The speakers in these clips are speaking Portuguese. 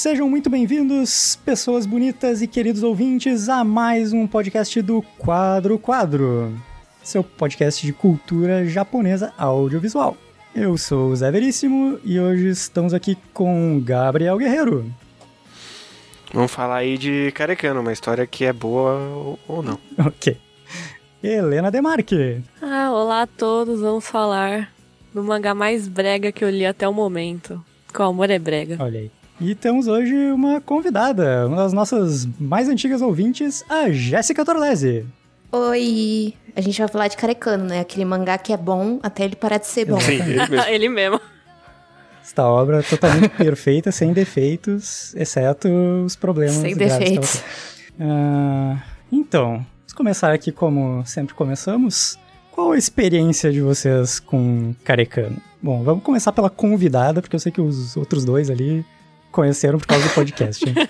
Sejam muito bem-vindos, pessoas bonitas e queridos ouvintes, a mais um podcast do Quadro Quadro, seu podcast de cultura japonesa audiovisual. Eu sou o Zé Veríssimo e hoje estamos aqui com Gabriel Guerreiro. Vamos falar aí de Karekano, uma história que é boa ou não. Ok. Helena Demarque. Olá a todos, vamos falar do mangá mais brega que eu li até o momento. Com Amor é Brega. Olha aí. E temos hoje uma convidada, uma das nossas mais antigas ouvintes, a Jéssica Torlesi. Oi! A gente vai falar de Karekano, né? Aquele mangá que é bom até ele parar de ser bom. Sim, ele mesmo. Ele mesmo. Esta obra totalmente perfeita, sem defeitos, exceto os problemas Sem graves defeitos. que ela tem. Então, vamos começar aqui como sempre começamos. Qual a experiência de vocês com Karekano? Bom, vamos começar pela convidada, porque eu sei que os outros dois ali conheceram por causa do podcast. Hein?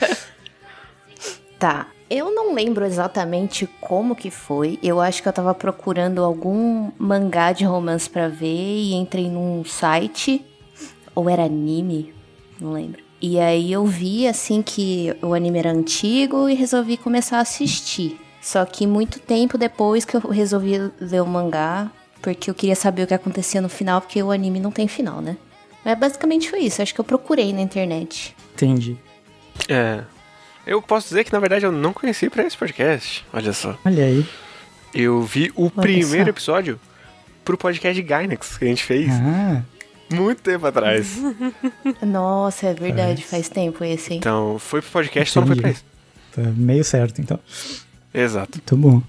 Tá. Eu não lembro exatamente como que foi. Eu acho que eu tava procurando algum mangá de romance pra ver e entrei num site. Ou era anime? Não lembro. E aí eu vi, assim, que o anime era antigo e resolvi começar a assistir. Só que muito tempo depois que eu resolvi ler o mangá, porque eu queria saber o que acontecia no final, porque o anime não tem final, né? Mas basicamente foi isso. Acho que eu procurei na internet. Entendi. Eu posso dizer que, na verdade, eu não conheci pra esse podcast. Olha só. Olha aí. Eu vi o primeiro episódio pro podcast de Gainax que a gente fez muito tempo atrás. Nossa, é verdade. Faz tempo esse, hein? Então, foi pro podcast, só não foi pra isso. Tá meio certo, então. Exato. Muito bom.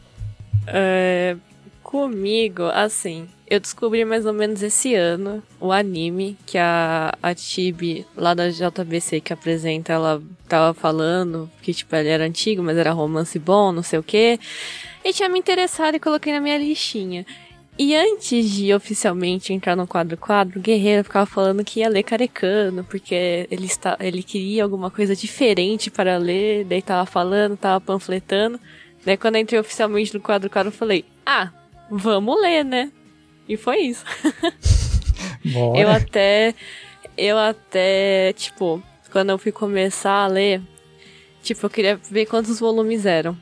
Comigo, assim, eu descobri mais ou menos esse ano o anime que a Chibi, lá da JBC, que apresenta, ela tava falando que, tipo, ele era antigo, mas era romance bom, não sei o quê. E tinha me interessado e coloquei na minha listinha. E antes de oficialmente entrar no quadro, o Guerreiro ficava falando que ia ler Karekano, porque ele queria alguma coisa diferente para ler, daí tava falando, tava panfletando. Daí quando eu entrei oficialmente no quadro, eu falei, vamos ler, né? E foi isso. Bora. Eu até, tipo, quando eu fui começar a ler, tipo, eu queria ver quantos volumes eram.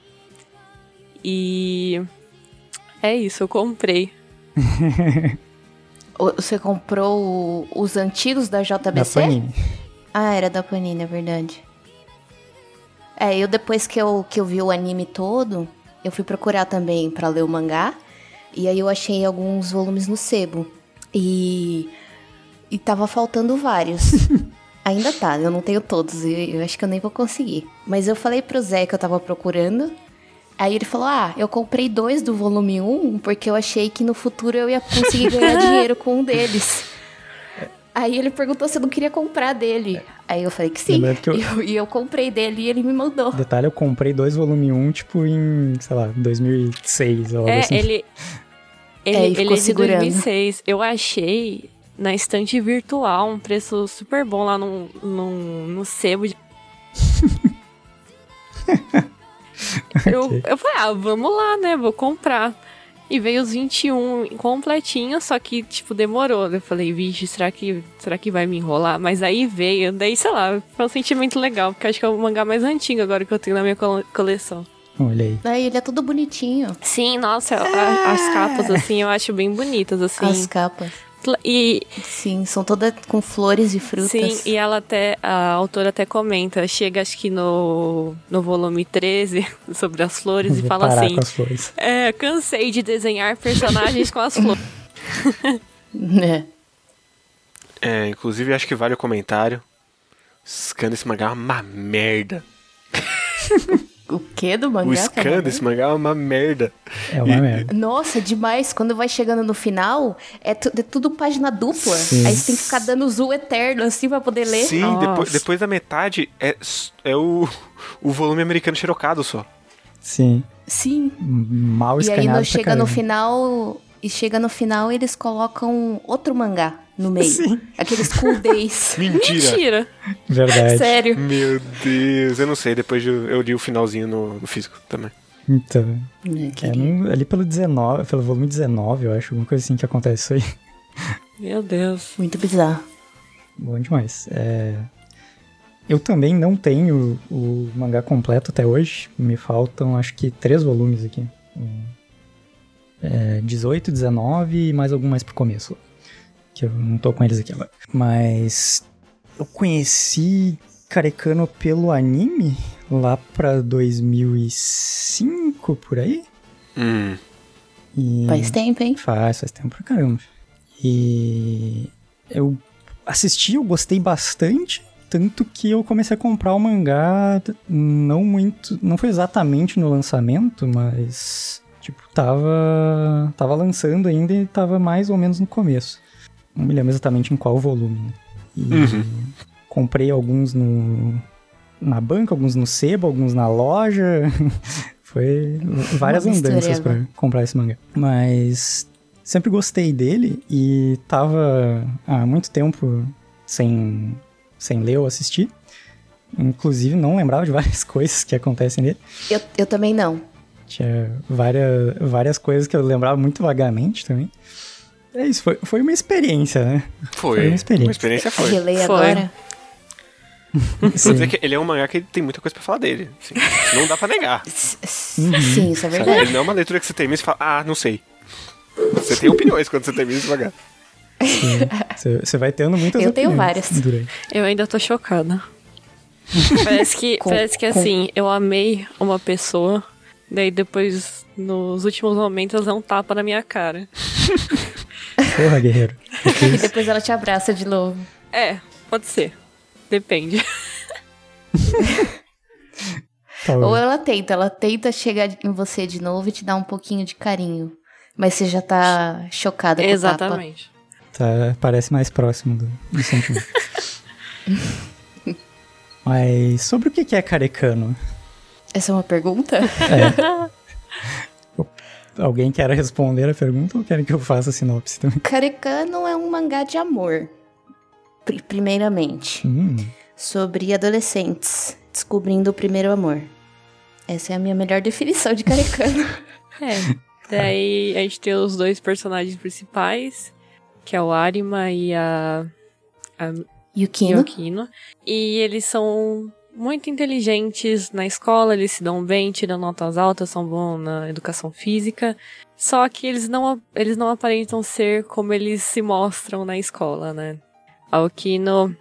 E é isso, eu comprei. Você comprou os antigos da JBC? Da Panini. Era da Panini, é verdade. Eu depois que eu vi o anime todo, eu fui procurar também pra ler o mangá. E aí eu achei alguns volumes no sebo. E tava faltando vários. Ainda tá, eu não tenho todos. Eu acho que eu nem vou conseguir. Mas eu falei pro Zé que eu tava procurando. Aí ele falou, eu comprei 2 do volume 1, porque eu achei que no futuro eu ia conseguir ganhar dinheiro com um deles. Aí ele perguntou se eu não queria comprar dele. Aí eu falei que sim. E eu comprei dele e ele me mandou. Detalhe, eu comprei 2 volume 1, tipo, em, sei lá, 2006 ou algo assim. Ele ficou é de segurando. 2006. Eu achei na estante virtual um preço super bom lá no sebo. Eu falei, vamos lá, né? Vou comprar. E veio os 21 completinhos, só que, tipo, demorou. Eu falei, vixe, será que vai me enrolar? Mas aí veio, daí, sei lá, foi um sentimento legal, porque acho que é o mangá mais antigo agora que eu tenho na minha coleção. Olha aí. Aí ele é todo bonitinho. Sim, nossa, as capas, assim, eu acho bem bonitas, assim. As capas. E sim, são todas com flores e frutas. Sim, e a autora até comenta, chega acho que no volume 13, sobre as flores, e fala assim, com as flores. Cansei de desenhar personagens com as flores. Inclusive acho que vale o comentário. Scan desse mangá é uma merda. O que do mangá? O scan desse mangá é uma merda. É uma merda. Nossa, demais. Quando vai chegando no final, é tudo página dupla. Sim. Aí você tem que ficar dando zoom eterno assim pra poder ler. Sim, depois da metade é o volume americano xerocado só. Sim. Sim. Mal E escaneado. aí chega no final, eles colocam outro mangá no meio. Sim. Aqueles cool days. Mentira. Verdade. Sério. Meu Deus, eu não sei. Depois eu li o finalzinho no físico também. Então. Ali pelo volume 19, eu acho, alguma coisa assim que acontece isso aí. Meu Deus. Muito bizarro. Bom demais. Eu também não tenho o mangá completo até hoje. Me faltam, acho que 3 volumes aqui. 18, 19 e mais algum mais pro começo. Que eu não tô com eles aqui agora. Mas eu conheci Karekano pelo anime lá pra 2005, por aí. E faz tempo, hein? Faz tempo pra caramba. E eu assisti, eu gostei bastante, tanto que eu comecei a comprar o mangá não foi exatamente no lançamento, mas tipo, tava lançando ainda e tava mais ou menos no começo. Não me lembro exatamente em qual volume, né? E comprei alguns na banca, alguns no sebo, alguns na loja. Foi várias andanças pra comprar esse mangá. Mas sempre gostei dele e tava há muito tempo sem ler ou assistir. Inclusive não lembrava de várias coisas que acontecem nele. Eu também não. Tinha várias coisas que eu lembrava muito vagamente também. É isso, foi uma experiência, né? Foi uma experiência. Foi. Relei agora. Vou dizer que ele é um mangá que tem muita coisa pra falar dele. Assim, não dá pra negar. Sim, isso é verdade. Ele não é uma leitura que você termina e fala, não sei. Você tem opiniões quando você termina esse mangá. Você vai tendo muitas opiniões. Eu tenho várias. Eu ainda tô chocada. Parece que assim, eu amei uma pessoa, daí depois, nos últimos momentos, ela dá um tapa na minha cara. Porra, guerreiro. E depois ela te abraça de novo. Pode ser. Depende. Ou ela tenta chegar em você de novo e te dar um pouquinho de carinho. Mas você já tá chocada com o tapa. Exatamente. Parece mais próximo do sentimento. Mas sobre o que é Karekano? Essa é uma pergunta? Alguém quer responder a pergunta ou querem que eu faça a sinopse também? Karekano é um mangá de amor. Primeiramente. Sobre adolescentes descobrindo o primeiro amor. Essa é a minha melhor definição de Karekano. Daí a gente tem os 2 personagens principais, que é o Arima e a Yukino. E eles são muito inteligentes na escola, eles se dão bem, tiram notas altas, são bons na educação física. Só que eles não aparentam ser como eles se mostram na escola, né? A Yukino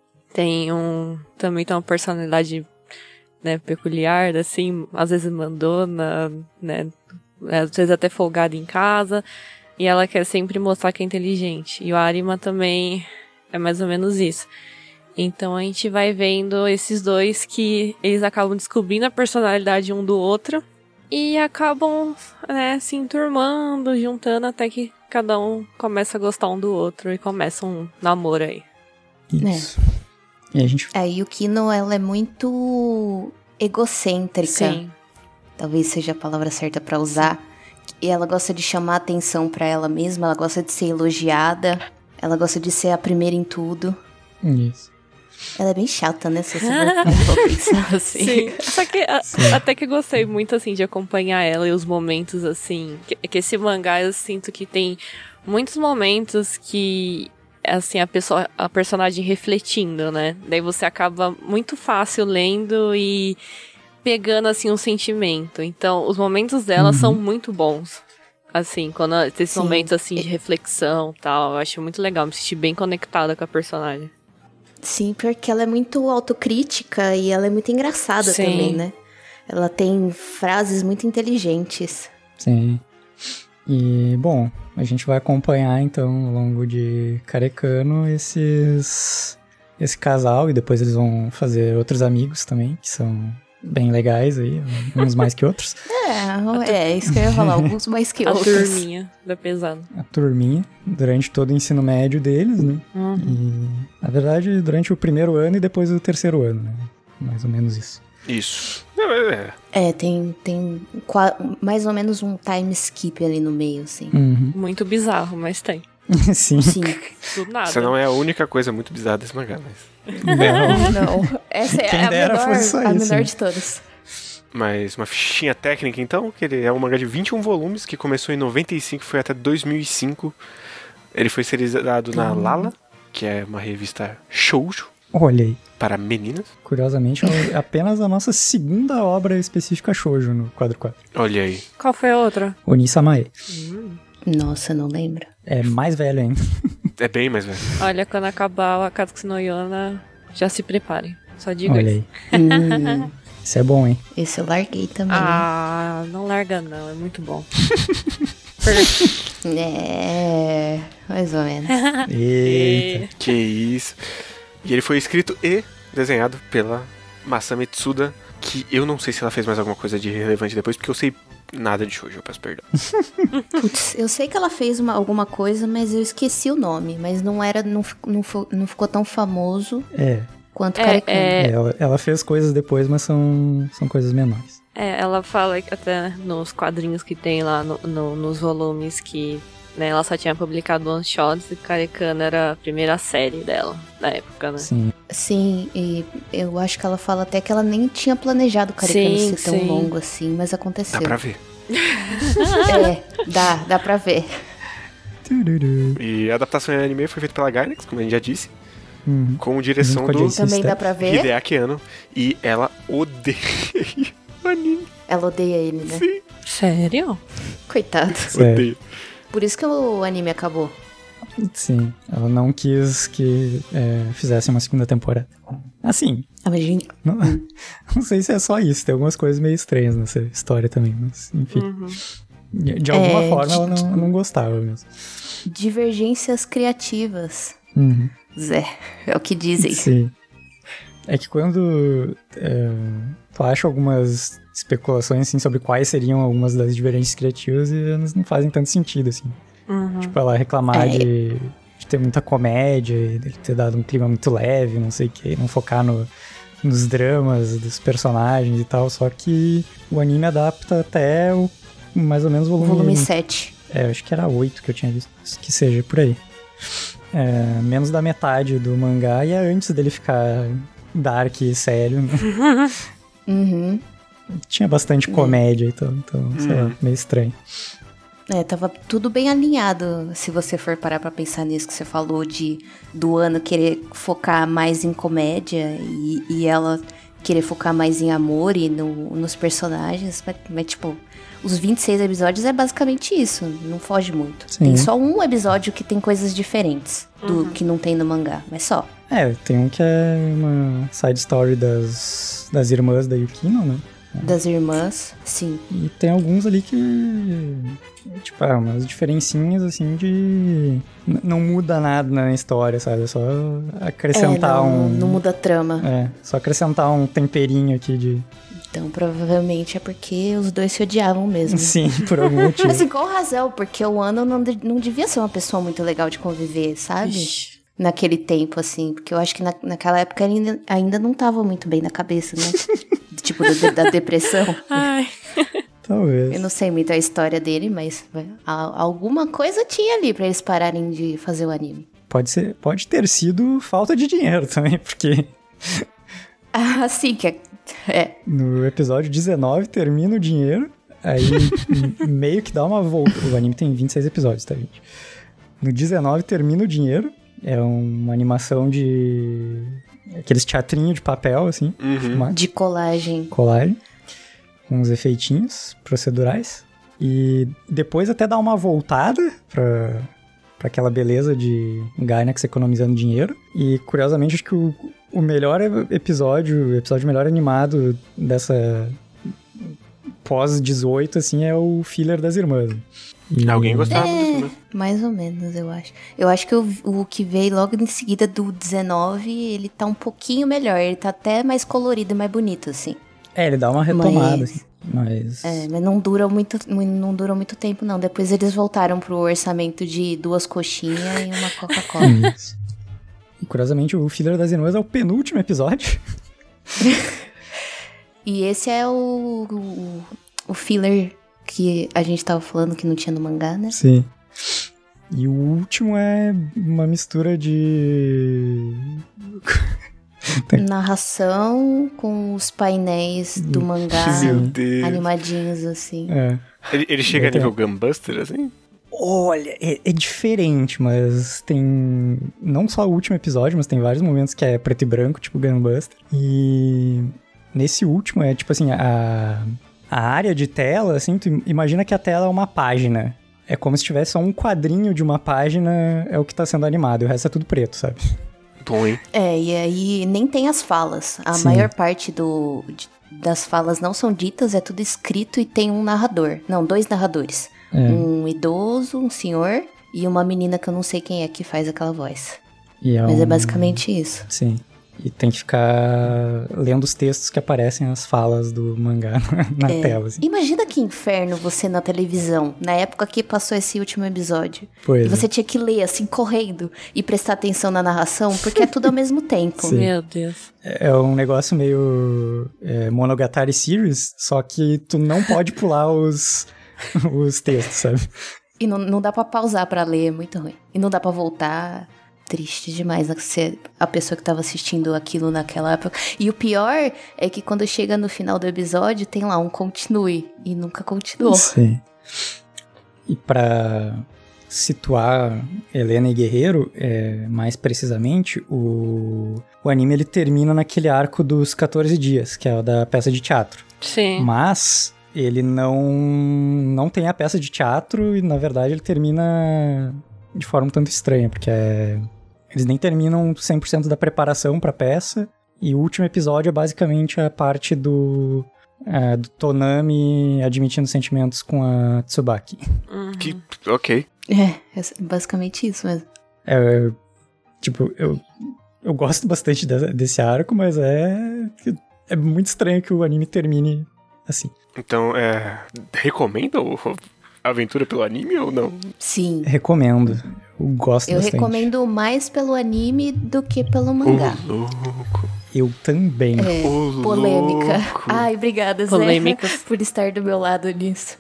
também tem uma personalidade, né, peculiar, assim, às vezes mandona, né, às vezes até folgada em casa, e ela quer sempre mostrar que é inteligente. E o Arima também é mais ou menos isso. Então a gente vai vendo esses 2 que eles acabam descobrindo a personalidade um do outro e acabam, né, se enturmando, juntando até que cada um começa a gostar um do outro e começa um namoro aí. Isso. E a Yukino, ela é muito egocêntrica. Sim. Talvez seja a palavra certa pra usar. E ela gosta de chamar atenção pra ela mesma, ela gosta de ser elogiada, ela gosta de ser a primeira em tudo. Isso. Ela é bem chata, né? Se você for pensar assim. Sim. Só que até que gostei muito, assim, de acompanhar ela e os momentos, assim... Que esse mangá, eu sinto que tem muitos momentos que... assim, a personagem refletindo, né? Daí você acaba muito fácil lendo e pegando, assim, um sentimento. Então, os momentos dela são muito bons. Assim, quando esses momentos, assim, de reflexão e tal, eu acho muito legal. Me senti bem conectada com a personagem. Sim, porque ela é muito autocrítica e ela é muito engraçada também, né? Ela tem frases muito inteligentes. Sim. E, bom, a gente vai acompanhar, então, ao longo de Karekano, esse casal, e depois eles vão fazer outros amigos também, que são bem legais aí, uns mais que outros. Isso que eu ia falar, alguns mais que outros. A turminha da pesada. A turminha, durante todo o ensino médio deles, né? E, na verdade, durante o primeiro ano e depois do terceiro ano, né? Mais ou menos isso. Isso. Tem mais ou menos um time skip ali no meio, assim. Muito bizarro, mas tem. Sim. Do nada. Essa não é a única coisa muito bizarra desse mangá, mas... Não. Essa é a menor de todas. Mas uma fichinha técnica, então, que ele é um mangá de 21 volumes, que começou em 95 e foi até 2005. Ele foi serializado na Lala, que é uma revista shoujo. Olha aí. Para meninas. Curiosamente, é apenas a nossa segunda obra específica shoujo no quadro 4. Olha aí. Qual foi a outra? Oni-Samae. Nossa, não lembro. É mais velho ainda. É bem mais velho. Olha, quando acabar o Akatsuki no Yona, já se preparem. Só digo Olha isso. aí. Isso é bom, hein? Esse eu larguei também. Ah, não larga não, é muito bom. É, mais ou menos. Eita. Que isso. E ele foi escrito e desenhado pela Masami Tsuda, que eu não sei se ela fez mais alguma coisa de relevante depois, porque eu sei nada de shoujo, eu peço perdão. Putz, eu sei que ela fez alguma coisa, mas eu esqueci o nome. Mas não ficou tão famoso quanto Karekami. Ela fez coisas depois, mas são coisas menores. Ela fala até nos quadrinhos que tem lá nos volumes que, né, ela só tinha publicado one shots e Karekana era a primeira série dela na época, né? Sim. Sim, e eu acho que ela fala até que ela nem tinha planejado o Karekana ser tão longo assim, mas aconteceu. Dá pra ver. Dá pra ver. E a adaptação em anime foi feita pela Gainax, como a gente já disse, com direção do Também dá pra ver. Hideaki Anno, e ela odeia o anime. Ela odeia ele, né? Sim. Sério? Coitado. Odeia. Por isso que o anime acabou. Sim, ela não quis que fizesse uma segunda temporada. Assim, Imagina. não sei se é só isso, tem algumas coisas meio estranhas nessa história também, mas enfim. De alguma forma ela não gostava mesmo. Divergências criativas. Zé, é o que dizem. Sim. É que quando tu acha algumas especulações assim, sobre quais seriam algumas das divergências criativas, e elas não fazem tanto sentido, assim. Tipo, ela reclamar de ter muita comédia, e de ter dado um clima muito leve, não sei o que, não focar nos dramas dos personagens e tal, só que o anime adapta até mais ou menos o volume 7. Eu acho que era 8 que eu tinha visto, que seja por aí. Menos da metade do mangá, e é antes dele ficar dark e sério, né? Tinha bastante comédia, então sei lá, meio estranho. Tava tudo bem alinhado, se você for parar pra pensar nisso que você falou do ano querer focar mais em comédia e ela querer focar mais em amor e nos personagens, mas tipo, os 26 episódios é basicamente isso, não foge muito. Sim. Tem só um episódio que tem coisas diferentes do que não tem no mangá, mas só. Tem um que é uma side story das irmãs da Yukino, né? Das irmãs, sim. E tem alguns ali que, tipo, umas diferencinhas, assim, de... Não muda nada na história, sabe? É só acrescentar não muda a trama. Só acrescentar um temperinho aqui de... Então, provavelmente é porque os dois se odiavam mesmo. Sim, por algum motivo. Mas igual razão, porque o Ano não devia ser uma pessoa muito legal de conviver, sabe? Ixi. Naquele tempo, assim. Porque eu acho que naquela época ele ainda não tava muito bem na cabeça, né? Tipo, da depressão. Ai. Talvez. Eu não sei muito a história dele, mas alguma coisa tinha ali pra eles pararem de fazer o anime. Pode ter sido falta de dinheiro também, porque... Sim, que é. No episódio 19 termina o dinheiro, aí meio que dá uma volta. O anime tem 26 episódios, tá, gente? No 19 termina o dinheiro, é uma animação de... aqueles teatrinhos de papel, assim. De colagem. Colagem, com uns efeitinhos procedurais. E depois até dá uma voltada pra aquela beleza de Gainax economizando dinheiro. E, curiosamente, acho que o melhor episódio, o episódio melhor animado dessa pós-18, assim, é o filler das irmãs. Alguém gostava disso, né? Mais ou menos, eu acho. Eu acho que o que veio logo em seguida do 19, ele tá um pouquinho melhor. Ele tá até mais colorido e mais bonito, assim. Ele dá uma retomada, assim. Mas não dura muito tempo, não. Depois eles voltaram pro orçamento de 2 coxinhas e uma Coca-Cola. E, curiosamente, o filler das irmãs é o penúltimo episódio. E esse é o filler que a gente tava falando que não tinha no mangá, né? Sim. E o último é uma mistura de... narração com os painéis do mangá animadinhos, assim. Ele chega a nível Gunbuster, assim? Olha, é diferente, mas tem não só o último episódio, mas tem vários momentos que é preto e branco, tipo Gunbuster. E nesse último é tipo assim, a área de tela, assim, tu imagina que a tela é uma página. É como se tivesse só um quadrinho de uma página, é o que tá sendo animado, e o resto é tudo preto, sabe? Bom, hein? E aí nem tem as falas. A Sim. maior parte das falas não são ditas, é tudo escrito e tem um narrador. Não, 2 narradores. Um idoso, um senhor e uma menina que eu não sei quem é que faz aquela voz. Mas é basicamente isso. Sim. E tem que ficar lendo os textos que aparecem as falas do mangá na tela, assim. Imagina que inferno você na televisão, na época que passou esse último episódio. Pois E você tinha que ler, assim, correndo e prestar atenção na narração, porque é tudo ao mesmo tempo. Sim. Meu Deus. É um negócio meio Monogatari Series, só que tu não pode pular os textos, sabe? E não dá pra pausar pra ler, é muito ruim. E não dá pra voltar. Triste demais ser a pessoa que tava assistindo aquilo naquela época. E o pior é que quando chega no final do episódio, tem lá um continue. E nunca continuou. Sim. E pra situar Helena e Guerreiro, mais precisamente, o anime ele termina naquele arco dos 14 dias, que é o da peça de teatro. Sim. Mas ele não tem a peça de teatro e, na verdade, ele termina de forma um tanto estranha, porque eles nem terminam 100% da preparação pra peça, e o último episódio é basicamente a parte do Tonami admitindo sentimentos com a Tsubaki. Uhum. Ok. É basicamente isso mesmo. Tipo, eu gosto bastante desse arco, mas é muito estranho que o anime termine assim. Então, recomenda a aventura pelo anime ou não? Sim. Recomendo. Eu gosto bastante. Eu recomendo mais pelo anime do que pelo mangá. Louco. Eu também. Polêmica. Louco. Ai, obrigada, Zé, Polêmicas. por estar do meu lado nisso.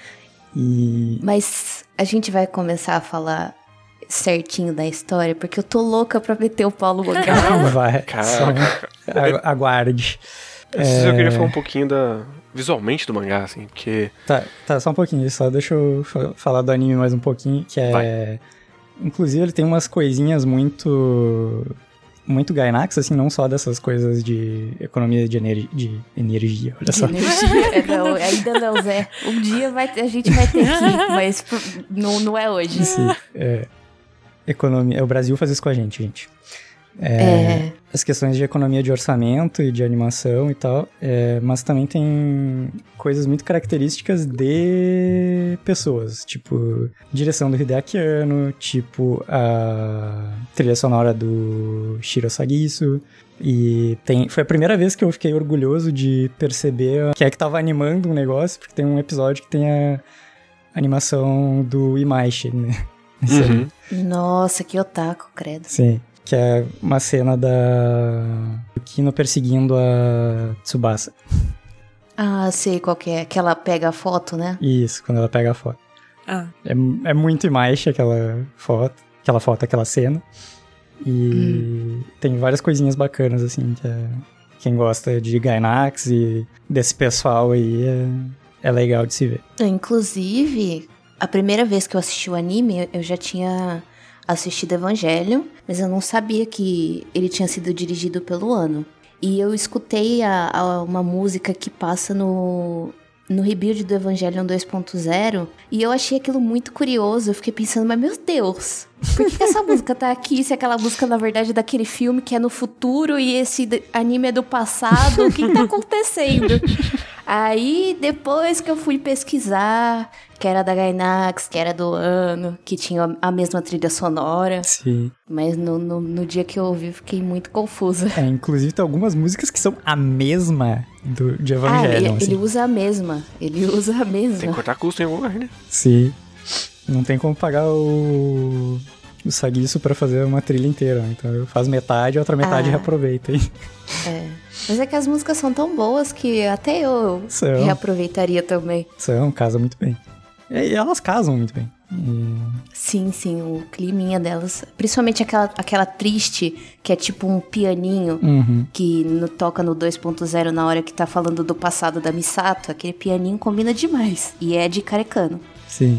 Mas a gente vai começar a falar certinho da história, porque eu tô louca pra meter o pau no mangá. Vai. Caraca. Aguarde. Eu queria falar um pouquinho visualmente do mangá, assim, porque... Tá, só um pouquinho, só deixa eu falar do anime mais um pouquinho, que Vai. Inclusive, ele tem umas coisinhas muito Gainax, assim, não só dessas coisas de economia de energia, olha só. Não, ainda não, Zé. Um dia a gente vai ter que ir, mas não é hoje. Sim, economia. O Brasil faz isso com a gente. As questões de economia de orçamento e de animação e tal, mas também tem coisas muito características de pessoas, tipo direção do Hideaki Anno, tipo a trilha sonora do Shiro Sagisu, e foi a primeira vez que eu fiquei orgulhoso de perceber quem é que tava animando um negócio, porque tem um episódio que tem a animação do Imaishi, né? Uhum. Nossa, que otaku, credo. Sim. Que é uma cena da Yukino perseguindo a Tsubasa. Ah, sei qual que é. Que ela pega a foto, né? Isso, quando ela pega a foto. Ah. É muito Imaishi aquela aquela cena. E tem várias coisinhas bacanas, assim, que quem gosta de Gainax e desse pessoal aí é legal de se ver. Inclusive, a primeira vez que eu assisti o anime, eu já tinha assistido Evangelion, mas eu não sabia que ele tinha sido dirigido pelo Anno. E eu escutei uma música que passa no rebuild do Evangelion 2.0 e eu achei aquilo muito curioso. Eu fiquei pensando, mas meu Deus, por que essa música tá aqui se aquela música na verdade é daquele filme que é no futuro e esse anime é do passado? O que tá acontecendo? Aí, depois que eu fui pesquisar, que era da Gainax, que era do Anno, que tinha a mesma trilha sonora. Sim. Mas no dia que eu ouvi, fiquei muito confusa. Inclusive tem algumas músicas que são a mesma de Evangelion. Ele usa a mesma. Ele usa a mesma. Tem que cortar custo em algum lugar, né? Sim. Não tem como pagar o Sagisu pra fazer uma trilha inteira. Então eu faço metade, a outra metade reaproveita. Mas é que as músicas são tão boas que até eu reaproveitaria também. Casam muito bem. E elas casam muito bem. Sim, o climinha delas. Principalmente aquela triste, que é tipo um pianinho, que toca no 2.0 na hora que tá falando do passado da Misato. Aquele pianinho combina demais. E é de Karekano. Sim.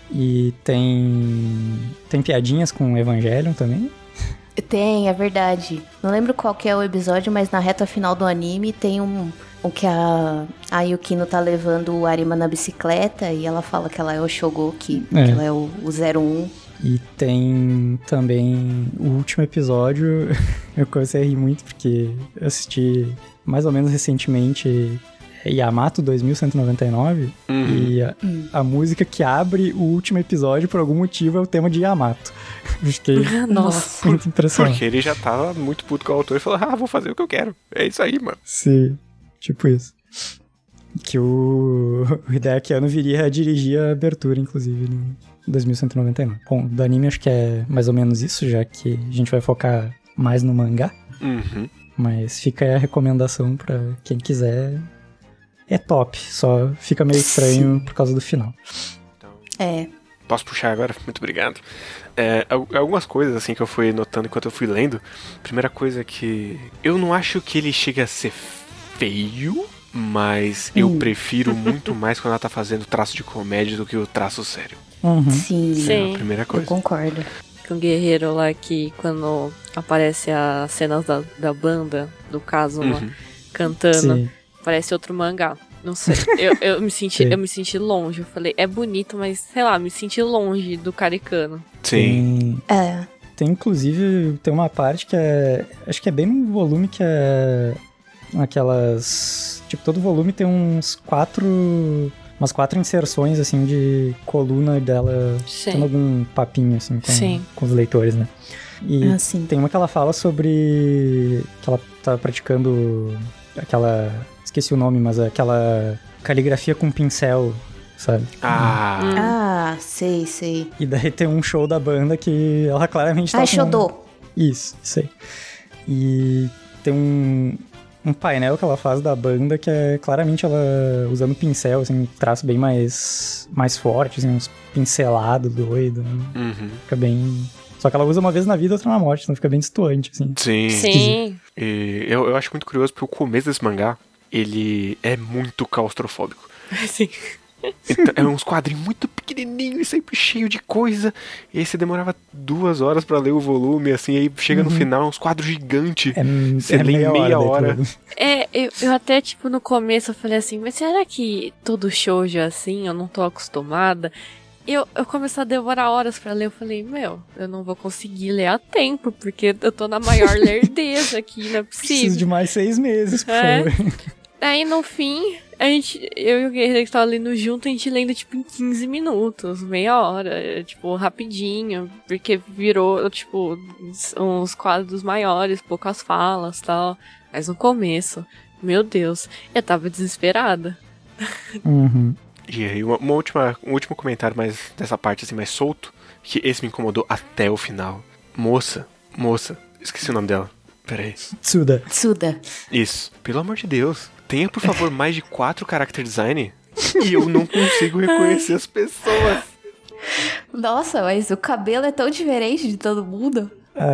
E tem piadinhas com o Evangelion também. Tem, é verdade. Não lembro qual que é o episódio, mas na reta final do anime tem o que a Yukino tá levando o Arima na bicicleta e ela fala que ela é o Shogoki, que ela é o 01. E tem também o último episódio, eu comecei a rir muito porque eu assisti mais ou menos recentemente Yamato 2199 e a música que abre o último episódio por algum motivo é o tema de Yamato. Eu fiquei muito impressionado. Porque ele já tava muito puto com o autor e falou, vou fazer o que eu quero. É isso aí, mano. Sim, tipo isso. Que o Hideaki Anno viria a dirigir a abertura, inclusive, no 2199. Bom, do anime acho que é mais ou menos isso, já que a gente vai focar mais no mangá. Mas fica aí a recomendação pra quem quiser. É top, só fica meio estranho por causa do final. Então, posso puxar agora? Muito obrigado. Algumas coisas assim que eu fui notando enquanto eu fui lendo. Primeira coisa que eu não acho que ele chega a ser feio, mas eu prefiro muito mais quando ela tá fazendo traço de comédia do que o traço sério. Sim, é a primeira coisa. Eu concordo. Com o guerreiro lá que quando aparece as cenas da banda, do caso lá, cantando, parece outro mangá. Não sei, eu me senti longe. Eu falei, é bonito, mas sei lá, me senti longe do Karikano. Sim. Tem inclusive, tem uma parte que acho que é bem no volume que é aquelas, tipo, todo volume tem umas quatro inserções, assim, de coluna dela, tendo algum papinho, assim, com os leitores, né? E tem uma que ela fala sobre que ela tá praticando aquela, esqueci o nome, mas aquela caligrafia com pincel, sabe? Sei. E daí tem um show da banda que ela claramente tá Shodô. Isso aí. E tem um painel que ela faz da banda que é claramente ela usando pincel, assim, um traço bem mais forte, assim, uns pincelados doido, né? Fica bem... Só que ela usa uma vez na vida, outra na morte, então fica bem distoante, assim. Sim. E eu acho muito curioso porque o começo desse mangá, ele é muito claustrofóbico. Sim. Então, é uns quadrinhos muito pequenininhos e sempre cheio de coisa. E aí você demorava 2 horas pra ler o volume, assim, aí chega no final, uns quadros gigantes. Você lê em meia hora. Eu até, tipo, no começo eu falei assim, mas será que todo shoujo é assim? Eu não tô acostumada. Eu comecei a demorar horas pra ler, eu falei, eu não vou conseguir ler a tempo, porque eu tô na maior lerdeza aqui, não é possível. Preciso de mais 6 meses, por favor. Aí, no fim, eu e o Guerreiro que tava lendo junto, a gente lendo, tipo, em 15 minutos, meia hora, tipo, rapidinho, porque virou, tipo, uns quadros maiores, poucas falas e tal. Mas no começo, meu Deus, eu tava desesperada. E aí, um último comentário mais dessa parte, assim, mais solto, que esse me incomodou até o final. Moça, esqueci o nome dela. Peraí. Tsuda. Isso. Pelo amor de Deus. Tenha, por favor, mais de 4 character design e eu não consigo reconhecer as pessoas. Nossa, mas o cabelo é tão diferente de todo mundo.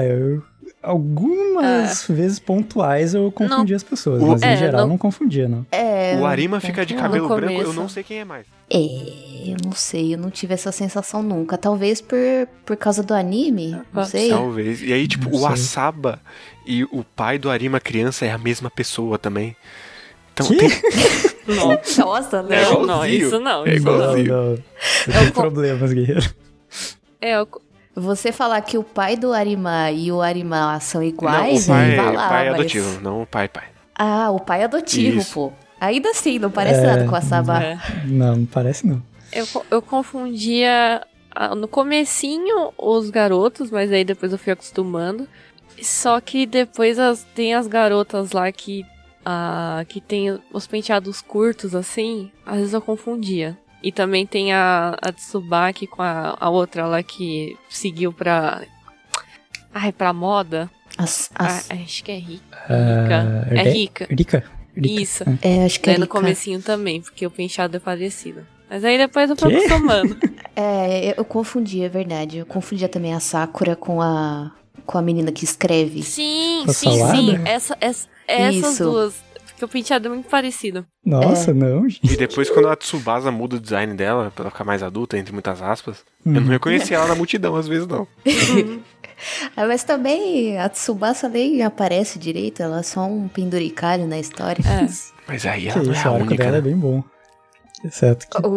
Algumas vezes pontuais eu confundi as pessoas, mas em geral não confundia, não. O Arima fica de cabelo branco, eu não sei quem é mais. Eu não sei, eu não tive essa sensação nunca. Talvez por causa do anime, não sei. Talvez. E aí, tipo, o Asaba e o pai do Arima criança é a mesma pessoa também. Então, Nossa, não, isso não. É igualzinho. Não. Tem problemas, guerreiro. Você falar que o pai do Arima e o Arima são iguais, não, o pai adotivo, não o pai. Ah, o pai adotivo, isso. Pô. Ainda assim, não parece nada com a Asaba. Não parece não. Eu confundia no comecinho os garotos, mas aí depois eu fui acostumando. Só que depois tem as garotas lá que tem os penteados curtos, assim, às vezes eu confundia. E também tem a Tsubaki com a outra lá que seguiu pra moda. Acho que é Rika. É Rika. Rika? Isso. Acho que é Rika. No comecinho também, porque o penteado é parecido. Mas aí depois eu tô acostumando. Eu confundi, é verdade. Eu confundia também a Sakura com a menina que escreve. Sim. Salada? Essas duas. porque o penteado é muito parecido. Nossa, não, gente. E depois, quando a Tsubasa muda o design dela, pra ela ficar mais adulta, entre muitas aspas, eu não reconheci ela na multidão, às vezes, não. Mas também a Tsubasa nem aparece direito, ela é só um penduricalho na história. Mas aí Que ela não é isso, a o arco única, dela né? é bem bom. Exceto que...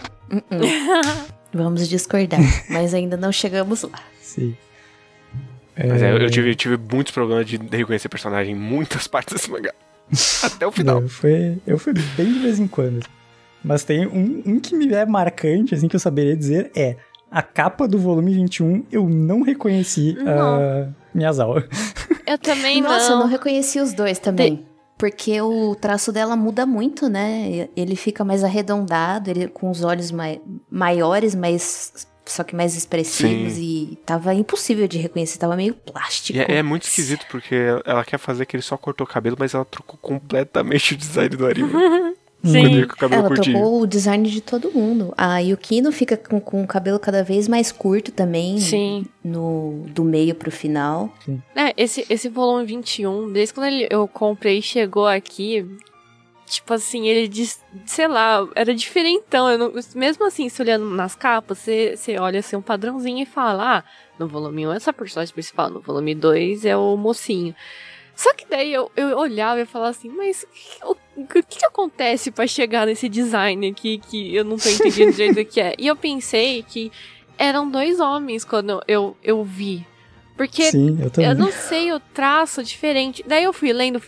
Vamos discordar, mas ainda não chegamos lá. Sim. Mas eu tive muitos problemas de reconhecer personagem em muitas partes desse mangá. Até o final. Eu fui bem de vez em quando. Mas tem um que me é marcante, assim, que eu saberia dizer, é a capa do volume 21, eu não reconheci a Miyazawa. Eu também não. Nossa, eu não reconheci os dois também. Porque o traço dela muda muito, né? Ele fica mais arredondado, ele com os olhos maiores, mas só que mais expressivos. Sim. E tava impossível de reconhecer, tava meio plástico. E é muito esquisito, porque ela quer fazer que ele só cortou o cabelo, mas ela trocou completamente o design do Arima. Sim. Quando ele com o cabelo Ela curtinho. trocou o design de todo mundo. A Yukino fica com o cabelo cada vez mais curto também. Sim. Do meio pro final. Esse volume 21, desde quando eu comprei e chegou aqui, tipo assim, ele sei lá, era diferentão. Mesmo assim, se olhando nas capas, você olha assim um padrãozinho e fala, no volume 1 é essa personagem principal, no volume 2 é o mocinho. Só que daí eu olhava e falava assim, mas o que acontece pra chegar nesse design aqui que eu não tô entendendo do jeito que é? E eu pensei que eram 2 homens quando eu vi. Porque Sim, eu também. Eu não sei o traço diferente. Daí eu fui lendo.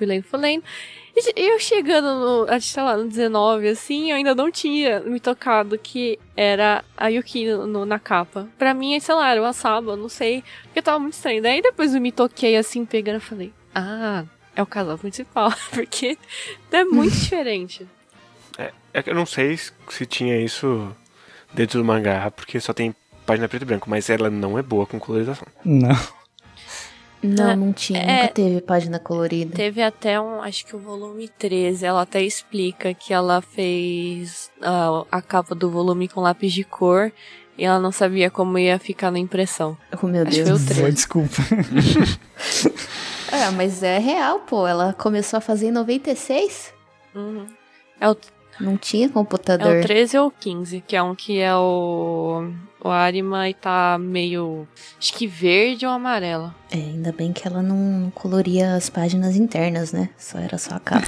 E eu chegando sei lá, no 19, assim, eu ainda não tinha me tocado que era a Yuki na capa. Pra mim, sei lá, era o Asaba, não sei. Porque tava muito estranho. Daí depois eu me toquei, assim, pegando e falei, é o casal principal. Porque é muito diferente. É que eu não sei se tinha isso dentro do mangá, porque só tem página preto e branco, mas ela não é boa com colorização. Não tinha, nunca teve página colorida. Teve até acho que o volume 13, ela até explica que ela fez a capa do volume com lápis de cor e ela não sabia como ia ficar na impressão. Oh, meu Deus. Acho que foi o 13. Desculpa. Mas é real, pô. Ela começou a fazer em 96. Uhum. Não tinha computador. É o 13 ou o 15, que é um que é o Arima e tá meio, acho que verde ou amarelo. Ainda bem que ela não coloria as páginas internas, né? Era só a capa.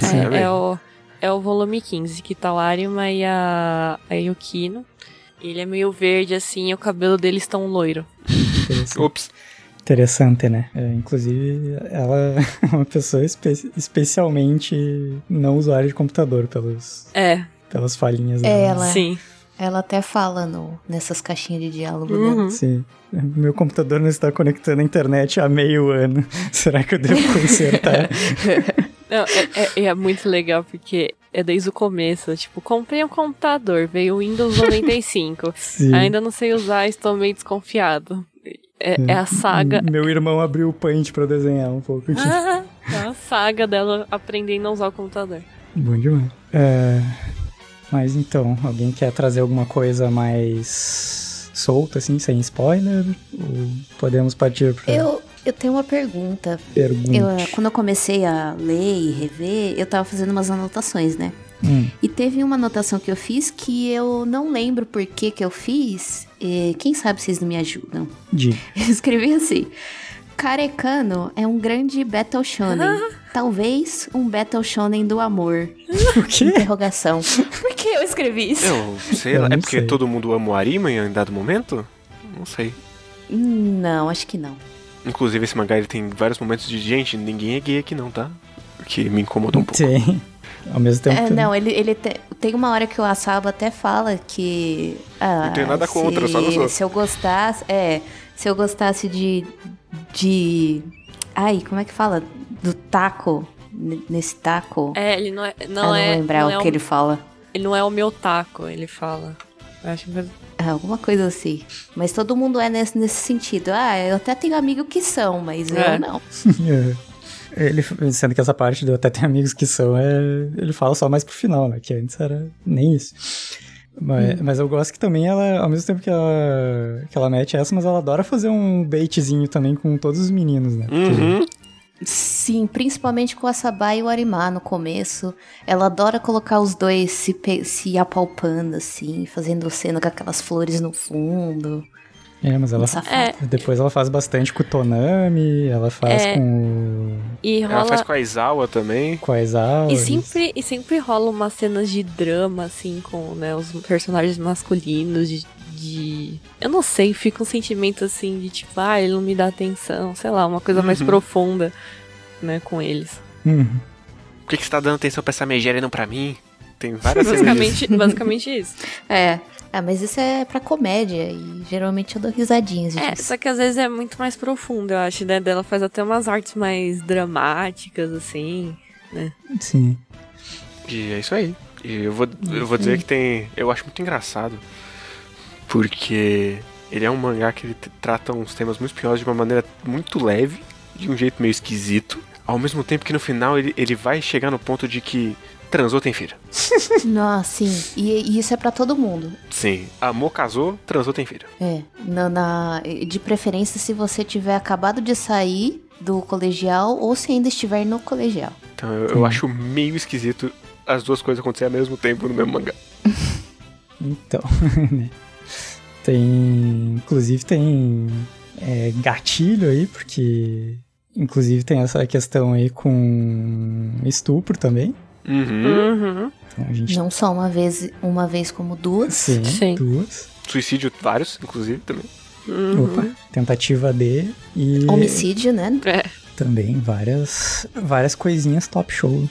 É o volume 15, que tá o Arima e a Yukino. Ele é meio verde assim e o cabelo deles tão loiro. Ops. Interessante, né? Inclusive, ela é uma pessoa especialmente não usuária de computador pelas falhinhas dela. Sim. Ela até fala nessas caixinhas de diálogo Uhum. dela. Sim. Meu computador não está conectando à internet há meio ano. Será que eu devo consertar? Não, é muito legal porque é desde o começo. Tipo, comprei um computador, veio o Windows 95. Sim. Ainda não sei usar, estou meio desconfiado. É a saga. Meu irmão abriu o Paint pra eu desenhar um pouco aqui. É a saga dela aprendendo a usar o computador. Bom demais. Mas então, alguém quer trazer alguma coisa mais solta, assim, sem spoiler? Ou podemos partir pra... Eu tenho uma pergunta. Quando eu comecei a ler e rever, eu tava fazendo umas anotações, né? E teve uma anotação que eu fiz que eu não lembro por que eu fiz. Quem sabe vocês não me ajudam? Eu escrevi assim: Karekano é um grande Battle Shonen. Talvez um Battle Shonen do amor. O quê? Interrogação. Por que eu escrevi isso? Eu sei lá. É porque todo mundo ama o Arima em um dado momento? Não sei. Não, acho que não. Inclusive esse mangá ele tem vários momentos de gente, ninguém é gay aqui não, tá? Porque me incomodou um pouco. Sim. Ao mesmo tempo. Não, ele tem uma hora que o Asaba até fala que. Não tenho nada contra, só não sou. Se eu gostasse. Se eu gostasse de. Ai, como é que fala? Do taco. Nesse taco. Ele não é. Não lembrar o que ele fala. Ele não é o meu taco, ele fala. Eu acho que. Alguma coisa assim. Mas todo mundo é nesse sentido. Eu até tenho amigos que são, mas eu não. Ele, sendo que essa parte do até tem amigos que são, ele fala só mais pro final, né? Que antes era nem isso. Mas eu gosto que também ela, ao mesmo tempo que ela mete essa, mas ela adora fazer um baitzinho também com todos os meninos, né? Uhum. Sim, principalmente com a Sabá e o Arima no começo. Ela adora colocar os dois se apalpando, assim, fazendo cena com aquelas flores no fundo. Mas ela depois ela faz bastante com o Tonami, ela faz com e rola... Ela faz com a Aizawa também. Com a Aizawa. E sempre rola umas cenas de drama, assim, com, né, os personagens masculinos, eu não sei, fica um sentimento assim de tipo, ele não me dá atenção, sei lá, uma coisa mais profunda, né, com eles. Por que você tá dando atenção pra essa megera e não pra mim? Tem várias basicamente isso. Mas isso é pra comédia e geralmente eu dou risadinhas disso. Só que às vezes é muito mais profundo, eu acho, né? Ela faz até umas artes mais dramáticas, assim, né? Sim. E é isso aí. E eu vou dizer que eu acho muito engraçado, porque ele é um mangá que ele trata uns temas muito piores de uma maneira muito leve, de um jeito meio esquisito, ao mesmo tempo que no final ele vai chegar no ponto de que transou tem filho. Nossa, sim. E isso é pra todo mundo. Sim. Amor, casou, transou tem filho. De preferência se você tiver acabado de sair do colegial ou se ainda estiver no colegial. Então eu acho meio esquisito as duas coisas acontecerem ao mesmo tempo no mesmo mangá. Então, né? Inclusive tem gatilho aí, porque inclusive tem essa questão aí com estupro também. Uhum. Então, a gente... Não só uma vez como duas. Sim. Duas. Suicídio vários, inclusive, também. Opa, tentativa de... E homicídio, né? Também várias coisinhas top show.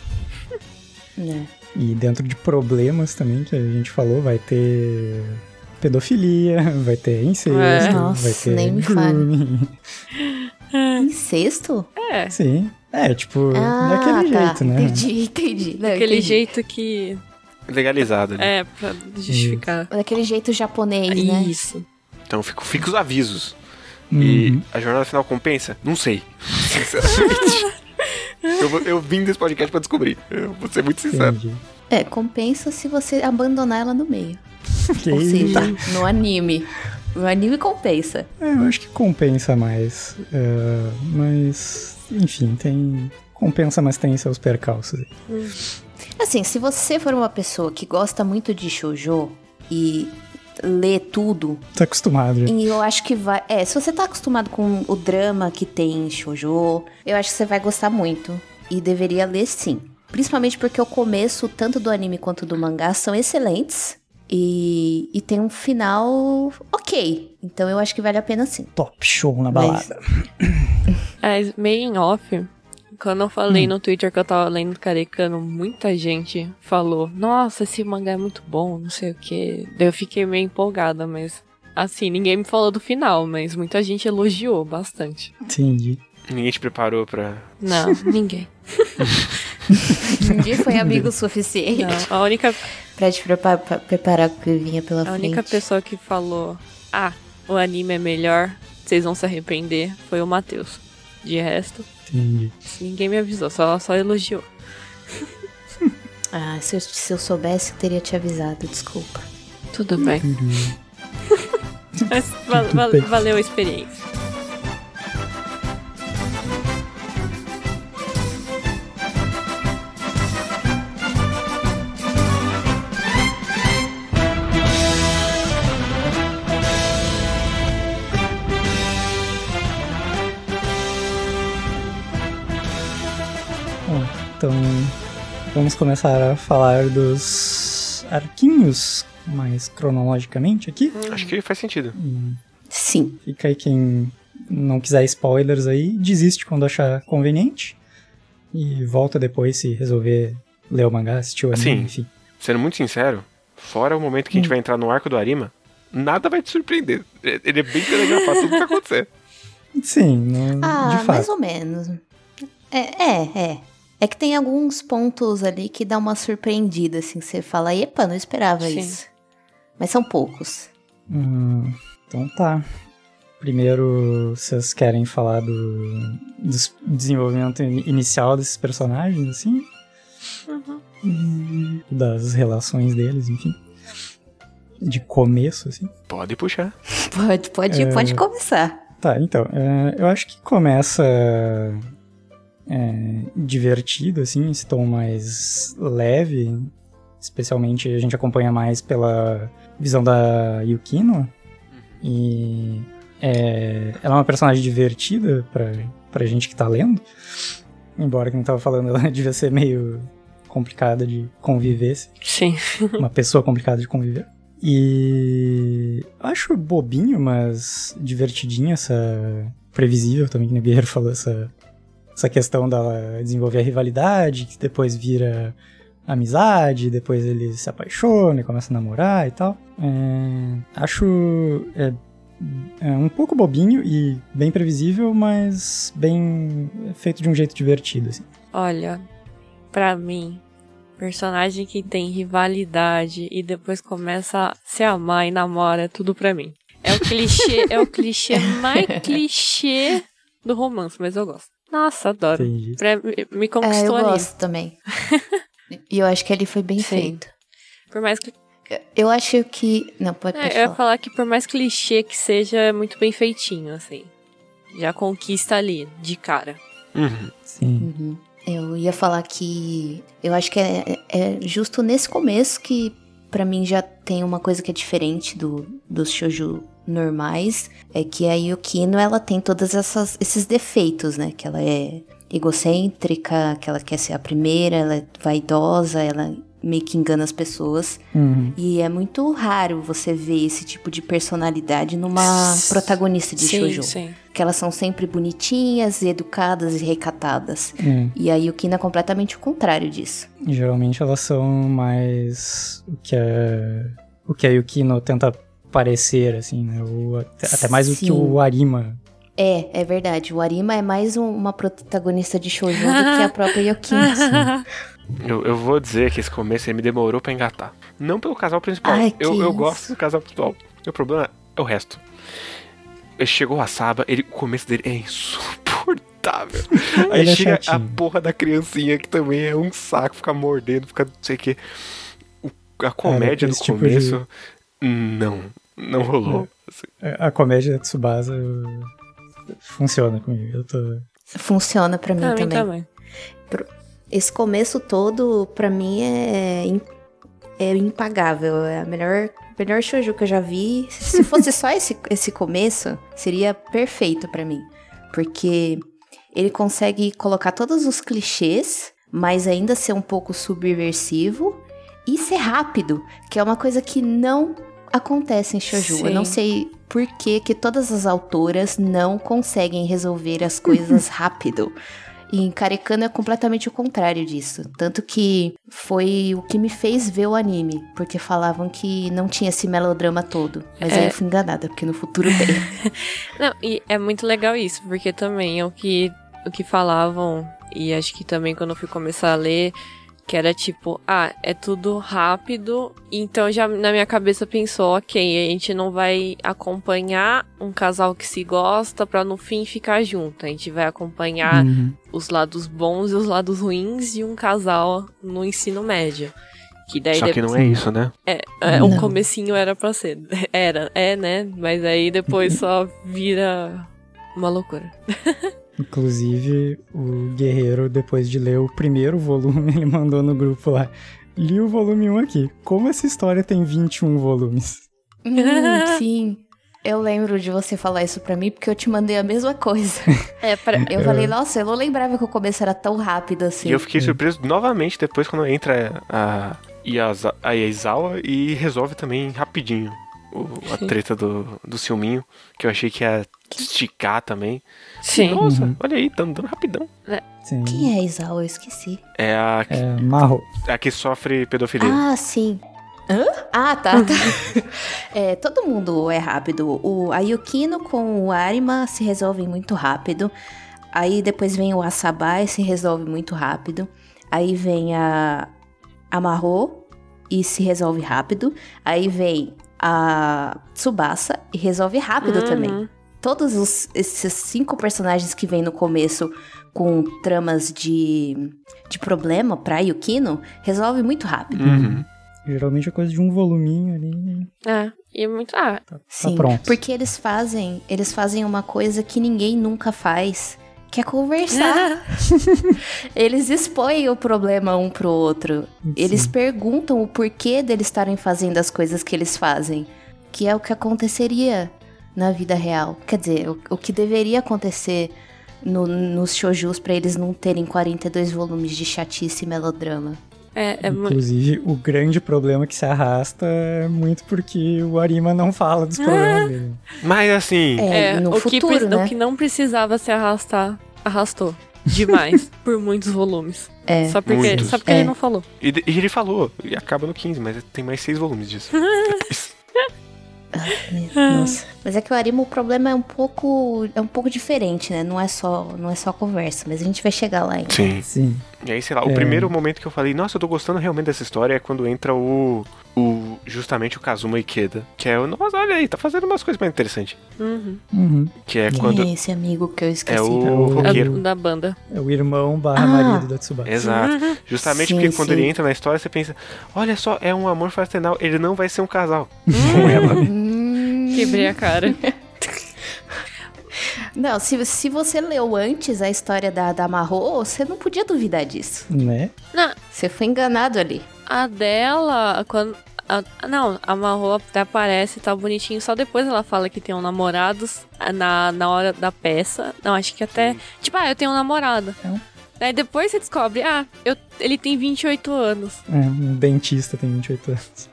E dentro de problemas também, que a gente falou, vai ter pedofilia, vai ter incesto, Nossa, vai ter nem me fale. Incesto? Sim. Tipo, daquele jeito, né? Entendi. Daquele jeito que... legalizado, né? Pra justificar. Daquele jeito japonês, né? Isso. Então fica os avisos. E a jornada final compensa? Não sei. Sinceramente. eu vim desse podcast pra descobrir. Eu vou ser muito sincero. Entendi. Compensa se você abandonar ela no meio. Ou seja, no anime. No anime compensa. Eu acho que compensa mais. Mas, enfim, compensa, mas tem seus percalços aí. Assim, se você for uma pessoa que gosta muito de shoujo e lê tudo... Tá acostumado, já. E eu acho que vai... se você tá acostumado com o drama que tem em shoujo, eu acho que você vai gostar muito. E deveria ler sim. Principalmente porque o começo, tanto do anime quanto do mangá, são excelentes. E tem um final ok. Então eu acho que vale a pena sim. Top show na balada. Meio em off, quando eu falei no Twitter que eu tava lendo Karekano, muita gente falou: nossa, esse mangá é muito bom, não sei o que. Daí eu fiquei meio empolgada, mas assim, ninguém me falou do final, mas muita gente elogiou bastante. Entendi. Ninguém te preparou pra... Não, ninguém. Ninguém foi amigo o suficiente. Não, a única... pra te preparar o que vinha pela frente. A única pessoa que falou: o anime é melhor, vocês vão se arrepender, foi o Matheus. De resto, entendi. Ninguém me avisou, só elogiou. Se eu soubesse, eu teria te avisado, desculpa. Tudo bem. Mas valeu a experiência. Então, vamos começar a falar dos arquinhos mais cronologicamente aqui. Acho que faz sentido. Sim. Fica aí quem não quiser spoilers aí, desiste quando achar conveniente e volta depois se resolver ler o mangá, assistir o anime, enfim. Sendo muito sincero, fora o momento que a gente vai entrar no arco do Arima, nada vai te surpreender. Ele é bem telegrafado tudo que vai acontecer. Sim, de fato. Mais ou menos. É que tem alguns pontos ali que dá uma surpreendida, assim, que você fala, epa, não esperava isso. Mas são poucos. Então tá. Primeiro, vocês querem falar do desenvolvimento inicial desses personagens, assim? Das relações deles, enfim. De começo, assim. Pode puxar. Pode começar. Tá, então, eu acho que começa divertido, assim, esse tom mais leve. Especialmente a gente acompanha mais pela visão da Yukino. E ela é uma personagem divertida pra gente que tá lendo. Embora, como eu tava falando, ela devia ser meio complicada de conviver. Sim. Uma pessoa complicada de conviver. E acho bobinho, mas divertidinho previsível também, que o Guerreiro falou, essa questão dela desenvolver a rivalidade, que depois vira amizade, depois eles se apaixonam e começam a namorar e tal. Acho um pouco bobinho e bem previsível, mas bem feito de um jeito divertido, assim. Olha, pra mim, personagem que tem rivalidade e depois começa a se amar e namora, é tudo pra mim. É o clichê mais clichê do romance, mas eu gosto. Nossa, adoro. Me conquistou ali. Eu gosto também. E eu acho que ele foi bem feito. Por mais que... Eu acho que... Não, pode falar. Eu ia falar que por mais clichê que seja, é muito bem feitinho, assim. Já conquista ali, de cara. Sim. Uhum. Eu ia falar que... Eu acho que é justo nesse começo que, pra mim, já tem uma coisa que é diferente dos shoujo normais. É que a Yukino, ela tem todos esses defeitos, né? Que ela é egocêntrica, que ela quer ser a primeira, ela é vaidosa, ela meio que engana as pessoas. E é muito raro você ver esse tipo de personalidade numa protagonista de shoujo. Sim. Que elas são sempre bonitinhas, educadas e recatadas. E a Yukino é completamente o contrário disso. Geralmente elas são mais o que a Yukino tenta parecer, assim, né? Até mais do que o Arima. É verdade. O Arima é mais uma protagonista de shoujo do que a própria Yukino. Eu vou dizer que esse começo me demorou pra engatar. Não pelo casal principal. Eu gosto do casal principal. O problema é o resto. Chegou a Saba, o começo dele é insuportável. Aí chega a porra da criancinha, que também é um saco, fica mordendo, fica não sei o que. A comédia do começo, não rolou. A comédia da Tsubasa funciona comigo. Funciona pra mim também. Esse começo todo, pra mim, é impagável. É a melhor shoujo que eu já vi. Se fosse só esse começo, seria perfeito pra mim. Porque ele consegue colocar todos os clichês, mas ainda ser um pouco subversivo e ser rápido, que é uma coisa que não acontece em shoujo. Eu não sei por que todas as autoras não conseguem resolver as coisas rápido. E em Karekano é completamente o contrário disso. Tanto que foi o que me fez ver o anime. Porque falavam que não tinha esse melodrama todo. Mas aí eu fui enganada, porque no futuro tem. Não, e é muito legal isso. Porque também é o que falavam. E acho que também quando eu fui começar a ler... Que era tipo, é tudo rápido. Então já na minha cabeça pensou, ok, a gente não vai acompanhar um casal que se gosta pra no fim ficar junto. A gente vai acompanhar os lados bons e os lados ruins de um casal no ensino médio. Que daí Só que não é isso, né? O comecinho era pra ser. Né? Mas aí depois só vira uma loucura. Inclusive, o Guerreiro, depois de ler o primeiro volume, ele mandou no grupo lá: li o volume 1 aqui. Como essa história tem 21 volumes? Sim. Eu lembro de você falar isso pra mim, porque eu te mandei a mesma coisa. Eu falei, nossa, eu não lembrava que o começo era tão rápido assim. E eu fiquei surpreso novamente depois quando entra a Yazawa e resolve também rapidinho a treta do ciúminho, que eu achei que ia esticar também. Sim. Nossa, olha aí, tá andando rapidão. Sim. Quem é a Izawa? Eu esqueci. É a Marro. A que sofre pedofilia. Ah, sim. Hã? Tá. Todo mundo é rápido. A Yukino com o Arima se resolvem muito rápido. Aí depois vem o Asabai e se resolve muito rápido. Aí vem a Marro e se resolve rápido. Aí vem a Tsubasa e resolve rápido também. Todos esses 5 personagens que vêm no começo com tramas de problema pra Yukino resolve muito rápido. Geralmente é coisa de um voluminho ali. E é muito... Tá Sim, pronto. porque eles fazem uma coisa que ninguém nunca faz, quer conversar. Eles expõem o problema um pro outro. Sim. Eles perguntam o porquê deles estarem fazendo as coisas que eles fazem. Que é o que aconteceria na vida real. Quer dizer, o que deveria acontecer nos shoujus pra eles não terem 42 volumes de chatice e melodrama. Inclusive, o grande problema que se arrasta é muito porque o Arima não fala dos problemas dele. Mas assim... no futuro, né? O que não precisava se arrastar, arrastou. Demais. Por muitos volumes. Só porque ele não falou. E ele falou. E acaba no 15, mas tem mais 6 volumes disso. Nossa. Mas é que o Arima, o problema é um pouco diferente, né? Não é só conversa, mas a gente vai chegar lá ainda. Sim. E aí, sei lá, o primeiro momento que eu falei, nossa, eu tô gostando realmente dessa história é quando entra justamente o Kazuma Ikeda. Que é nossa, olha aí, tá fazendo umas coisas mais interessantes. Que é quando... É esse amigo que eu esqueci. É o roqueiro. Da banda. É o irmão / marido da Tsubasa. Exato. Justamente porque quando ele entra na história, você pensa, olha só, é um amor fraternal, ele não vai ser um casal com ela. Quebrei a cara. Não, se você leu antes a história da Marro, você não podia duvidar disso. Né? Não, Você foi enganado ali. a dela, quando... a Marro até aparece, tá bonitinho. Só depois ela fala que tem um namorado na hora da peça. Não, acho que até... Tipo, eu tenho um namorado. Daí depois você descobre, ele tem 28 anos. Um dentista tem 28 anos.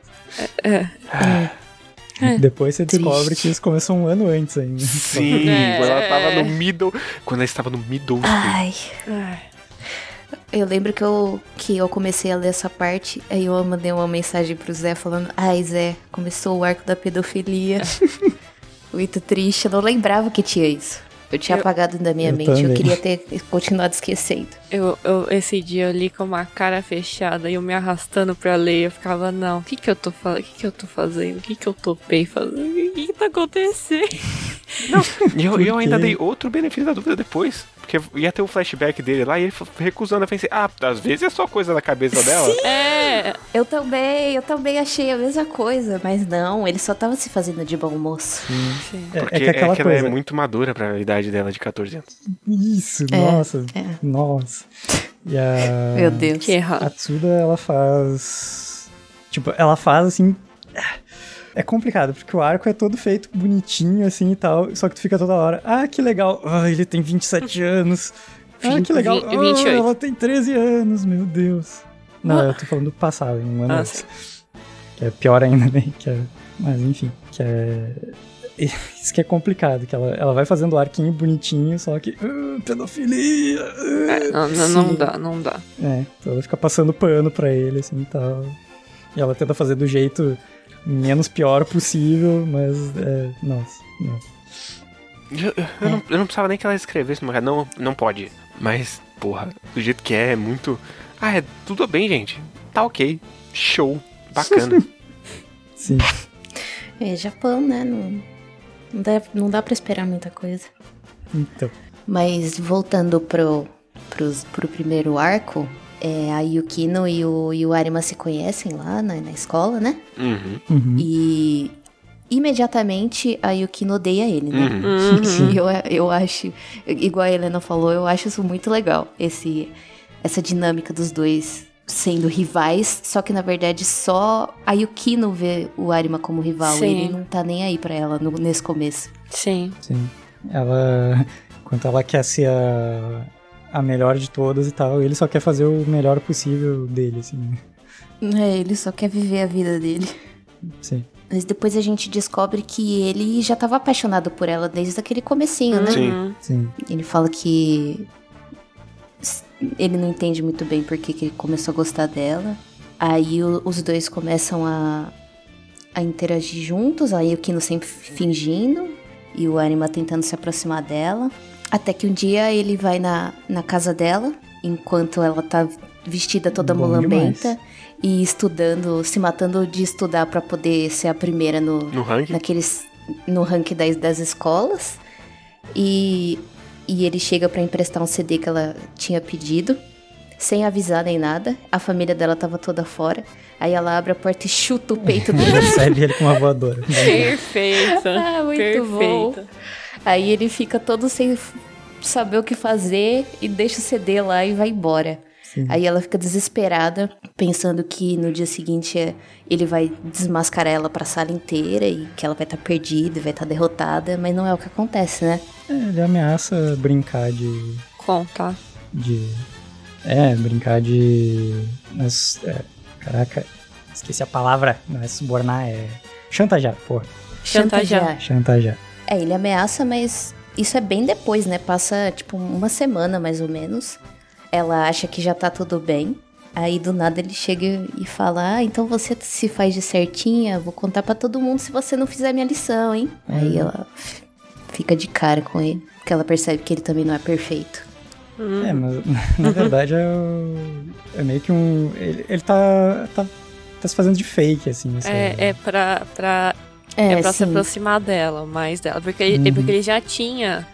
Depois você descobre que isso começou um ano antes ainda. Sim, quando ela tava no middle... Quando ela estava no middle school. Ai. Eu lembro que eu comecei a ler essa parte, aí eu mandei uma mensagem pro Zé falando, Zé, começou o arco da pedofilia. Muito triste, eu não lembrava que tinha isso. Eu tinha apagado da minha mente, também. eu queria ter continuado esquecendo. Esse dia eu li com uma cara fechada e eu me arrastando pra ler. Eu ficava, não, o que eu tô fazendo? O que eu topei fazendo? O que tá acontecendo? Não, e eu ainda dei outro benefício da dúvida depois. Porque ia ter um flashback dele lá e ele recusando. Eu pensei, às vezes é só coisa da cabeça dela. Eu também achei a mesma coisa, mas não, ele só tava se fazendo de bom moço. Sim. Porque que aquela ela coisa... é muito madura pra idade dela de 14 anos. Isso, nossa. E Meu Deus. Que errado. a Tsuda, ela faz... Tipo, ela faz assim... É complicado, porque o arco é todo feito bonitinho, assim, e tal, só que tu fica toda hora, que legal, ele tem 27 anos, que legal, 28. Ela tem 13 anos, meu Deus. Não, eu tô falando do passado, em um ano antes. Que é pior ainda, né, mas enfim, isso que é complicado, que ela vai fazendo o arquinho bonitinho, só que, pedofilia. Não dá. Então ela fica passando pano pra ele, assim, e tal, e ela tenta fazer do jeito... menos pior possível, mas nossa. Eu não precisava nem que ela escrevesse no mangá, não pode. Mas, porra, do jeito que é muito... tudo bem, gente. Tá ok. Show. Bacana. Sim. Japão, né? Não dá pra esperar muita coisa. Então. Mas voltando pro primeiro arco... a Yukino e o Arima se conhecem lá na escola, né? Uhum. E imediatamente a Yukino odeia ele, né? E eu acho, igual a Helena falou, eu acho isso muito legal. Essa dinâmica dos dois sendo rivais, só que na verdade só a Yukino vê o Arima como rival. Sim. Ele não tá nem aí pra ela nesse começo. Sim. Enquanto ela quer ser a melhor de todas e tal, ele só quer fazer o melhor possível dele, assim. Ele só quer viver a vida dele. Sim. Mas depois a gente descobre que ele já tava apaixonado por ela desde aquele comecinho, né? Sim. Ele fala que ele não entende muito bem porque que ele começou a gostar dela. Aí os dois começam a interagir juntos, a Yukino sempre fingindo e o Arima tentando se aproximar dela. Até que um dia ele vai na casa dela, enquanto ela tá vestida toda mulambenta e estudando, se matando de estudar pra poder ser a primeira no ranking? No ranking das escolas. E ele chega pra emprestar um CD que ela tinha pedido, sem avisar nem nada. A família dela tava toda fora. Aí ela abre a porta e chuta o peito dele. Recebe ele com uma voadora. Perfeita. Muito bom. Aí ele fica todo sem saber o que fazer e deixa o CD lá e vai embora. Sim. Aí ela fica desesperada, pensando que no dia seguinte ele vai desmascarar ela pra sala inteira e que ela vai estar perdida e vai estar derrotada, mas não é o que acontece, né? Ele ameaça brincar de... Conta. Brincar de... Caraca, esqueci a palavra. Não é subornar, é... Chantagear, porra. Chantagear. Ele ameaça, mas isso é bem depois, né? Passa, tipo, uma semana, mais ou menos. Ela acha que já tá tudo bem. Aí, do nada, ele chega e fala... então você se faz de certinha? Vou contar pra todo mundo se você não fizer minha lição, hein? Aí ela fica de cara com ele. Porque ela percebe que ele também não é perfeito. Mas na verdade é meio que um... Ele tá se fazendo de fake, assim. É pra se aproximar dela, mais dela. Porque ele já tinha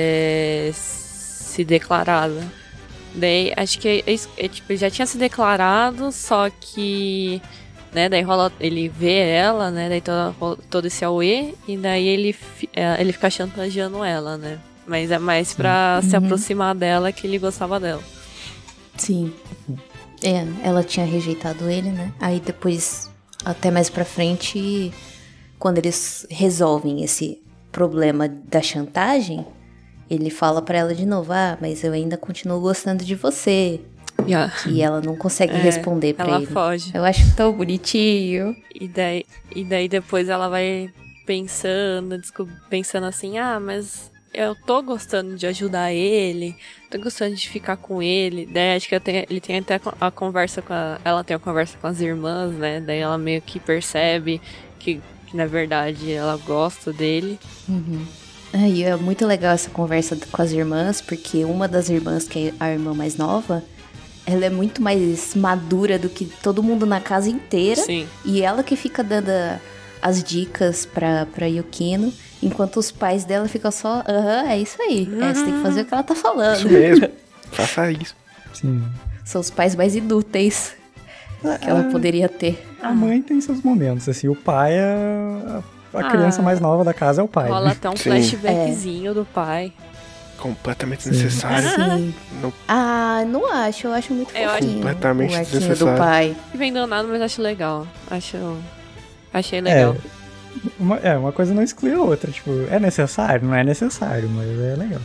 se declarado. Daí, acho que tipo, ele já tinha se declarado, só que... né, daí ele vê ela, né, daí todo esse auê, e daí ele fica chantageando ela, né. Mas é mais pra se aproximar dela que ele gostava dela. Sim. Ela tinha rejeitado ele, né? Aí depois, até mais pra frente, quando eles resolvem esse problema da chantagem, ele fala pra ela de novo, mas eu ainda continuo gostando de você. E ela não consegue responder pra ele. Ela foge. Eu acho tão bonitinho. E daí depois ela vai pensando assim, mas eu tô gostando de ajudar ele, tô gostando de ficar com ele. Daí acho que ele tem até a conversa ela tem a conversa com as irmãs, né? Daí ela meio que percebe que na verdade ela gosta dele. E é muito legal essa conversa com as irmãs, porque uma das irmãs, que é a irmã mais nova, ela é muito mais madura do que todo mundo na casa inteira. Sim. E ela que fica dando as dicas pra Yukino, enquanto os pais dela ficam só, é isso aí, você tem que fazer o que ela tá falando. Isso mesmo, faça isso. Sim. São os pais mais inúteis que ela poderia ter. A mãe tem seus momentos, assim, o pai a criança mais nova da casa é o pai. Rola até um flashbackzinho do pai. Completamente desnecessário. Sim. Não acho, eu acho muito fofinho. Completamente o arquinho desnecessário. do pai. Não vem do nada, mas acho legal. Achei legal. Uma coisa não exclui a outra, tipo, é necessário? Não é necessário, mas é legal.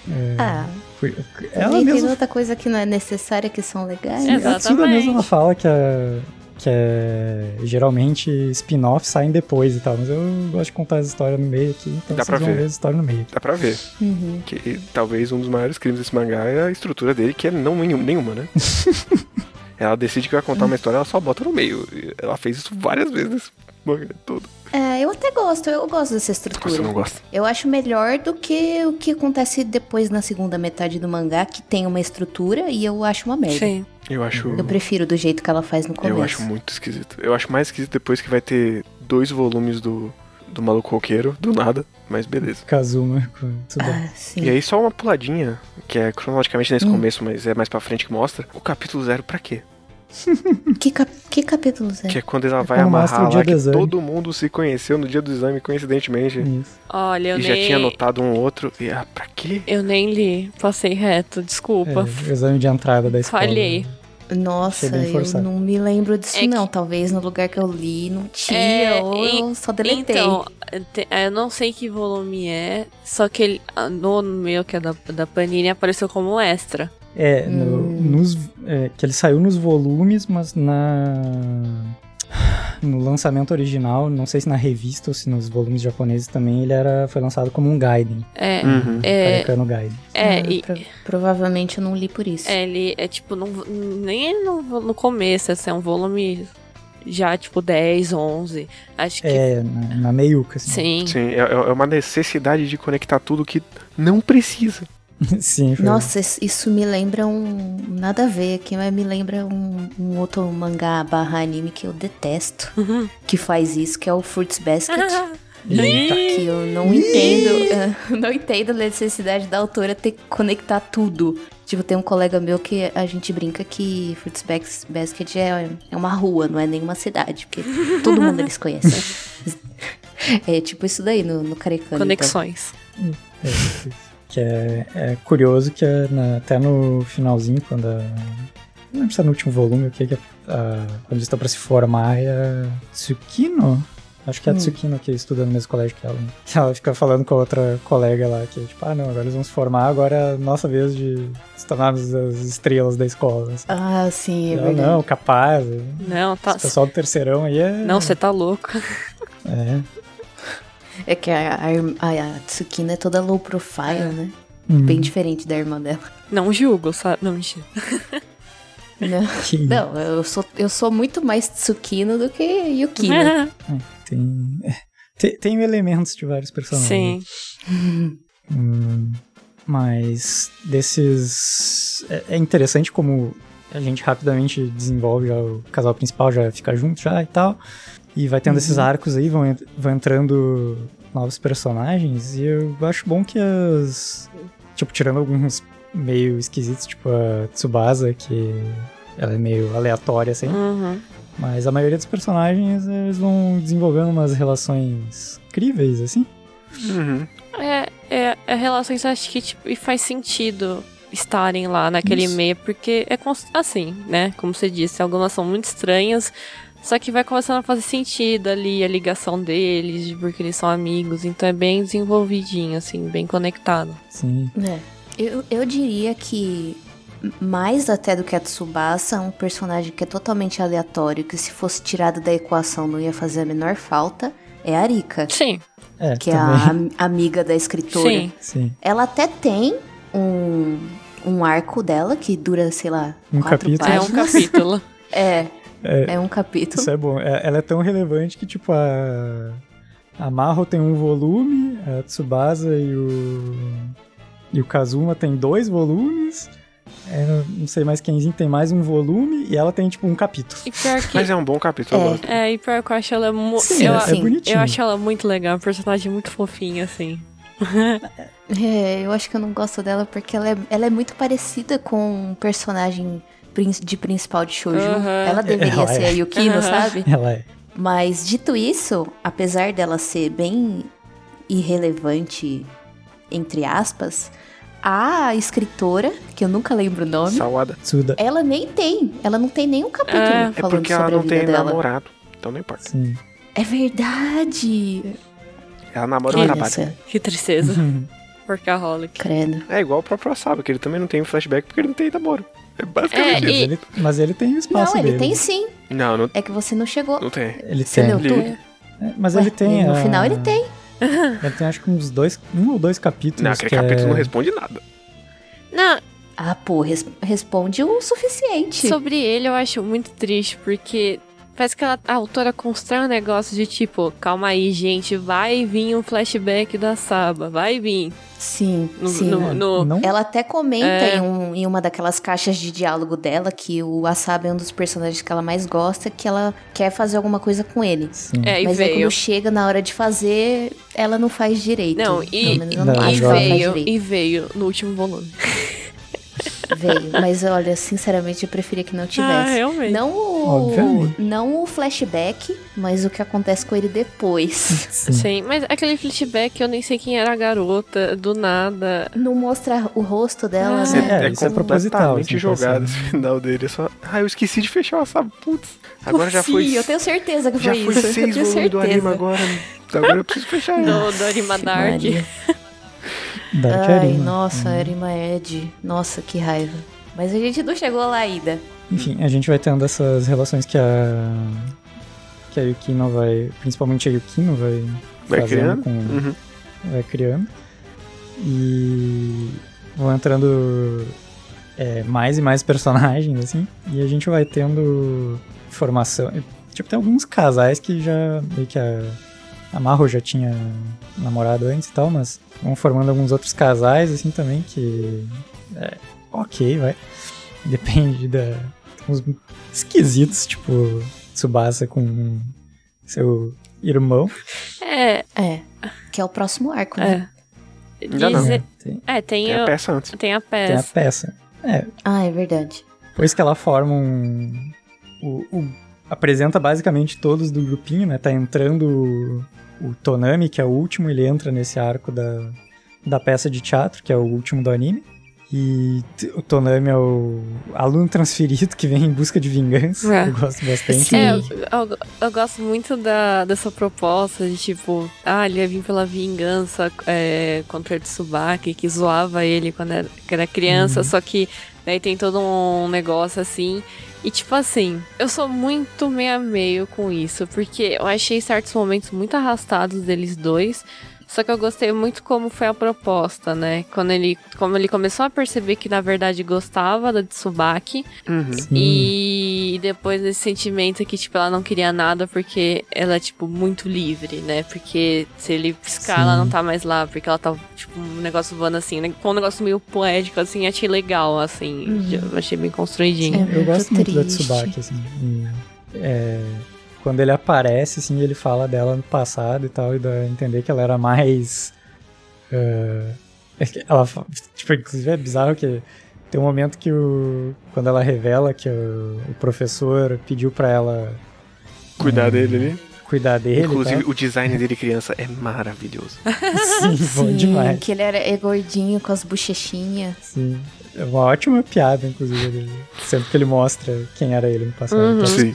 Ela mesma... Tem outra coisa que não é necessária que são legais. Exatamente. A Tsuda mesmo ela fala que geralmente spin-offs saem depois e tal, mas eu gosto de contar as histórias no meio aqui, então vocês vão ver as histórias no meio. Dá pra ver. Que talvez um dos maiores crimes desse mangá é a estrutura dele, que é nenhuma, né? Ela decide que vai contar uma história, ela só bota no meio. Ela fez isso várias vezes nesse mangá todo. Eu até gosto, eu gosto dessa estrutura. Você não gosta? Eu acho melhor do que o que acontece depois na segunda metade do mangá, que tem uma estrutura e eu acho uma merda. Sim. Eu prefiro do jeito que ela faz no começo. Eu acho muito esquisito. Eu acho mais esquisito depois que vai ter 2 volumes do maluco roqueiro, do nada, mas beleza. Kazuma, tudo bem. Sim. E aí só uma puladinha, que é cronologicamente nesse começo, mas é mais pra frente que mostra. O capítulo 0 pra quê? Que capítulo 0? Que é quando ela vai amarrar lá que todo mundo se conheceu no dia do exame, coincidentemente. Isso. Olha, eu já tinha anotado um outro. E pra quê? Eu nem li, passei reto, desculpa. O exame de entrada da escola. Falhei. Nossa, eu não me lembro disso não. Talvez no lugar que eu li não tinha, ou eu só deletei. Então, eu não sei que volume é, só que ele, no meu, que é da Panini, apareceu como extra. Que ele saiu nos volumes, mas no lançamento original, não sei se na revista ou se nos volumes japoneses também, ele foi lançado como um Gaiden. Karekano Gaiden. Provavelmente eu não li por isso. Ele é tipo, nem no começo, assim, é um volume já tipo 10, 11. Acho que. Na meiuca, assim. Sim. É uma necessidade de conectar tudo que não precisa. Sim, Nossa, isso me lembra nada a ver aqui, mas me lembra um outro mangá / anime que eu detesto, que faz isso, que é o Fruits Basket. Que eu não entendo a necessidade da autora ter que conectar tudo. Tipo, tem um colega meu que a gente brinca que Fruits Basket é uma rua, não é nenhuma cidade, porque todo mundo eles conhecem. É tipo isso daí no Karekano. Conexões. Então. Que é curioso que até no finalzinho, quando não lembro se é no último volume, quando eles estão pra se formar, é a Tsukino? Acho que é a Tsukino que estuda no mesmo colégio que ela. Que ela fica falando com a outra colega lá, que tipo, não, agora eles vão se formar, agora é a nossa vez de se tornarmos as estrelas da escola. Assim. Ah, sim, é verdade. Não, capaz. Não, tá. O pessoal do terceirão aí é... Não, você tá louco. É que a Tsukino é toda low profile, né? Bem diferente da irmã dela. Não julgo, sabe? Não, mentira. Não, eu sou muito mais Tsukino do que Yukino. Tem elementos de vários personagens. Sim. Mas desses... É interessante como a gente rapidamente desenvolve já o casal principal, já fica junto já e tal. E vai tendo esses arcos aí, vão entrando novos personagens. E eu acho bom que tipo, tirando alguns meio esquisitos, tipo a Tsubasa, que ela é meio aleatória, assim. Mas a maioria dos personagens, eles vão desenvolvendo umas relações incríveis, assim. É relações, acho que tipo, e faz sentido estarem lá naquele meio, porque é assim, né? Como você disse, algumas são muito estranhas, só que vai começando a fazer sentido ali a ligação deles, porque eles são amigos, então é bem desenvolvidinho, assim, bem conectado. Sim. Eu diria que mais até do que a Tsubasa, um personagem que é totalmente aleatório, que se fosse tirado da equação não ia fazer a menor falta, é a Rika. Sim. Que também. É a amiga da escritora. Sim. Ela até tem um arco dela que dura, sei lá, 4 capítulo. páginas. É um capítulo. É um capítulo. Isso é bom. Ela é tão relevante que, tipo, a Maho tem 1 volume, a Tsubasa e o Kazuma tem 2 volumes. Não sei mais quemzinho tem mais 1 volume e ela tem, tipo, 1 capítulo. E pior que... Mas é um bom capítulo, eu gosto. E pior que eu acho ela é bonitinho. Eu acho ela muito legal, um personagem muito fofinho, assim. Eu acho que eu não gosto dela porque ela é muito parecida com um personagem de principal de shoujo. Ela deveria ser a Yukino, sabe? Ela é. Mas, dito isso, apesar dela ser bem irrelevante, entre aspas... A escritora, que eu nunca lembro o nome... Sawada. Tsuda. Ela não tem nenhum capítulo falando sobre a vida dela. É porque ela não tem namorado, então não importa. Sim. É verdade. Ela namora no trabalho. Que tristeza. Workaholic. Credo. É igual o próprio Asabi, que ele também não tem um flashback porque ele não tem namoro. É basicamente isso. Mas ele tem o espaço dele. Não, ele tem sim. Não. É que você não chegou. Não tem. Ele você tem. Leu tudo? Mas ele tem... No final ele tem. Ele tem acho que 1 ou 2 capítulos. Não, aquele capítulo não responde nada. Não. Responde o suficiente. Sobre ele eu acho muito triste, porque parece que a autora constrói um negócio de tipo, calma aí, gente, vai vir um flashback da Saba, vai vir. Sim, Não? Ela até comenta em uma daquelas caixas de diálogo dela que o Asabi é um dos personagens que ela mais gosta, que ela quer fazer alguma coisa com ele. Sim. Mas aí quando chega na hora de fazer, ela não faz direito. E veio no último volume. Veio, mas olha, sinceramente eu preferia que não tivesse. Realmente. Não o flashback, mas o que acontece com ele depois. Sim, mas aquele flashback eu nem sei quem era a garota, do nada. Não mostra o rosto dela, né? Isso é proposital. Completamente jogado esse final dele. Eu esqueci de fechar o sabe? Putz, agora já foi... Sim, eu tenho certeza que foi isso. Já foi 6 volumes do anime agora eu preciso fechar ele. Do Arima Dark. Ai, nossa, Arima Ed. Nossa, que raiva. Mas a gente não chegou lá ainda. Enfim, a gente vai tendo essas relações que a Yukino vai... Principalmente a Yukino vai criando. Vai criando. E vão entrando mais e mais personagens, assim. E a gente vai tendo formação... Tipo, tem alguns casais que já... Meio que a Maho já tinha namorado antes e tal, mas vão formando alguns outros casais, assim, também, que... ok, vai. Depende uns esquisitos, tipo, Tsubasa com seu irmão. Que é o próximo arco, né? Tem a peça antes. Tem a peça. É verdade. Depois que ela forma apresenta basicamente todos do grupinho, né? Tá entrando o Tonami, que é o último, ele entra nesse arco da peça de teatro, que é o último do anime. E o Tonami é o aluno transferido que vem em busca de vingança. Eu gosto bastante. Eu gosto muito dessa proposta de tipo, ele ia vir pela vingança contra o Tsubaki, que zoava ele quando era criança, só que daí tem todo um negócio assim. E tipo assim, eu sou muito meio a meio com isso, porque eu achei certos momentos muito arrastados deles dois. Só que eu gostei muito como foi a proposta, né? Como ele começou a perceber que, na verdade, gostava da Tsubaki. E depois desse sentimento que, tipo, ela não queria nada porque ela é, tipo, muito livre, né? Porque se ele piscar, ela não tá mais lá. Porque ela tá, tipo, um negócio voando assim, né? Com um negócio meio poético, assim, achei legal, assim. Eu achei bem construidinho. Eu gosto muito da Tsubaki, assim. Quando ele aparece, assim, ele fala dela no passado e tal, e dá a entender que ela era mais... ela, tipo, inclusive é bizarro que tem um momento que quando ela revela que o professor pediu pra ela... Cuidar dele ali. Cuidar dele. Inclusive, o design dele criança é maravilhoso. Sim, bom demais. Que ele era gordinho, com as bochechinhas. Sim. É uma ótima piada, inclusive, sempre que ele mostra quem era ele no passado. Sim.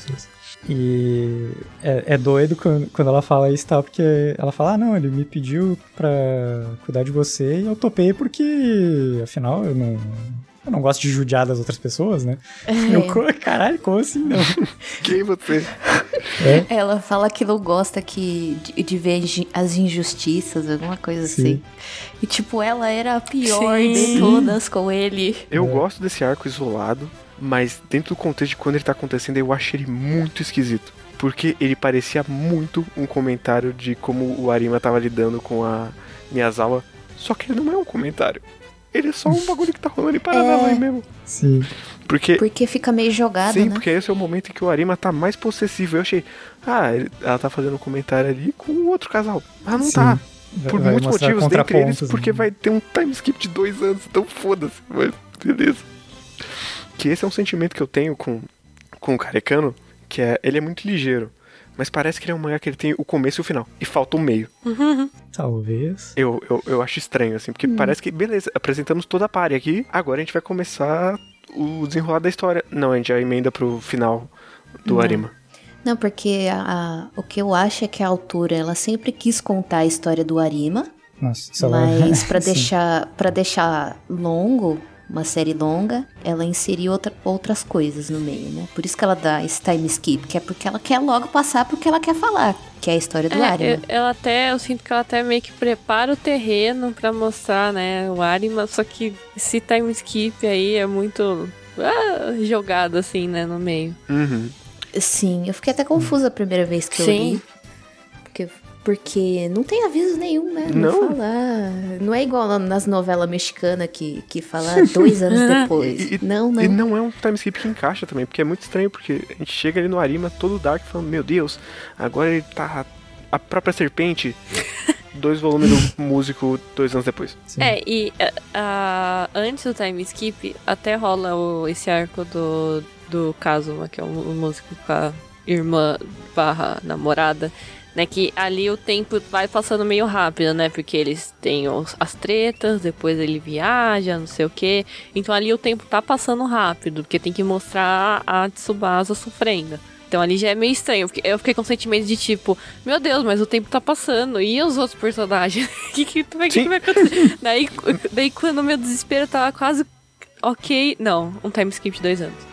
E é doido quando ela fala isso, tá? Porque ela fala, não, ele me pediu pra cuidar de você e eu topei porque, afinal, eu não gosto de judiar das outras pessoas, né? Caralho, como assim não? Quem você? Ela fala que não gosta de ver as injustiças, alguma coisa assim. E tipo, ela era a pior de todas com ele. Eu gosto desse arco isolado, mas dentro do contexto de quando ele tá acontecendo, eu achei ele muito esquisito. Porque ele parecia muito um comentário de como o Arima tava lidando com a Miyazawa. Só que ele não é um comentário. Ele é só um bagulho que tá rolando em Paranavaí mesmo. Sim. Porque fica meio jogado, né? Sim, né? porque esse é o momento em que o Arima tá mais possessivo. Eu achei, ela tá fazendo um comentário ali com o outro casal. Mas não tá. Por muitos motivos, dentre eles, porque vai ter um time skip de 2 anos. Então foda-se, mas beleza. Que esse é um sentimento que eu tenho com o Karekano, que ele é muito ligeiro. Mas parece que ele é um mangá que ele tem o começo e o final. E falta o meio. Talvez. Eu acho estranho, assim. Porque parece que, beleza, apresentamos toda a party aqui. Agora a gente vai começar o desenrolar da história. Não, a gente já emenda pro final do Arima. Não, porque o que eu acho é que a autora, ela sempre quis contar a história do Arima. Nossa, mas pra deixar longo... uma série longa, ela inseriu outras coisas no meio, né? Por isso que ela dá esse time skip, que é porque ela quer logo passar porque ela quer falar, que é a história do Arima. Eu sinto que ela até meio que prepara o terreno pra mostrar, né, o Arima, só que esse time skip aí é muito jogado, assim, né, no meio. Sim, eu fiquei até confusa a primeira vez que eu li. Porque não tem aviso nenhum, né? Não. Não é igual nas novelas mexicanas que fala 2 anos depois. Não. E não é um time skip que encaixa também, porque é muito estranho, porque a gente chega ali no Arima todo dark falando, meu Deus, agora ele tá a própria serpente, 2 volumes do músico 2 anos depois. Sim. Antes do time skip, até rola esse arco do Kazuma, que é um músico com a irmã / namorada, né, que ali o tempo vai passando meio rápido, né, porque eles têm as tretas, depois ele viaja, não sei o que, então ali o tempo tá passando rápido, porque tem que mostrar a Tsubasa sofrendo. Então ali já é meio estranho, porque eu fiquei com o sentimento de tipo, meu Deus, mas o tempo tá passando, e os outros personagens? O que vai acontecer? Daí quando o meu desespero tava quase ok, não, um time skip de 2 anos.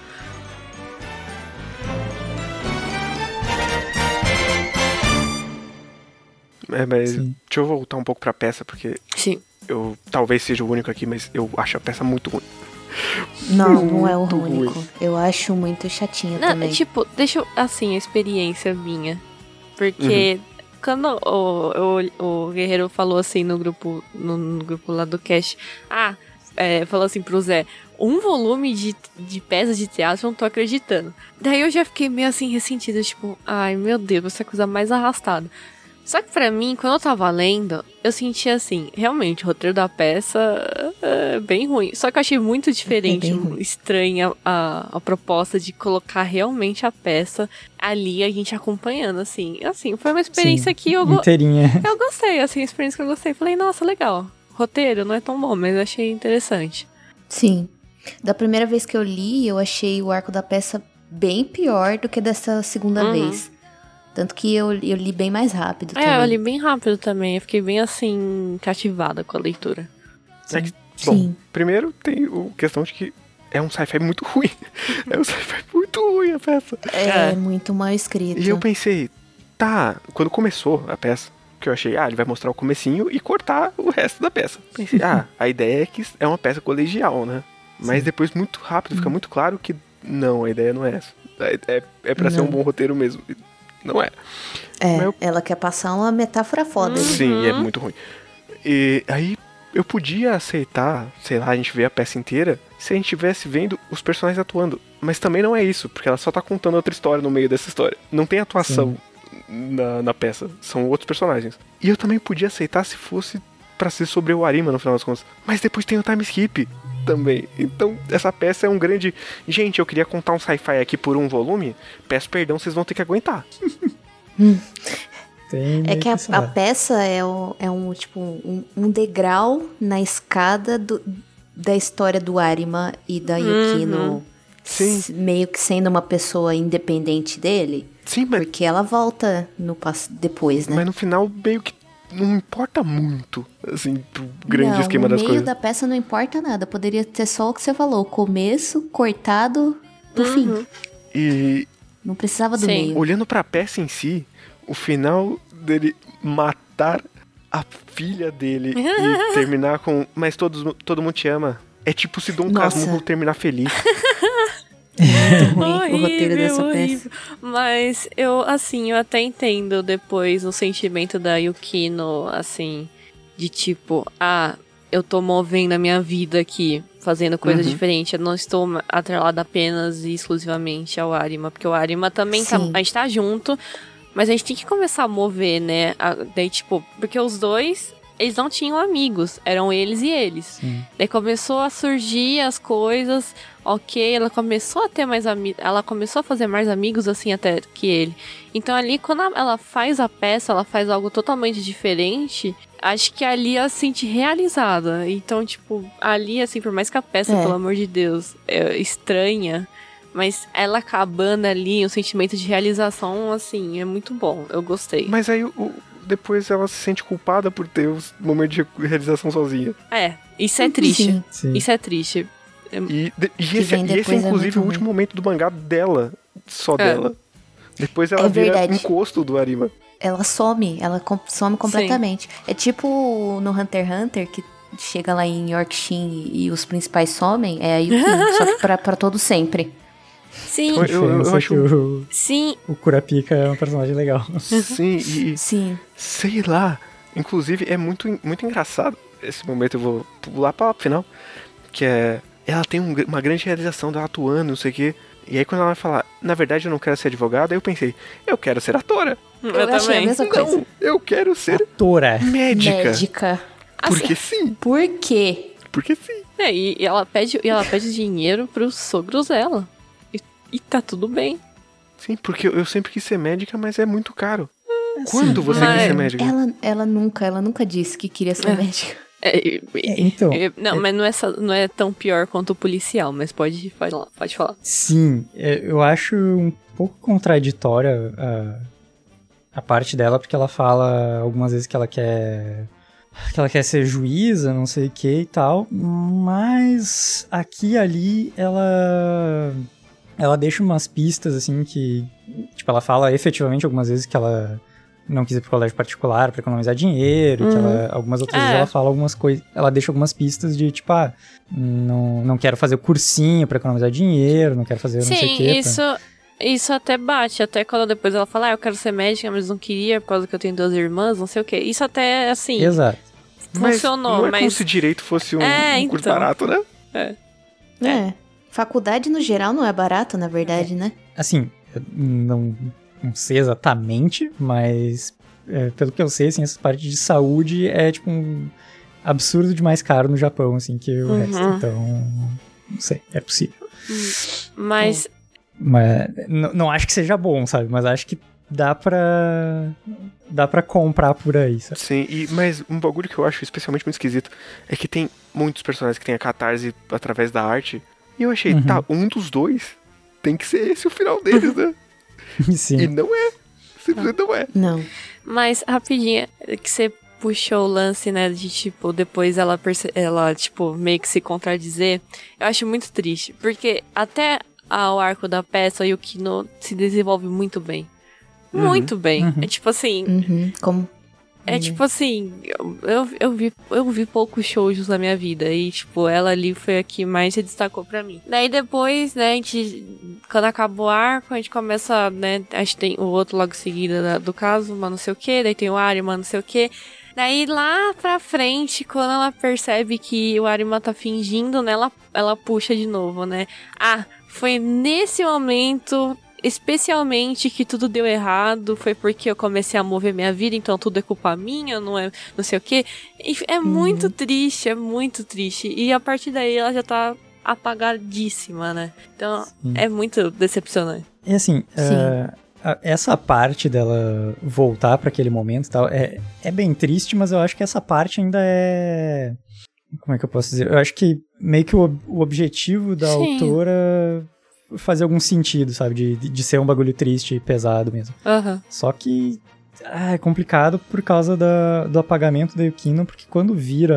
Mas deixa eu voltar um pouco pra peça, porque eu talvez seja o único aqui, mas eu acho a peça muito ruim. Não é o único. Eu acho muito chatinha também. Tipo, deixa eu, assim, a experiência minha. Porque quando o Guerreiro falou assim no grupo lá do cast, falou assim pro Zé, 1 volume de peças de teatro, eu não tô acreditando. Daí eu já fiquei meio assim ressentida, tipo, ai meu Deus, essa coisa mais arrastada. Só que pra mim, quando eu tava lendo, eu sentia assim, realmente, o roteiro da peça é bem ruim. Só que eu achei muito diferente, estranha a proposta de colocar realmente a peça ali, a gente acompanhando, assim. Assim, foi uma experiência que inteirinha. Eu gostei, assim, a experiência que eu gostei. Falei, nossa, legal. roteiro não é tão bom, mas eu achei interessante. Sim. Da primeira vez que eu li, eu achei o arco da peça bem pior do que dessa segunda vez. Tanto que eu li bem mais rápido também. Eu li bem rápido também. Eu fiquei bem, assim, cativada com a leitura. Bom, primeiro tem a questão de que é um sci-fi muito ruim. É um sci-fi muito ruim a peça. É muito mal escrito. E eu pensei, quando começou a peça, que eu achei, ele vai mostrar o comecinho e cortar o resto da peça. Pensei, a ideia é que é uma peça colegial, né? Mas depois, muito rápido, fica muito claro que não, a ideia não é essa. É pra ser um bom roteiro mesmo. Não é. Ela quer passar uma metáfora foda. Sim, é muito ruim. E aí, eu podia aceitar, sei lá, a gente ver a peça inteira se a gente estivesse vendo os personagens atuando. Mas também não é isso, porque ela só tá contando outra história no meio dessa história. Não tem atuação na peça, são outros personagens. E eu também podia aceitar se fosse pra ser sobre o Arima, no final das contas. Mas depois tem o time skip também. Então, essa peça é um grande... Gente, eu queria contar um sci-fi aqui por um volume. Peço perdão, vocês vão ter que aguentar. É que a peça é um degrau na escada da história do Arima e da Yukino. Meio que sendo uma pessoa independente dele. Sim, mas... Porque ela volta depois, né? Mas no final, meio que não importa muito, assim, pro grande esquema das coisas. No meio da peça não importa nada. Poderia ter só o que você falou. O começo, cortado, do fim. E... Não precisava do meio. Olhando pra peça em si, o final dele matar a filha dele e terminar com... Mas todo mundo te ama. É tipo se Dom Casmurro terminar feliz. O roteiro dessa peça. Mas eu até entendo depois o sentimento da Yukino, assim, de tipo, eu tô movendo a minha vida aqui, fazendo coisas diferentes, eu não estou atrelada apenas e exclusivamente ao Arima, porque o Arima também a gente tá junto, mas a gente tem que começar a mover, né? Daí, tipo, porque os dois, eles não tinham amigos, eram eles e eles. Daí começou a surgir as coisas, ela começou a ter mais amigos, ela começou a fazer mais amigos, assim, até que ele. Então ali, quando ela faz a peça, ela faz algo totalmente diferente, acho que ali ela se sente realizada. Então, tipo, ali, assim, por mais que a peça, pelo amor de Deus, é estranha, mas ela acabando ali, o sentimento de realização, assim, é muito bom. Eu gostei. Mas aí depois ela se sente culpada por ter os momentos de realização sozinha. Isso é triste. Sim. Isso é triste. E esse é inclusive o último momento do mangá dela. Só dela. Depois ela vira encosto do Arima. Ela some completamente. É tipo no Hunter x Hunter, que chega lá em Yorkshire e os principais somem. É aí só que pra todo sempre. Sim. Eu acho... Sim. O Kurapika é um personagem legal. Sim. Sei lá. Inclusive, é muito, muito engraçado esse momento. Eu vou pular pra final. Que é... Ela tem uma grande realização dela atuando, não sei o quê. E aí quando ela vai falar, na verdade eu não quero ser advogada, eu pensei, eu quero ser atora. Eu também. A mesma coisa. Não, eu quero ser atora. Médica. Porque sim. Por quê? Porque sim. E ela pede dinheiro pros sogros dela. E tá tudo bem. Sim, porque eu sempre quis ser médica, mas é muito caro. Quando você quis ser médica? Ela nunca disse que queria ser médica. Então. Mas não é tão pior quanto o policial, mas pode falar. Sim, eu acho um pouco contraditória a parte dela, porque ela fala algumas vezes que ela quer ser juíza, não sei o que e tal, mas aqui e ali ela deixa umas pistas, assim, que... Tipo, ela fala efetivamente algumas vezes que ela não quis ir pro colégio particular pra economizar dinheiro, que algumas outras vezes ela fala algumas coisas... Ela deixa algumas pistas de, tipo, não quero fazer o cursinho pra economizar dinheiro, não quero fazer não sei o quê. Isso até bate, até quando depois ela fala, eu quero ser médica, mas não queria, por causa que eu tenho 2 irmãs, não sei o quê. Isso até, assim... Exato. Funcionou, mas... Não é como se direito fosse um curso barato, né? Faculdade, no geral, não é barato, na verdade, né? Assim, eu não sei exatamente, mas pelo que eu sei, assim, essa parte de saúde é, tipo, um absurdo de mais caro no Japão, assim, que o resto. Então, não sei, é possível. Mas não acho que seja bom, sabe? Mas acho que dá pra comprar por aí, sabe? Sim, mas um bagulho que eu acho especialmente muito esquisito é que tem muitos personagens que tem a catarse através da arte. E eu achei, tá, um dos dois tem que ser esse o final deles, né? Sim. E não é. Simplesmente não é. Não. Mas, rapidinho, que você puxou o lance, né, de, tipo, depois ela, tipo, meio que se contradizer, eu acho muito triste. Porque até o arco da peça, o Yukino se desenvolve muito bem. Muito bem. É tipo assim... Como... É tipo assim, eu vi poucos shoujos na minha vida e, tipo, ela ali foi a que mais se destacou pra mim. Daí depois, né, a gente, quando acabou o arco, a gente começa, né, a gente tem o outro logo em seguida do caso, mas não sei o que, daí tem o Arima, não sei o que. Daí lá pra frente, quando ela percebe que o Arima tá fingindo, né, ela puxa de novo, né. Ah, foi nesse momento... Especialmente que tudo deu errado, foi porque eu comecei a mover minha vida, então tudo é culpa minha, não sei o quê. É muito triste, é muito triste. E a partir daí ela já tá apagadíssima, né? Então é muito decepcionante. E assim, essa parte dela voltar pra aquele momento e tal, é bem triste, mas eu acho que essa parte ainda é... Como é que eu posso dizer? Eu acho que meio que o objetivo da autora... fazer algum sentido, sabe? De ser um bagulho triste e pesado mesmo. Só que é complicado por causa do apagamento da Yukino, porque quando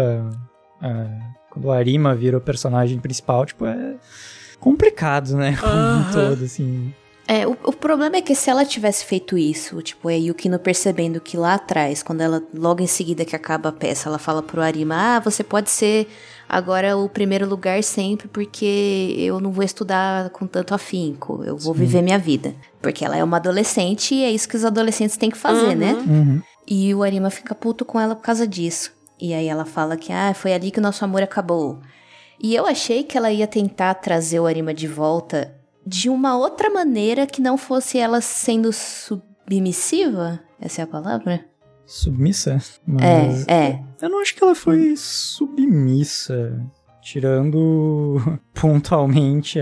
quando o Arima vira o personagem principal, tipo, é complicado, né? Como um todo, assim. O problema é que se ela tivesse feito isso, tipo, a Yukino percebendo que lá atrás, quando ela, logo em seguida que acaba a peça, ela fala pro Arima, você pode ser agora o primeiro lugar sempre, porque eu não vou estudar com tanto afinco, eu vou viver minha vida. Porque ela é uma adolescente e é isso que os adolescentes têm que fazer, né? E o Arima fica puto com ela por causa disso. E aí ela fala que, foi ali que o nosso amor acabou. E eu achei que ela ia tentar trazer o Arima de volta de uma outra maneira que não fosse ela sendo submissiva. Essa é a palavra? Submissa? Mas eu não acho que ela foi submissa, tirando pontualmente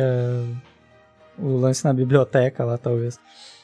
o lance na biblioteca lá, talvez.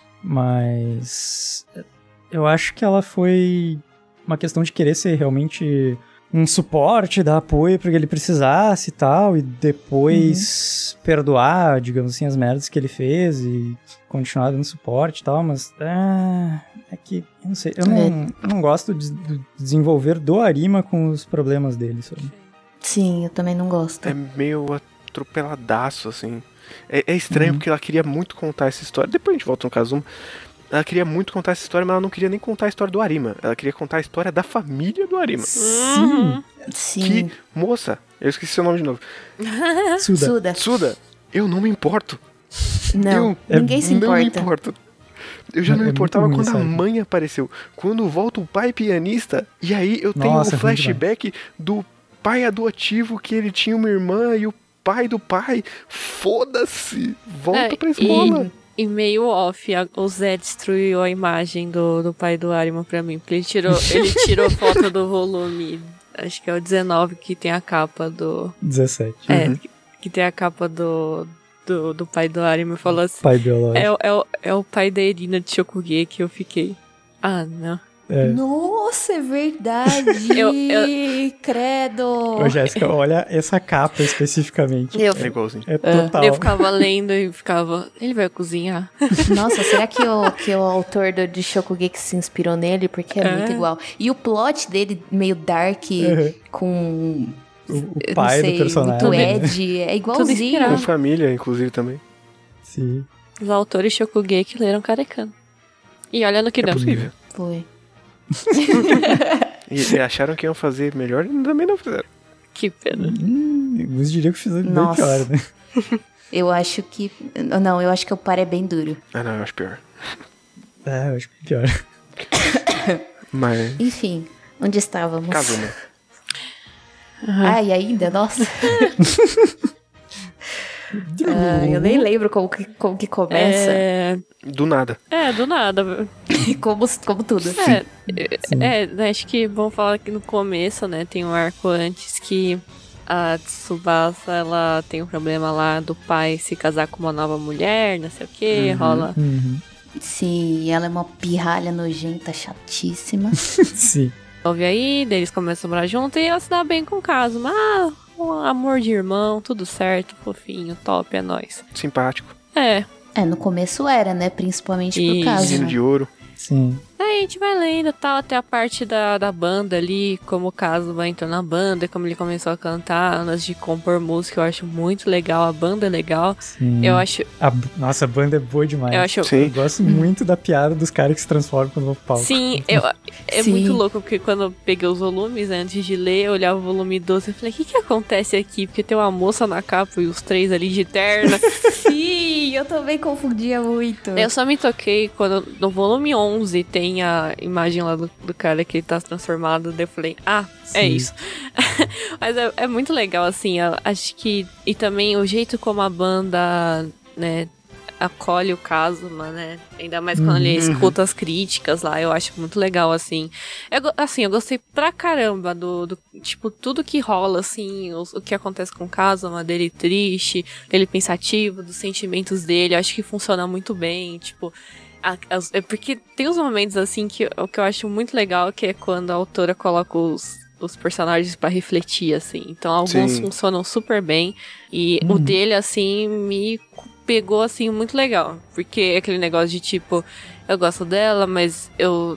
Mas eu acho que ela foi uma questão de querer ser realmente um suporte, dar apoio para que ele precisasse e tal, e depois perdoar, digamos assim, as merdas que ele fez e continuar dando suporte e tal, mas é que, eu não sei, eu não gosto de desenvolver do Arima com os problemas dele, sabe? Sim, eu também não gosto. É meio atropeladaço, assim. É estranho porque ela queria muito contar essa história, depois a gente volta no Kazuma. Ela queria muito contar essa história, mas ela não queria nem contar a história do Arima. Ela queria contar a história da família do Arima. Sim. Que, moça, eu esqueci seu nome de novo. Suda, eu não me importo. Não, ninguém se importa. Não me importo. Eu já não me importava quando a mãe apareceu. Quando volta o pai pianista, e aí eu tenho um flashback do pai adotivo que ele tinha uma irmã e o pai do pai. Foda-se! Volta pra escola. E meio off, o Zé destruiu a imagem do pai do Arima pra mim, porque ele tirou foto do volume, acho que é o 19, que tem a capa do... 17. Que tem a capa do pai do Arima e falou assim... Pai biológico. É o pai da Erina de Shokugeki que eu fiquei... não. Nossa, é verdade! Credo! Ô, Jéssica, olha essa capa especificamente. É igualzinho. É total. Eu ficava lendo e ficava... Ele vai cozinhar? Nossa, será que o autor de Shokugeki se inspirou nele? Porque é muito igual. E o plot dele, meio dark, com... O pai do personagem. Muito Ed, é igualzinho. Com família, inclusive, também. Sim. Os autores de Shokugeki leram Karekan. E olha no que deu. É possível. Foi. E acharam que iam fazer melhor e também não fizeram. Que pena. Alguns diriam que fizeram bem pior, né? Eu acho que... Não, eu acho que o par é bem duro. Não, eu acho pior. Eu acho pior. Mas... Enfim, onde estávamos? Kazuma. E ainda? Nossa. Eu nem lembro como que começa. Do nada. Do nada. como tudo. Acho que vamos falar que no começo, né, tem um arco antes que a Tsubasa, ela tem um problema lá do pai se casar com uma nova mulher, não sei o que, rola Sim, ela é uma pirralha nojenta, chatíssima. Sim. Ouve aí, daí eles começam a morar junto e ela se dá bem com o caso. Mas, um amor de irmão, tudo certo, fofinho, top, é nóis. Simpático. No começo era, né? Principalmente por caso. Menino de ouro. Sim. Aí a gente vai lendo tal, até a parte da banda ali, como o caso vai entrando na banda, como ele começou a cantar, antes de compor música, eu acho muito legal, a banda é legal. Sim. Eu acho... Nossa, a banda é boa demais. Sim. Eu gosto muito da piada dos caras que se transformam quando vão pro palco. Sim, é Sim. muito louco, porque quando eu peguei os volumes, né, antes de ler, eu olhava o volume 12 e falei, o que acontece aqui? Porque tem uma moça na capa e os três ali de terna. Sim, eu também confundia muito. Eu só me toquei quando no volume 11 tem a imagem lá do cara que ele tá transformado, daí eu falei, Sim. é isso. Mas é muito legal, assim, eu acho que... E também o jeito como a banda, né, acolhe o Kazuma, né, ainda mais quando ele escuta as críticas lá, eu acho muito legal, assim. Eu gostei pra caramba do tipo, tudo que rola, assim, o que acontece com o Kazuma, dele triste, dele pensativo, dos sentimentos dele, eu acho que funciona muito bem, tipo... É porque tem uns momentos, assim, que o que eu acho muito legal, que é quando a autora coloca os personagens pra refletir, assim. Então, alguns funcionam super bem. E o dele, assim, me pegou, assim, muito legal. Porque é aquele negócio de, tipo, eu gosto dela, mas eu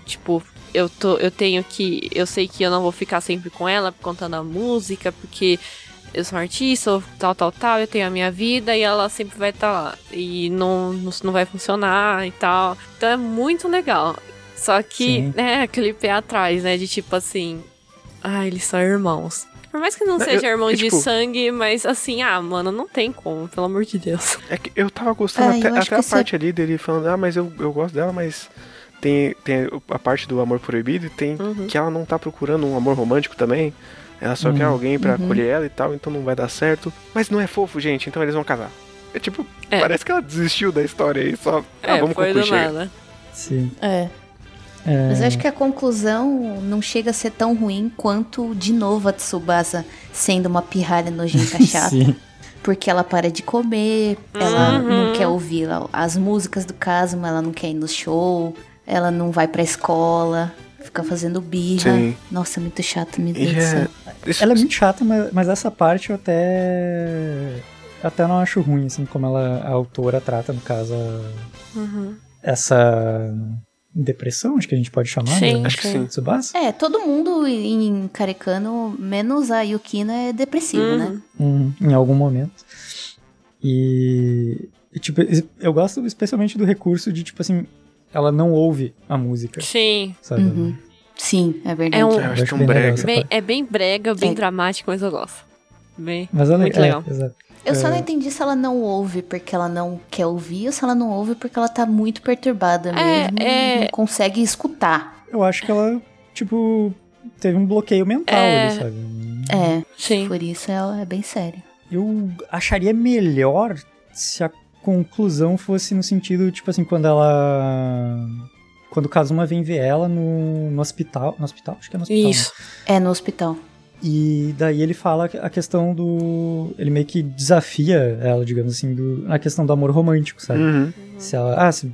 sei que eu não vou ficar sempre com ela por conta da música, porque... eu sou um artista, ou tal, eu tenho a minha vida e ela sempre vai estar lá. E não vai funcionar e tal. Então é muito legal. Só que, né, aquele pé atrás, né, de tipo assim... eles são irmãos. Por mais que não seja irmão de sangue, mas assim, mano, não tem como, pelo amor de Deus. É que eu tava gostando até a parte ali dele falando, mas eu gosto dela, mas... Tem a parte do amor proibido e tem que ela não tá procurando um amor romântico também. Ela só quer alguém pra acolher ela e tal, então não vai dar certo. Mas não é fofo, gente, então eles vão casar. É tipo, parece que ela desistiu da história aí, só... vamos concluir, chega. Sim. Mas eu acho que a conclusão não chega a ser tão ruim quanto, de novo, a Tsubasa sendo uma pirralha nojenta chata. Sim. Porque ela para de comer, ela não quer ouvir as músicas do Kazuma, ela não quer ir no show, ela não vai pra escola... fica fazendo birra. Sim. Nossa, é muito chato, meu Deus do céu. Ela é muito chata, mas essa parte eu até não acho ruim, assim, como a autora trata, no caso, essa depressão, acho que a gente pode chamar. Sim, acho que sim. Tsubasa? Todo mundo em Karekano, menos a Yukina, é depressivo, né? Em algum momento. E, tipo, eu gosto especialmente do recurso de, tipo assim, ela não ouve a música. Sim. Sabe? Sim, é verdade. Eu acho que é um brega. É bem brega, bem dramático, mas eu gosto. Mas ela muito legal. Exato. Eu só não entendi se ela não ouve porque ela não quer ouvir ou se ela não ouve porque ela tá muito perturbada mesmo e não consegue escutar. Eu acho que ela, tipo, teve um bloqueio mental ali, sabe? Sim. Por isso ela é bem séria. Eu acharia melhor se a conclusão fosse no sentido, tipo assim, quando o Kazuma vem ver ela no hospital. No hospital? Acho que é no hospital. Isso. É no hospital. E daí ele fala a questão do... Ele meio que desafia ela, digamos assim, na questão do amor romântico, sabe? Se ela... se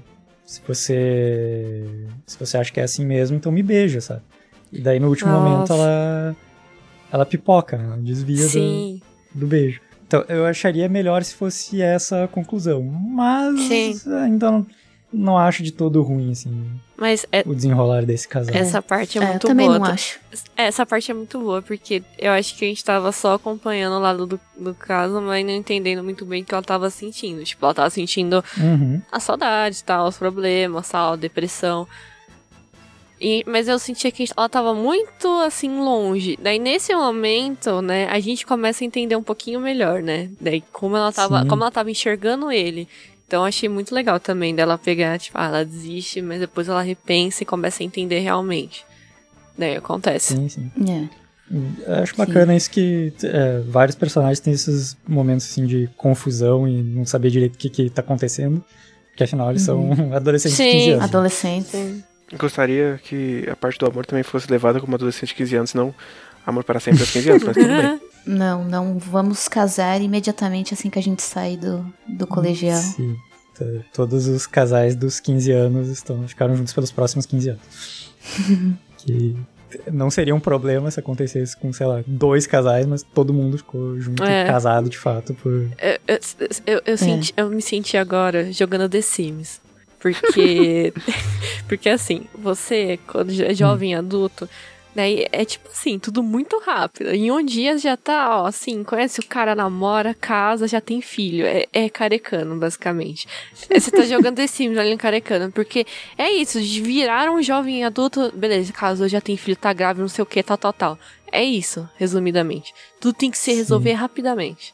você acha que é assim mesmo, então me beija, sabe? E daí no último momento ela pipoca, né? Ela desvia do beijo. Então eu acharia melhor se fosse essa a conclusão. Mas ainda não acho de todo ruim, assim... Mas o desenrolar desse casal. Essa parte é muito boa. Eu também não acho. Essa parte é muito boa, porque eu acho que a gente tava só acompanhando o lado do caso, mas não entendendo muito bem o que ela tava sentindo. Tipo, ela tava sentindo a saudade, tal, os problemas, tal, depressão. Mas eu sentia que ela tava muito, assim, longe. Daí, nesse momento, né, a gente começa a entender um pouquinho melhor, né? Daí, como ela tava enxergando ele. Então, achei muito legal também dela pegar, tipo, ela desiste, mas depois ela repensa e começa a entender realmente. Daí acontece. Sim. Eu acho bacana isso que vários personagens têm esses momentos, assim, de confusão e não saber direito o que tá acontecendo. Porque, afinal, eles são adolescentes de 15 anos. Adolescentes. Gostaria que a parte do amor também fosse levada como adolescente de 15 anos, não amor para sempre aos 15 anos, mas tudo bem. Não vamos casar imediatamente assim que a gente sai do colegial. Sim. Todos os casais dos 15 anos ficaram juntos pelos próximos 15 anos. Que não seria um problema se acontecesse com, sei lá, 2 casais, mas todo mundo ficou junto, casado de fato. Eu me senti agora jogando The Sims. Porque assim, você, quando é jovem adulto, daí é tipo assim, tudo muito rápido. Em um dia já tá, ó, assim, conhece o cara, namora, casa, já tem filho. É carecano, basicamente. Você tá jogando The Sims ali em carecano, porque é isso, viraram um jovem adulto, beleza, casou, já tem filho, tá grávida, não sei o que, tal. É isso, resumidamente. Tudo tem que se resolver rapidamente.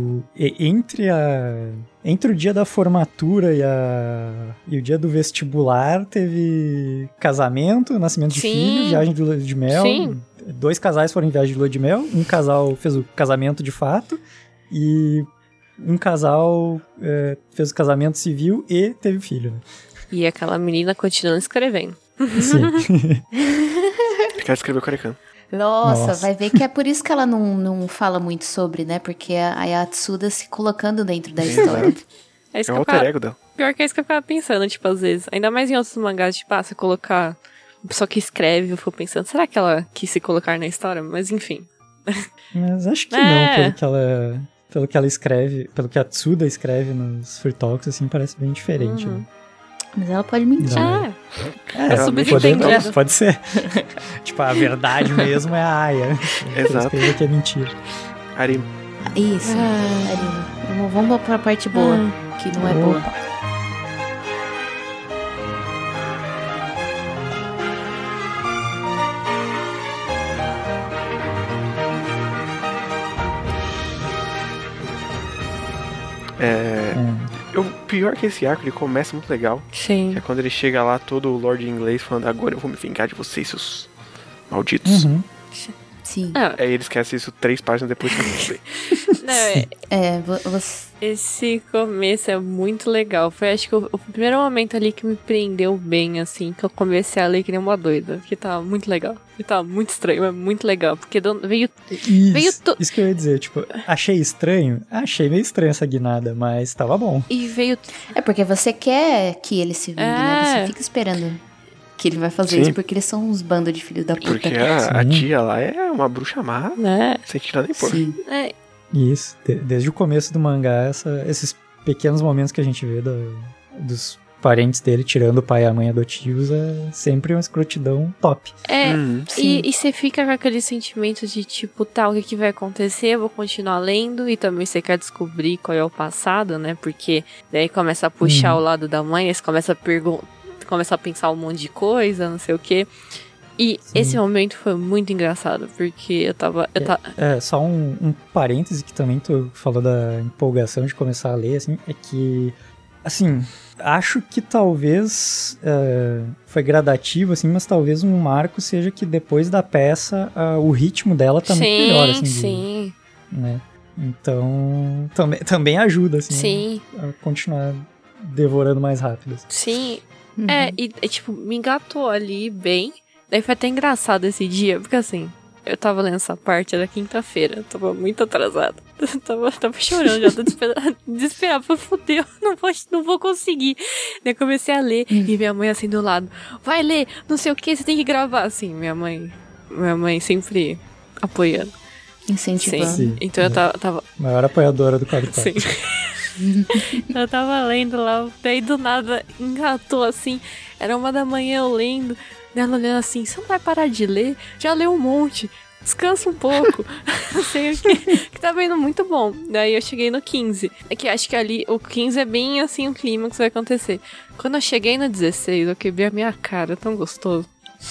Entre o dia da formatura e o dia do vestibular, teve casamento, nascimento de filho, viagem de lua de mel. Sim. 2 casais foram em viagem de lua de mel. Um casal fez o casamento de fato. E um casal fez o casamento civil e teve filho. Né? E aquela menina continuando escrevendo. Sim. Ela escreveu carecano. Nossa, vai ver que é por isso que ela não fala muito sobre, né? Porque a Yatsuda se colocando dentro da história. É o alter ego dela. Pior que é isso que eu ficava pensando, tipo, às vezes. Ainda mais em outros mangás, tipo, se colocar uma pessoa que escreve, eu fico pensando, será que ela quis se colocar na história? Mas enfim. Mas acho que não, pelo que ela escreve, pelo que a Tsuda escreve nos Free Talks, assim, parece bem diferente. Né? Mas ela pode mentir. Pode ser. Tipo, a verdade mesmo é a Aya. Exato. Que é mentira. Arima. Isso, Arima. Vamos pra parte boa, que não é boa. O pior que esse arco, ele começa muito legal. Sim. Que é quando ele chega lá, todo o Lorde inglês, falando, agora eu vou me vingar de vocês, seus malditos. Uhum. Sim. Aí ele esquece isso 3 páginas depois que Esse começo é muito legal. Foi, acho que, o primeiro momento ali que me prendeu bem, assim, que eu comecei a ler que nem uma doida. Que tava muito legal. Que tava muito estranho, mas muito legal. Porque veio isso que eu ia dizer, tipo, achei estranho? Achei meio estranho essa guinada, mas tava bom. E veio... É porque você quer que ele se vingue, né? Você fica esperando que ele vai fazer isso, porque eles são uns bandos de filhos da puta. Porque a tia lá é uma bruxa má, sem tirar nem pôr. Sim. Isso, desde o começo do mangá, esses pequenos momentos que a gente vê dos parentes dele tirando o pai e a mãe adotivos é sempre uma escrotidão top. E você fica com aquele sentimento de tipo, tá, o que vai acontecer? Eu vou continuar lendo, e também você quer descobrir qual é o passado, né? Porque daí começa a puxar o lado da mãe, aí você começa a pensar um monte de coisa, não sei o quê. E esse momento foi muito engraçado, porque eu tava... Só um parêntese que também tu falou da empolgação de começar a ler, assim, é que, assim, acho que talvez foi gradativo, assim, mas talvez um marco seja que depois da peça o ritmo dela tá muito melhor, assim. Sim. Né? Então, também ajuda, assim, a continuar devorando mais rápido. Assim. Sim. E tipo, me engatou ali bem. Daí foi até engraçado esse dia, porque assim, eu tava lendo essa parte, era quinta-feira, eu tava muito atrasada. Tava chorando, já tô desesperada, falei, fudeu, não vou conseguir. Daí comecei a ler, e minha mãe assim do lado, vai ler, não sei o que, você tem que gravar. Assim, minha mãe sempre apoiando. Incentivando. Sim. Então eu tava... Maior apoiadora do quadro. Sim. Eu tava lendo lá, daí do nada engatou assim, era 1h eu lendo, ela olhando assim, você não vai parar de ler? Já leu um monte, descansa um pouco. Não sei o que tá vendo muito bom. Daí eu cheguei no 15, é que acho que ali o 15 é bem assim o clima que vai acontecer. Quando eu cheguei no 16, eu quebrei a minha cara, tão gostoso.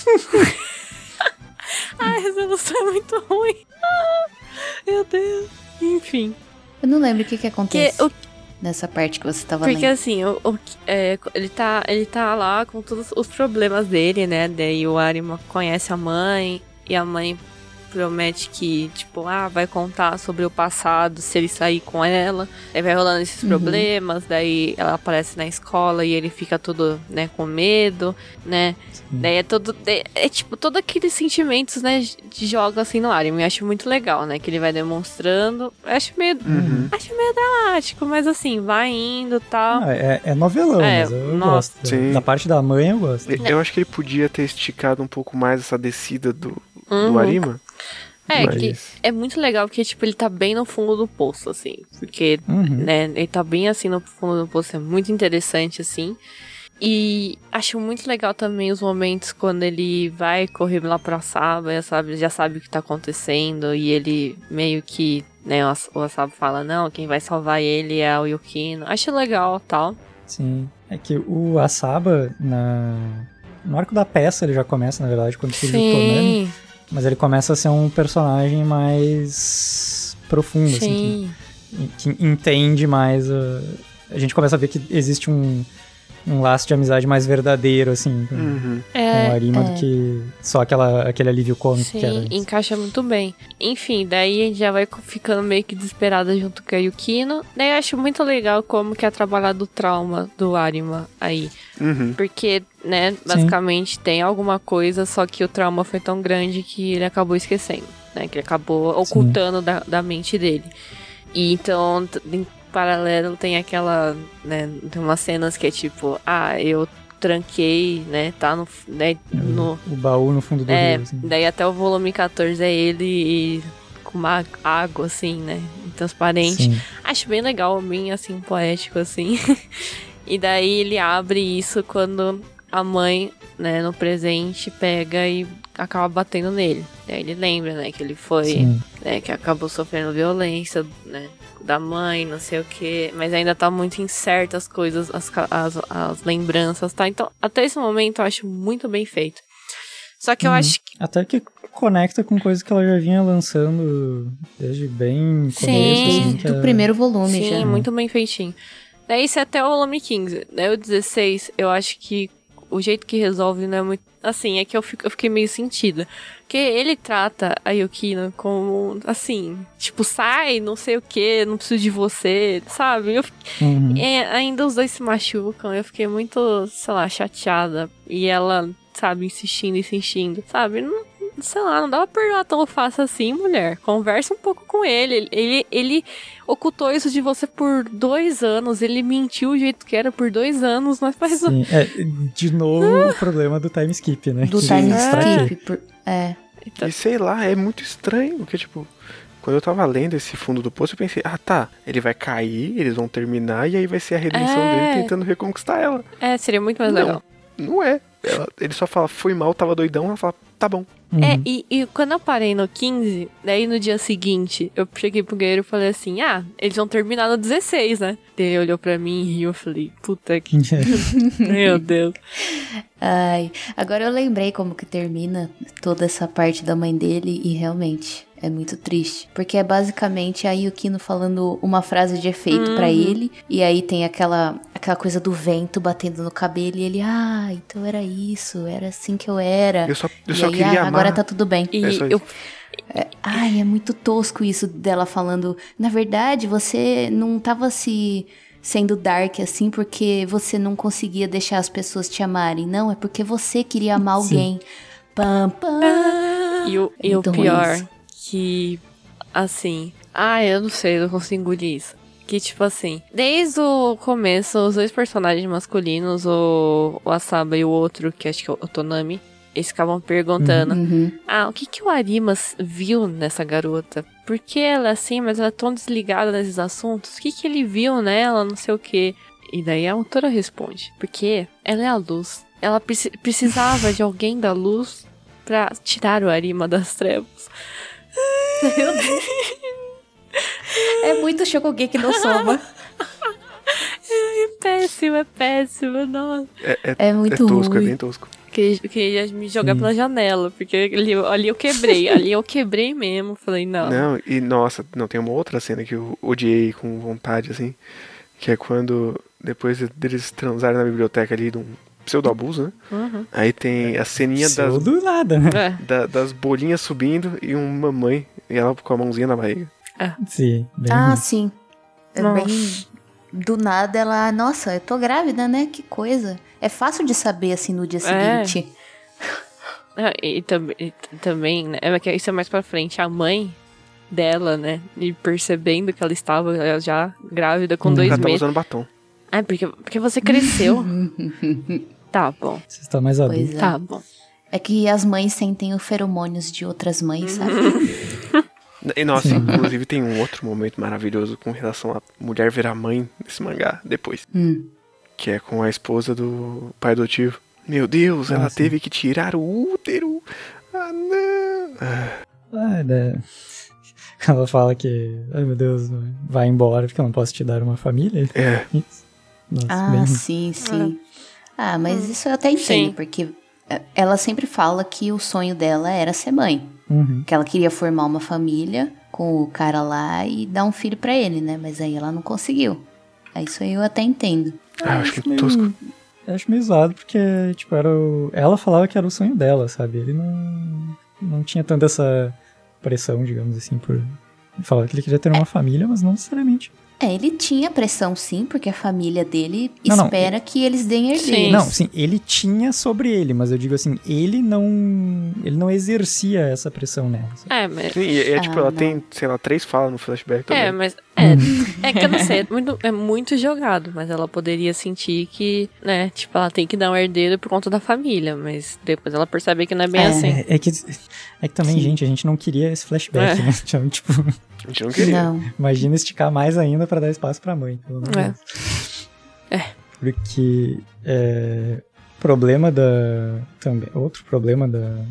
A resolução é muito ruim. Meu Deus. Enfim. Eu não lembro o que acontece nessa parte que você tava lendo. Porque assim, ele tá lá com todos os problemas dele, né? Daí o Arima conhece a mãe, e a mãe promete que, tipo, vai contar sobre o passado se ele sair com ela. Aí vai rolando esses problemas, daí ela aparece na escola e ele fica todo, né, com medo, né? Daí é tipo, todos aqueles sentimentos, né, de jogo assim no anime. Eu acho muito legal, né, que ele vai demonstrando. Eu acho meio dramático, mas assim, vai indo e tal. É novelão, mas eu gosto. Sim. Da parte da mãe eu gosto. Eu acho que ele podia ter esticado um pouco mais essa descida do Arima. Que é muito legal porque, tipo, ele tá bem no fundo do poço, assim. Porque, né, ele tá bem assim no fundo do poço, é muito interessante, assim. E acho muito legal também os momentos quando ele vai correr lá pra Asaba, já sabe o que tá acontecendo, e ele meio que, né, o Asaba fala, não, quem vai salvar ele é o Yukino. Acho legal, tal. Sim, é que o Asaba, no arco da peça ele já começa, na verdade, quando surge o Tonami, mas ele começa a ser um personagem mais profundo, assim, que entende mais, a gente começa a ver que existe um laço de amizade mais verdadeiro, assim, com o Arima do que só aquele alívio cômico que era antes. Encaixa muito bem. Enfim, daí a gente já vai ficando meio que desesperada junto com a Yukino. Daí eu acho muito legal como que é trabalhado o trauma do Arima aí. Porque, né, basicamente tem alguma coisa, só que o trauma foi tão grande que ele acabou esquecendo, né, que ele acabou ocultando da mente dele. E então, paralelo tem aquela, né, tem umas cenas que é tipo, eu tranquei, né, tá no o baú no fundo do rio, assim. Daí até o volume 14 é ele com uma água, assim, né, transparente. Sim. Acho bem legal, bem, assim, poético, assim. E daí ele abre isso quando a mãe, né, no presente, pega e acaba batendo nele. Daí ele lembra, né, que ele foi, né, que acabou sofrendo violência, né, da mãe, não sei o que, mas ainda tá muito incerta as coisas, as lembranças, tá? Então, até esse momento eu acho muito bem feito. Só que eu acho que... Até que conecta com coisas que ela já vinha lançando desde bem começo, assim, do primeiro volume. Sim, já. Muito bem feitinho. Daí isso é até o volume 15. Daí o 16, eu acho que o jeito que resolve não é muito... Assim, é que eu fiquei meio sentida. Porque ele trata a Yukino como, assim, tipo, sai, não sei o que, não preciso de você, sabe? Ainda os dois se machucam, eu fiquei muito, sei lá, chateada. E ela, sabe, insistindo, sabe? Não, sei lá, não dá pra perdoar tão fácil assim, mulher. Conversa um pouco com ele. Ele ocultou isso de você por 2 anos. Ele mentiu o jeito que era por 2 anos. Mas faz... Sim, de novo o problema do time skip, né? Do time skip. E sei lá, é muito estranho. Porque, tipo, quando eu tava lendo esse fundo do poço, eu pensei, ele vai cair, eles vão terminar, e aí vai ser a redenção dele tentando reconquistar ela. Seria muito mais legal. Não é. Ele só fala, foi mal, tava doidão, ela fala, tá bom. E quando eu parei no 15, daí no dia seguinte, eu cheguei pro Guerreiro e falei assim, eles vão terminar no 16, né? Daí ele olhou pra mim e riu, eu falei, puta que... Meu Deus. Ai, agora eu lembrei como que termina toda essa parte da mãe dele e realmente... É muito triste, porque é basicamente a Yukino falando uma frase de efeito pra ele, e aí tem aquela coisa do vento batendo no cabelo, e ele, então era isso, era assim que eu era. Eu só aí, queria amar. Agora tá tudo bem. E é muito tosco isso dela falando, na verdade, você não tava sendo dark assim porque você não conseguia deixar as pessoas te amarem, não, é porque você queria amar alguém. Pam, pam. E o pior... Que, assim... eu não sei, eu não consigo engolir isso. Que, tipo assim... Desde o começo, os 2 personagens masculinos, o Asaba e o outro, que acho que é o Tonami, eles ficavam perguntando... o que o Arima viu nessa garota? Por que ela é assim, mas ela é tão desligada nesses assuntos? O que ele viu nela, não sei o quê? E daí a autora responde... Porque ela é a luz. Ela precisava de alguém da luz pra tirar o Arima das trevas. Meu Deus. É muito Shokugeki no Soma. É péssimo, nossa. É muito tosco, ruim. É bem tosco. Queria me jogar pela janela, porque ali eu quebrei mesmo, falei, não. Não, e nossa, tem uma outra cena que eu odiei com vontade, assim, que é quando, depois deles transarem na biblioteca ali, pseudo-abuso, né? Uhum. Aí tem a ceninha Do nada, né? das bolinhas subindo e uma mamãe, e ela com a mãozinha na barriga. Sim. Sim. É bem... Do nada ela... Nossa, eu tô grávida, né? Que coisa. É fácil de saber, assim, no dia seguinte. E também, né? Isso é mais pra frente. A mãe dela, né? E percebendo que ela estava já grávida com 2 Ela meses. tava usando batom. Porque você cresceu. Tá bom. Você está mais adulto. Pois é. Tá bom. É que as mães sentem os feromônios de outras mães, sabe? E nossa, inclusive tem um outro momento maravilhoso com relação a mulher virar mãe nesse mangá depois. Que é com a esposa do pai adotivo. Meu Deus, ela teve que tirar o útero. Ah, não. Ela fala que, ai meu Deus, vai embora porque eu não posso te dar uma família. Isso. Nossa, sim. Mas isso eu até entendo, porque ela sempre fala que o sonho dela era ser mãe. Que ela queria formar uma família com o cara lá e dar um filho pra ele, né? Mas aí ela não conseguiu. Isso aí eu até entendo. Eu acho muito tosco. Eu acho meio zoado porque, tipo, ela falava que era o sonho dela, sabe? Ele não tinha tanta essa pressão, digamos assim, por falar que ele queria ter uma família, mas não necessariamente. Ele tinha pressão sim, porque a família dele espera que eles deem herdeiros. Não, sim, ele tinha sobre ele, mas eu digo assim, ele não exercia essa pressão nela. Mas... Sim, tipo, ela tem, sei lá, 3 falas no flashback também. Mas... É que eu não sei, é muito jogado, mas ela poderia sentir que, né, tipo, ela tem que dar um herdeiro por conta da família, mas depois ela percebe que não é bem assim. É que também, gente, a gente não queria esse flashback, né? Então, tipo... A gente não queria. Não. Imagina esticar mais ainda pra dar espaço pra mãe, pelo menos. Porque outro problema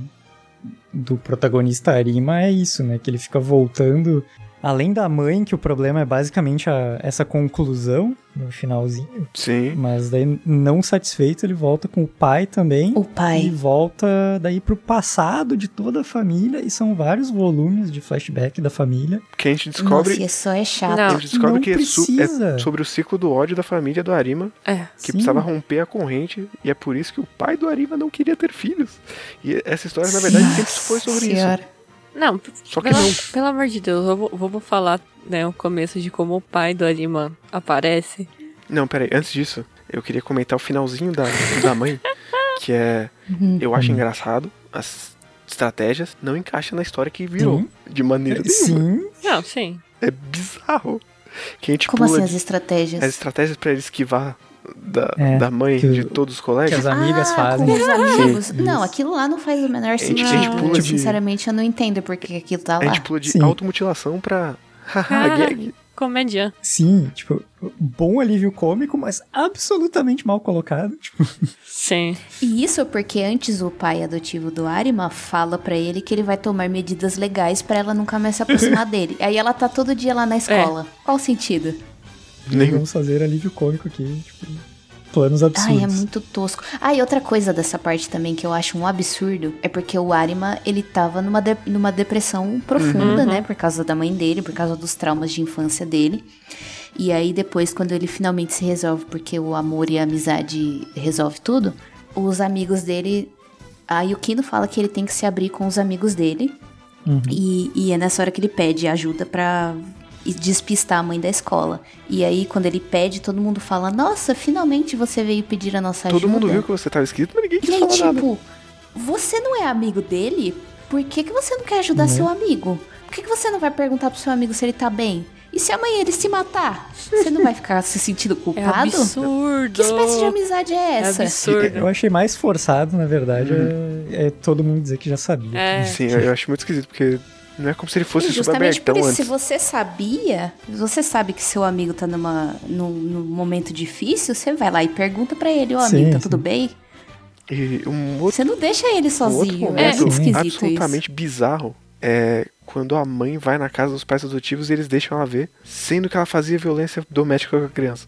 do protagonista Arima é isso, né? Que ele fica voltando, além da mãe, que o problema é basicamente essa conclusão no finalzinho. Sim. Mas daí, não satisfeito, ele volta com o pai também. O pai. E volta daí pro passado de toda a família, e são vários volumes de flashback da família. Que a gente descobre... Nossa, isso é chato. A gente descobre que precisa. é sobre o ciclo do ódio da família do Arima, que precisava romper a corrente, e é por isso que o pai do Arima não queria ter filhos. E essa história, na verdade, sempre foi sobre isso. Não, só que pelo amor de Deus, vamos falar, né, o começo de como o pai do Arima aparece. Não, peraí, antes disso, eu queria comentar o finalzinho da mãe, que é, eu acho engraçado, as estratégias não encaixam na história que virou, de maneira nenhuma. Sim. Não, sim. É bizarro. Que a gente Como pula assim as estratégias? As estratégias pra ele esquivar da mãe de todos os colegas. Que as amigas fazem. Com os amigos. Sim. Não, aquilo lá não faz o menor sentido. A gente pula Sinceramente, eu não entendo porque aquilo tá lá. A gente pula de automutilação pra gag. Comédia. Sim, tipo, bom alívio cômico, mas absolutamente mal colocado. Tipo. Sim. E isso porque antes o pai adotivo do Arima fala pra ele que ele vai tomar medidas legais pra ela nunca mais se aproximar dele. Aí ela tá todo dia lá na escola. Qual o sentido? Vamos fazer alívio cômico aqui, tipo, planos absurdos. Ai, é muito tosco. E outra coisa dessa parte também que eu acho um absurdo é porque o Arima, ele tava numa depressão profunda, né? Por causa da mãe dele, por causa dos traumas de infância dele. E aí depois, quando ele finalmente se resolve, porque o amor e a amizade resolve tudo, os amigos dele... A Yukino fala que ele tem que se abrir com os amigos dele. E é nessa hora que ele pede ajuda pra... e despistar a mãe da escola. E aí, quando ele pede, todo mundo fala, nossa, finalmente você veio pedir a nossa ajuda. Todo mundo viu que você tava escrito, mas ninguém quis falar nada. Tipo, você não é amigo dele? Por que você não quer ajudar seu amigo? Por que você não vai perguntar pro seu amigo se ele tá bem? E se amanhã ele se matar? Você não vai ficar se sentindo culpado? É absurdo. Que espécie de amizade é essa? É absurdo. Eu achei mais forçado, na verdade, é todo mundo dizer que já sabia. Sim, eu acho muito esquisito, porque... Não é como se ele fosse super justamente abertão por isso, antes. se você sabia, você sabe que seu amigo tá num momento difícil, você vai lá e pergunta pra ele, amigo, tá tudo bem? E você não deixa ele sozinho. Outro É momento esquisito absolutamente isso. bizarro é quando a mãe vai na casa dos pais adotivos e eles deixam ela ver, sendo que ela fazia violência doméstica com a criança.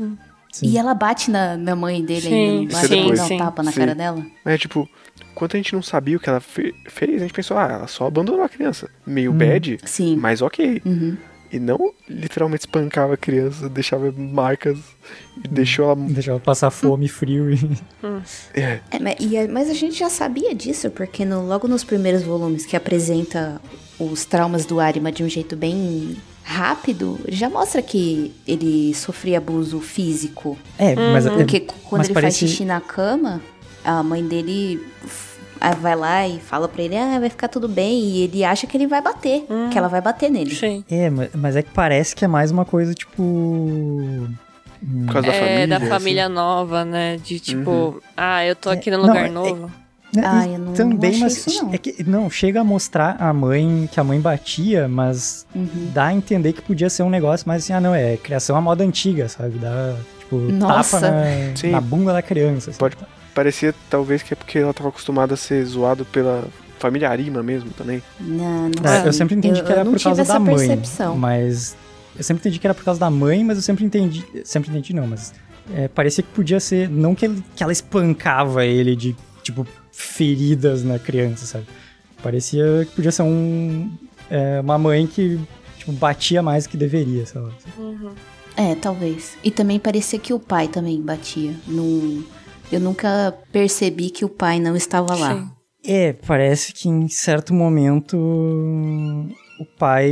E ela bate na mãe dele ainda, dá um tapa na cara dela. É tipo, enquanto a gente não sabia o que ela fez, a gente pensou, ela só abandonou a criança. Meio bad, mas ok. E não literalmente espancava a criança, deixava marcas e deixou ela... Deixava passar fome, frio e... Mas a gente já sabia disso, porque logo nos primeiros volumes que apresenta os traumas do Arima de um jeito bem rápido, já mostra que ele sofria abuso físico. Mas... Porque quando ele faz xixi na cama, a mãe dele... vai lá e fala pra ele, vai ficar tudo bem, e ele acha que ele vai bater, que ela vai bater nele. Sim. Mas é que parece que é mais uma coisa, tipo... Por causa da família. Da família nova, né? De tipo, eu tô aqui no lugar novo. Eu não também, achei mas isso, não. é que não chega a mostrar que a mãe batia, mas dá a entender que podia ser um negócio mais assim, é criação à moda antiga, sabe? Dá, tipo, Nossa. tapa na bunda da criança. Assim. Parecia talvez que é porque ela tava acostumada a ser zoado pela família Arima mesmo também. Não eu sempre entendi que era por causa da mãe. Percepção. Mas eu sempre entendi que era por causa da mãe, mas eu sempre entendi não, mas parecia que podia ser, não que ela espancava ele de, tipo, feridas na criança, sabe? Parecia que podia ser uma mãe que, tipo, batia mais do que deveria, sei lá. Talvez. E também parecia que o pai também batia. Eu nunca percebi que o pai não estava lá. Sim. Parece que em certo momento o pai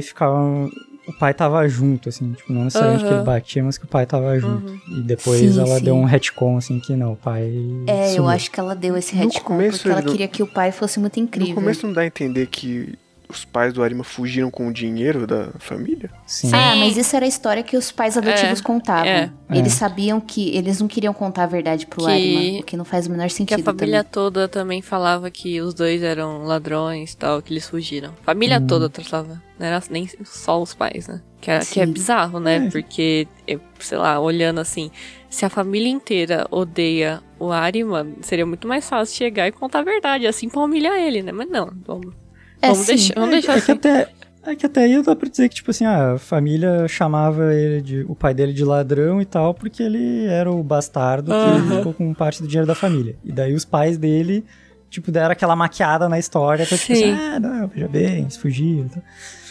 tava junto, assim, tipo, não necessariamente que ele batia, mas que o pai tava junto. E depois ela deu um retcon, assim, que não, o pai sumiu. Eu acho que ela deu esse retcon porque ela queria que o pai fosse muito incrível. No começo não dá a entender que os pais do Arima fugiram com o dinheiro da família? Sim. Mas isso era a história que os pais adotivos contavam. Eles sabiam que eles não queriam contar a verdade pro Arima, o que não faz o menor sentido. Que a família também. toda também falava que os dois eram ladrões e tal, que eles fugiram. A família toda tratava, não era nem só os pais, né? Que é bizarro, né? Porque, sei lá, olhando assim, se a família inteira odeia o Arima, seria muito mais fácil chegar e contar a verdade, assim, pra humilhar ele, né? Mas não, vamos deixar assim. Que até aí dá pra dizer que, tipo assim, a família chamava o pai dele de ladrão e tal, porque ele era o bastardo que ficou com parte do dinheiro da família. E daí os pais dele, tipo, deram aquela maquiada na história, pra, tipo assim, não, veja bem, se fugiu e tal.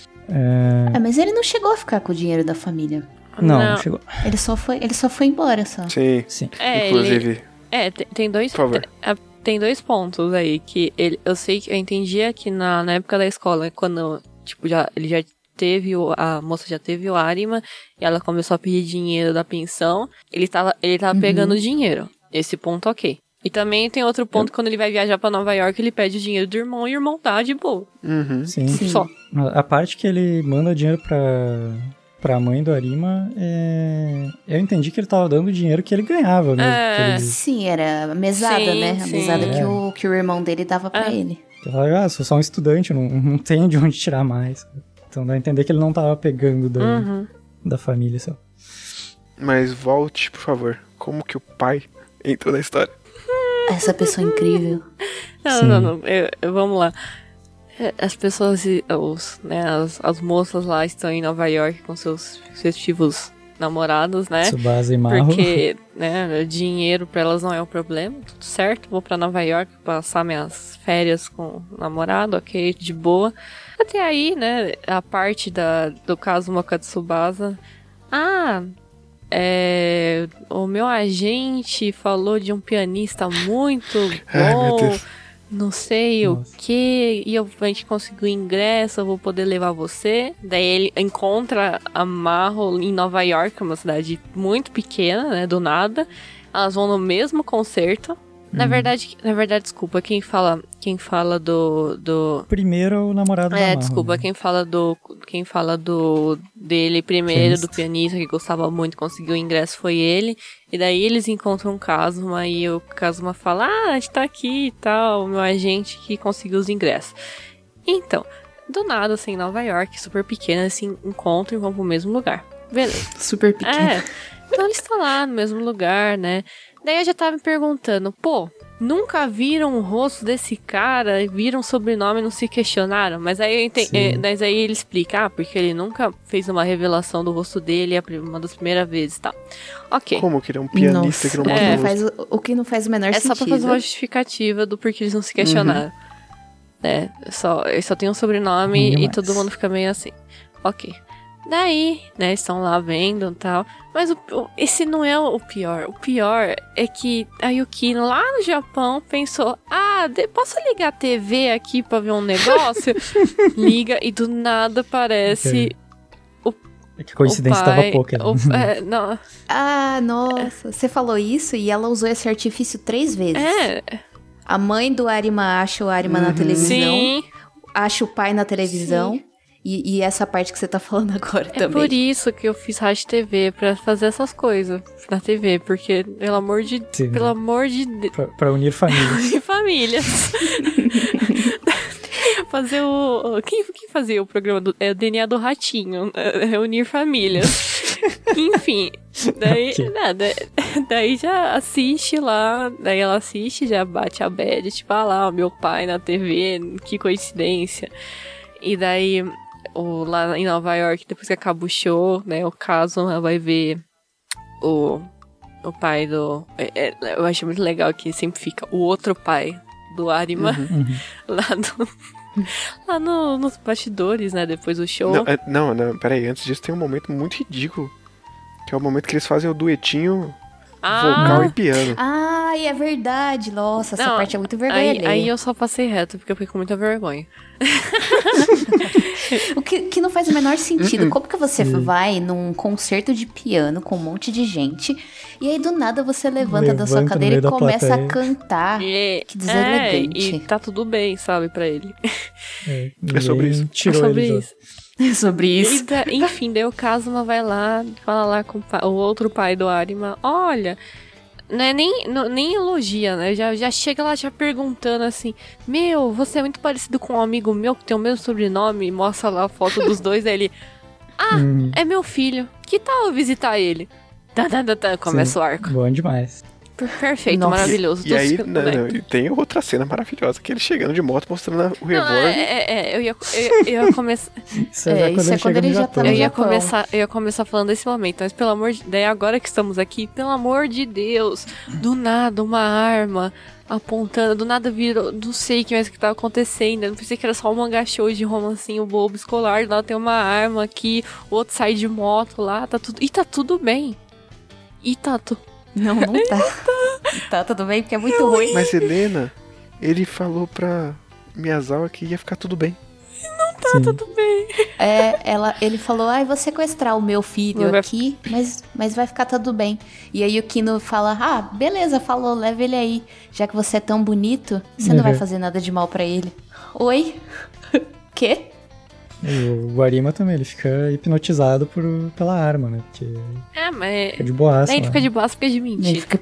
Mas ele não chegou a ficar com o dinheiro da família. Não chegou. Ele só foi embora, só. Sim. Inclusive... Tem dois... Por favor. Tem dois pontos aí que eu sei que eu entendia que na época da escola, quando, tipo, ele já teve a moça já teve o Arima e ela começou a pedir dinheiro da pensão, ele tava pegando dinheiro. Esse ponto, ok. E também tem outro ponto, quando ele vai viajar pra Nova York, ele pede dinheiro do irmão e o irmão dá de boa. Sim. Só. A parte que ele manda dinheiro pra mãe do Arima, eu entendi que ele tava dando o dinheiro que ele ganhava mesmo. Sim, era a mesada, né? A mesada que o irmão dele dava pra ele. Ele fala, sou só um estudante, não tenho de onde tirar mais. Então dá a entender que ele não tava pegando da família só. Mas volte, por favor. Como que o pai entrou na história? Essa pessoa incrível. Não. Vamos lá. As pessoas, as moças lá estão em Nova York com seus respectivos namorados, né? Tsubasa e Maho. Porque, dinheiro pra elas não é um problema, tudo certo. Vou pra Nova York passar minhas férias com o namorado, ok, de boa. Até aí, né, a parte do Kazuma com a Tsubasa. O meu agente falou de um pianista muito bom. Não sei o que, e a gente conseguiu ingresso, eu vou poder levar você. Daí ele encontra a Maho em Nova York, uma cidade muito pequena, né, do nada. Elas vão no mesmo concerto. Na verdade, desculpa, quem fala do... Primeiro o namorado da Maho. Desculpa, quem fala dele primeiro, do pianista, que gostava muito, conseguiu o ingresso, foi ele. E daí eles encontram o Kazuma e o Kazuma fala, a gente tá aqui e tal, o meu agente que conseguiu os ingressos. Então, do nada, assim, Nova York, super pequena, assim, encontram e vão pro mesmo lugar. Beleza. Super pequena. Então eles estão lá no mesmo lugar, né? Daí eu já tava me perguntando, nunca viram o rosto desse cara, viram o sobrenome e não se questionaram? Mas aí mas aí ele explica, porque ele nunca fez uma revelação do rosto dele, é uma das primeiras vezes, tá? Ok. Como que ele é um pianista que não mostra o rosto? O que não faz o menor sentido. É só pra fazer uma justificativa do porquê eles não se questionaram. Só tem um sobrenome e todo mundo fica meio assim. Ok. Daí, né, estão lá vendo e tal. Mas esse não é o pior. O pior é que a Yukino lá no Japão pensou: posso ligar a TV aqui pra ver um negócio? Liga e do nada aparece... É que a coincidência tava pouca. Não. Nossa. Você falou isso e ela usou esse artifício 3 vezes. A mãe do Arima acha o Arima na televisão. Sim. Acha o pai na televisão. Sim. E essa parte que você tá falando agora também. É por isso que eu fiz rádio TV, pra fazer essas coisas na TV. Porque, pelo amor de Deus... Pra unir famílias. Unir famílias. Fazer o... Quem fazia o programa do... É o DNA do Ratinho. Reunir famílias. Enfim. Daí, daí já assiste lá. Daí ela assiste, já bate a bad. Tipo, lá, o meu pai na TV. Que coincidência. E daí... lá em Nova York, depois que acaba o show, né, o caso, ela vai ver o pai do... eu acho muito legal que sempre fica o outro pai do Arima lá nos bastidores, né, depois do show. Não, peraí, antes disso tem um momento muito ridículo, que é o momento que eles fazem o duetinho vocal e piano. É verdade. Nossa, essa parte é muito vergonha. Aí eu só passei reto, porque eu fiquei com muita vergonha. O que não faz o menor sentido. Como que você vai num concerto de piano com um monte de gente e aí do nada você levanta da sua cadeira e começa a cantar? Que deselegante. E tá tudo bem, sabe, pra ele. É sobre isso. É sobre isso. Enfim, daí o Kazuma vai lá, fala lá com o outro pai do Arima. Olha... Não é nem elogia, né? Já chega lá já perguntando assim: meu, você é muito parecido com um amigo meu que tem o mesmo sobrenome. E mostra lá a foto dos dois. Aí ele: é meu filho. Que tal eu visitar ele? Começa o arco. Bom demais. Perfeito, nossa. Maravilhoso. E aí, e tem outra cena maravilhosa, que ele chegando de moto mostrando o revólver. Eu ia começar... Isso é quando ele já tá no Japão. Eu ia começar falando desse momento, mas pelo amor de... Daí agora que estamos aqui, pelo amor de Deus, do nada uma arma apontando, do nada virou, não sei o que mais que tava acontecendo, eu não pensei que era só um mangá show de romancinho bobo escolar, lá tem uma arma aqui, o outro sai de moto lá, tá tudo bem. Não tá. Tá tudo bem, porque é muito ruim. Mas Helena, ele falou pra Miyazawa que ia ficar tudo bem. Não tá tudo bem. Ele falou, vou sequestrar o meu filho aqui, mas vai ficar tudo bem. E aí o Kino fala, beleza, falou, leva ele aí. Já que você é tão bonito, você não vai fazer nada de mal pra ele. Oi? Quê? O Arima também, ele fica hipnotizado pela arma, né? Porque mas... Fica de boaça. Ele fica de boaça porque é de mentira.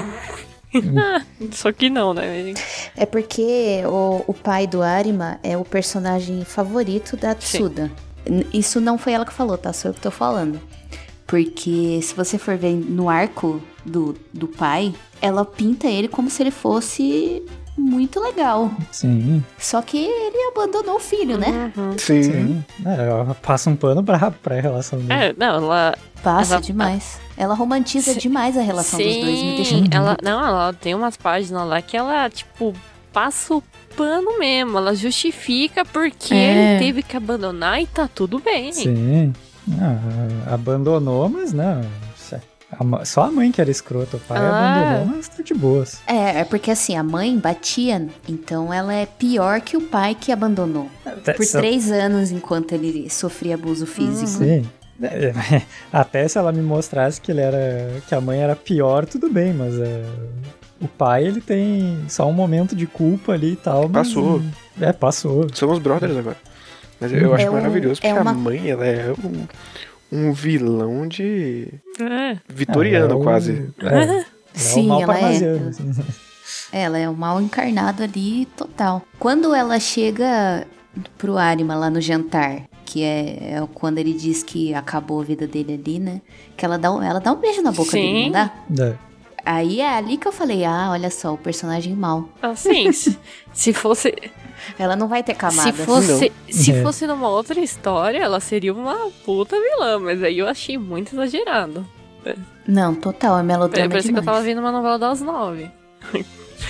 Só que não, né? É porque o pai do Arima é o personagem favorito da Tsuda. Sim. Isso não foi ela que falou, tá? Sou eu que tô falando. Porque se você for ver no arco do pai, ela pinta ele como se ele fosse... muito legal. Sim. Só que ele abandonou o filho, né? Sim. Ela passa um pano brabo pra relação dele. Ela... Passa demais. Ela romantiza demais a relação dos dois. Me deixa ela tem umas páginas lá que ela, tipo, passa o pano mesmo. Ela justifica porque ele teve que abandonar e tá tudo bem. Sim. Abandonou, mas não... Só a mãe que era escrota, o pai abandonou, mas tá de boas. É porque assim, a mãe batia, então ela é pior que o pai que abandonou. Por 3 anos enquanto ele sofria abuso físico. Sim. Até se ela me mostrasse que a mãe era pior, tudo bem, mas o pai, ele tem só um momento de culpa ali e tal. Passou. Passou. Somos brothers agora. Mas eu acho maravilhoso, porque a mãe, ela é um vilão de... vitoriano, quase. Sim, ela é o mal encarnado ali, total. Quando ela chega pro Arima lá no jantar, que é quando ele diz que acabou a vida dele ali, né? Que ela dá um beijo na boca dele, não dá? Aí é ali que eu falei, olha só, o personagem mal. Assim, se fosse... Ela não vai ter camadas. Se fosse numa outra história, ela seria uma puta vilã, mas aí eu achei muito exagerado. Não, total, é melodrama Parece demais. que eu tava vendo uma novela das 9.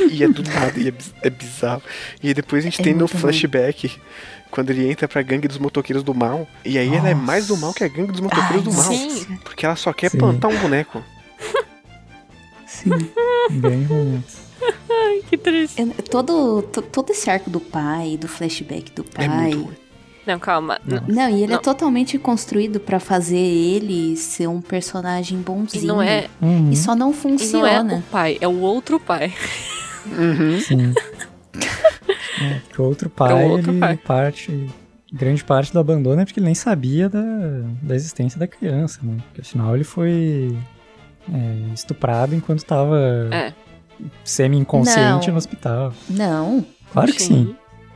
E é do nada, e é bizarro. E aí depois a gente tem no flashback, quando ele entra pra gangue dos motoqueiros do mal. E aí ela é mais do mal que a gangue dos motoqueiros do mal. Sim. Porque ela só quer plantar um boneco. Sim, bem ruim. Ai, que triste. Todo esse arco do pai, do flashback do pai... É muito ruim. Não, calma. Não, e ele é totalmente construído pra fazer ele ser um personagem bonzinho. E não é... E só não E funciona. não é o pai, é o outro pai. Sim. Porque o outro pai, grande parte do abandono é porque ele nem sabia da existência da criança, né? Porque afinal ele foi estuprado enquanto tava semi-inconsciente no hospital. Não. Claro que sim.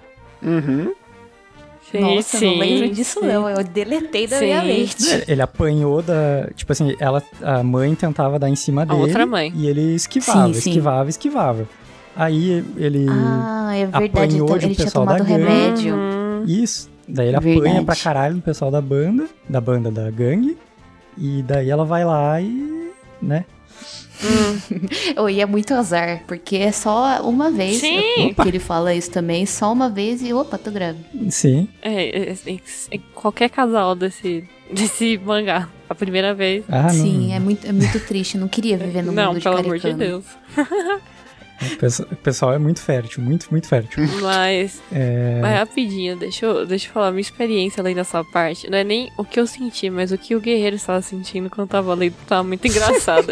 Sim, Nossa, eu não lembro disso não. Eu deletei da minha mente. Ele apanhou da... Tipo assim, a mãe tentava dar em cima dele. outra mãe. E ele esquivava, Sim. esquivava. Aí ele É verdade. apanhou Então, de um ele tinha pessoal da tomado gangue. remédio. Isso. Daí ele Verdade. apanha pra caralho no pessoal da banda da gangue. E daí ela vai lá e... né? E é muito azar, porque é só uma vez. Sim. Que ele fala isso também, só uma vez e opa, tô grávida. Sim. Qualquer casal desse mangá, a primeira vez. Sim, é muito triste. Não queria viver no mundo de pelo amor de Caricano. Deus. O pessoal é muito fértil, muito fértil. Mas rapidinho, deixa eu falar minha experiência lendo essa parte. Não é nem o que eu senti, mas o que o guerreiro estava sentindo quando tava lendo. Tava muito engraçado.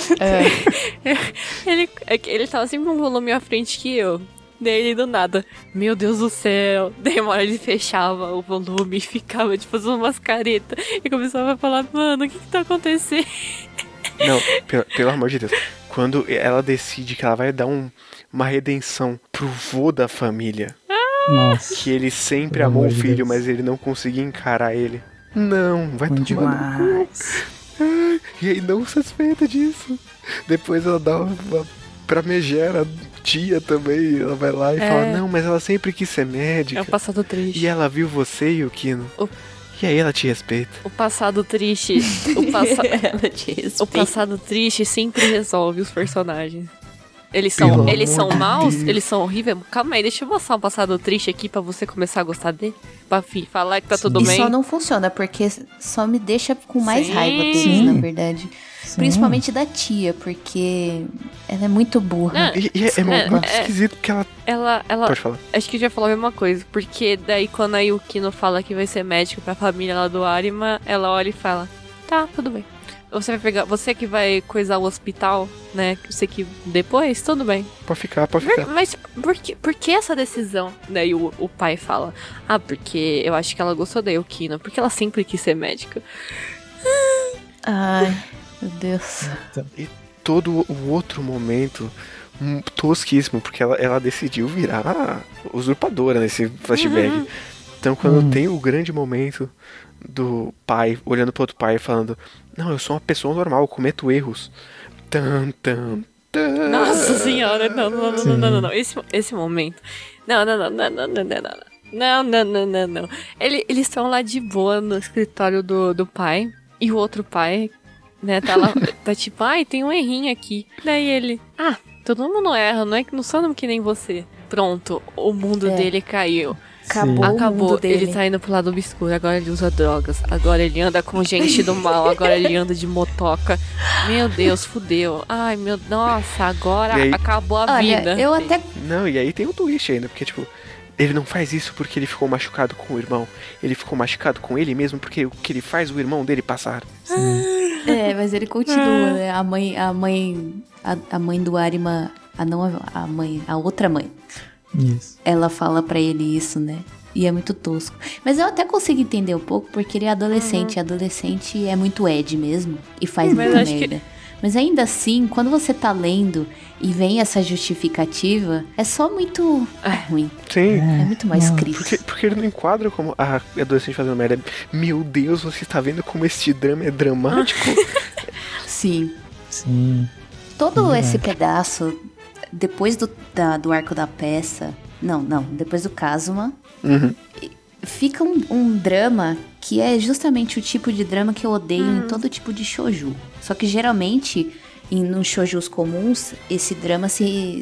Ele tava sempre um volume à frente que eu. Daí ele do nada, meu Deus do céu. Daí uma hora ele fechava o volume e ficava tipo fazendo umas caretas. E começava a falar, mano, o que tá acontecendo? Não, pelo amor de Deus. Quando ela decide que ela vai dar uma redenção pro vô da família. Nossa. Que ele sempre Pelo amou o amor de filho, Deus. mas ele não conseguia encarar ele. Não, vai Ruim tomar no cu. E aí, não satisfeita disso. Depois ela dá pra Megera, tia também. Ela vai lá e fala, não, mas ela sempre quis ser médica. É um passado triste. E ela viu você, Yukino. E aí ela te respeita. O passado triste. Ela te respeita. O passado triste sempre resolve os personagens. Eles são maus? Eles são horríveis? Calma aí, deixa eu mostrar um passado triste aqui pra você começar a gostar dele. Pra falar que tá tudo E bem. só não funciona, porque só me deixa com mais Sim. raiva deles, Sim. na verdade. Sim. Principalmente da tia, porque ela é muito burra. Não, E é muito esquisito porque ela... Ela Pode falar. acho que eu já falou a mesma coisa. Porque daí quando a Yukino fala que vai ser médico pra família lá do Arima, ela olha e fala, tá, tudo bem. Você que vai coisar o hospital, né? Você que depois, tudo bem. Pode ficar. Mas por que essa decisão? Daí o pai fala, porque eu acho que ela gostou da Yukino, porque ela sempre quis ser médica. Ai, meu Deus. E todo o outro momento tosquíssimo, porque ela decidiu virar usurpadora nesse flashback. Então quando tem o grande momento do pai olhando pro outro pai e falando, não, eu sou uma pessoa normal, eu cometo erros. Nossa senhora, não. Esse momento. Não. Eles estão lá de boa no escritório do pai. E o outro pai, né, tá lá, tá tipo, tem um errinho aqui. Daí ele, todo mundo erra, não somos que nem você. Pronto, o mundo dele caiu. Acabou o mundo dele. Ele tá indo pro lado obscuro, agora ele usa drogas, agora ele anda com gente do mal, agora ele anda de motoca. Meu Deus, fudeu. Ai, nossa, agora aí, acabou a vida. Eu até... Não, e aí tem um twist ainda, porque tipo, ele não faz isso porque ele ficou machucado com o irmão. Ele ficou machucado com ele mesmo porque o que ele faz o irmão dele passar. mas ele continua, né? A mãe do Arima, a outra mãe. Isso. Ela fala pra ele isso, né? E é muito tosco. Mas eu até consigo entender um pouco, porque ele é adolescente. E adolescente é muito Ed mesmo. E faz muita merda. Mas ainda assim, quando você tá lendo e vem essa justificativa, é só muito ruim. Sim. É muito mais crítico. Porque ele não enquadra como a adolescente fazendo merda. Meu Deus, você está vendo como este drama é dramático? Sim. Todo esse pedaço, depois do arco da peça... Não, depois do Kazuma... Fica um drama que é justamente o tipo de drama que eu odeio em todo tipo de shoujo. Só que geralmente nos shoujous comuns, esse drama se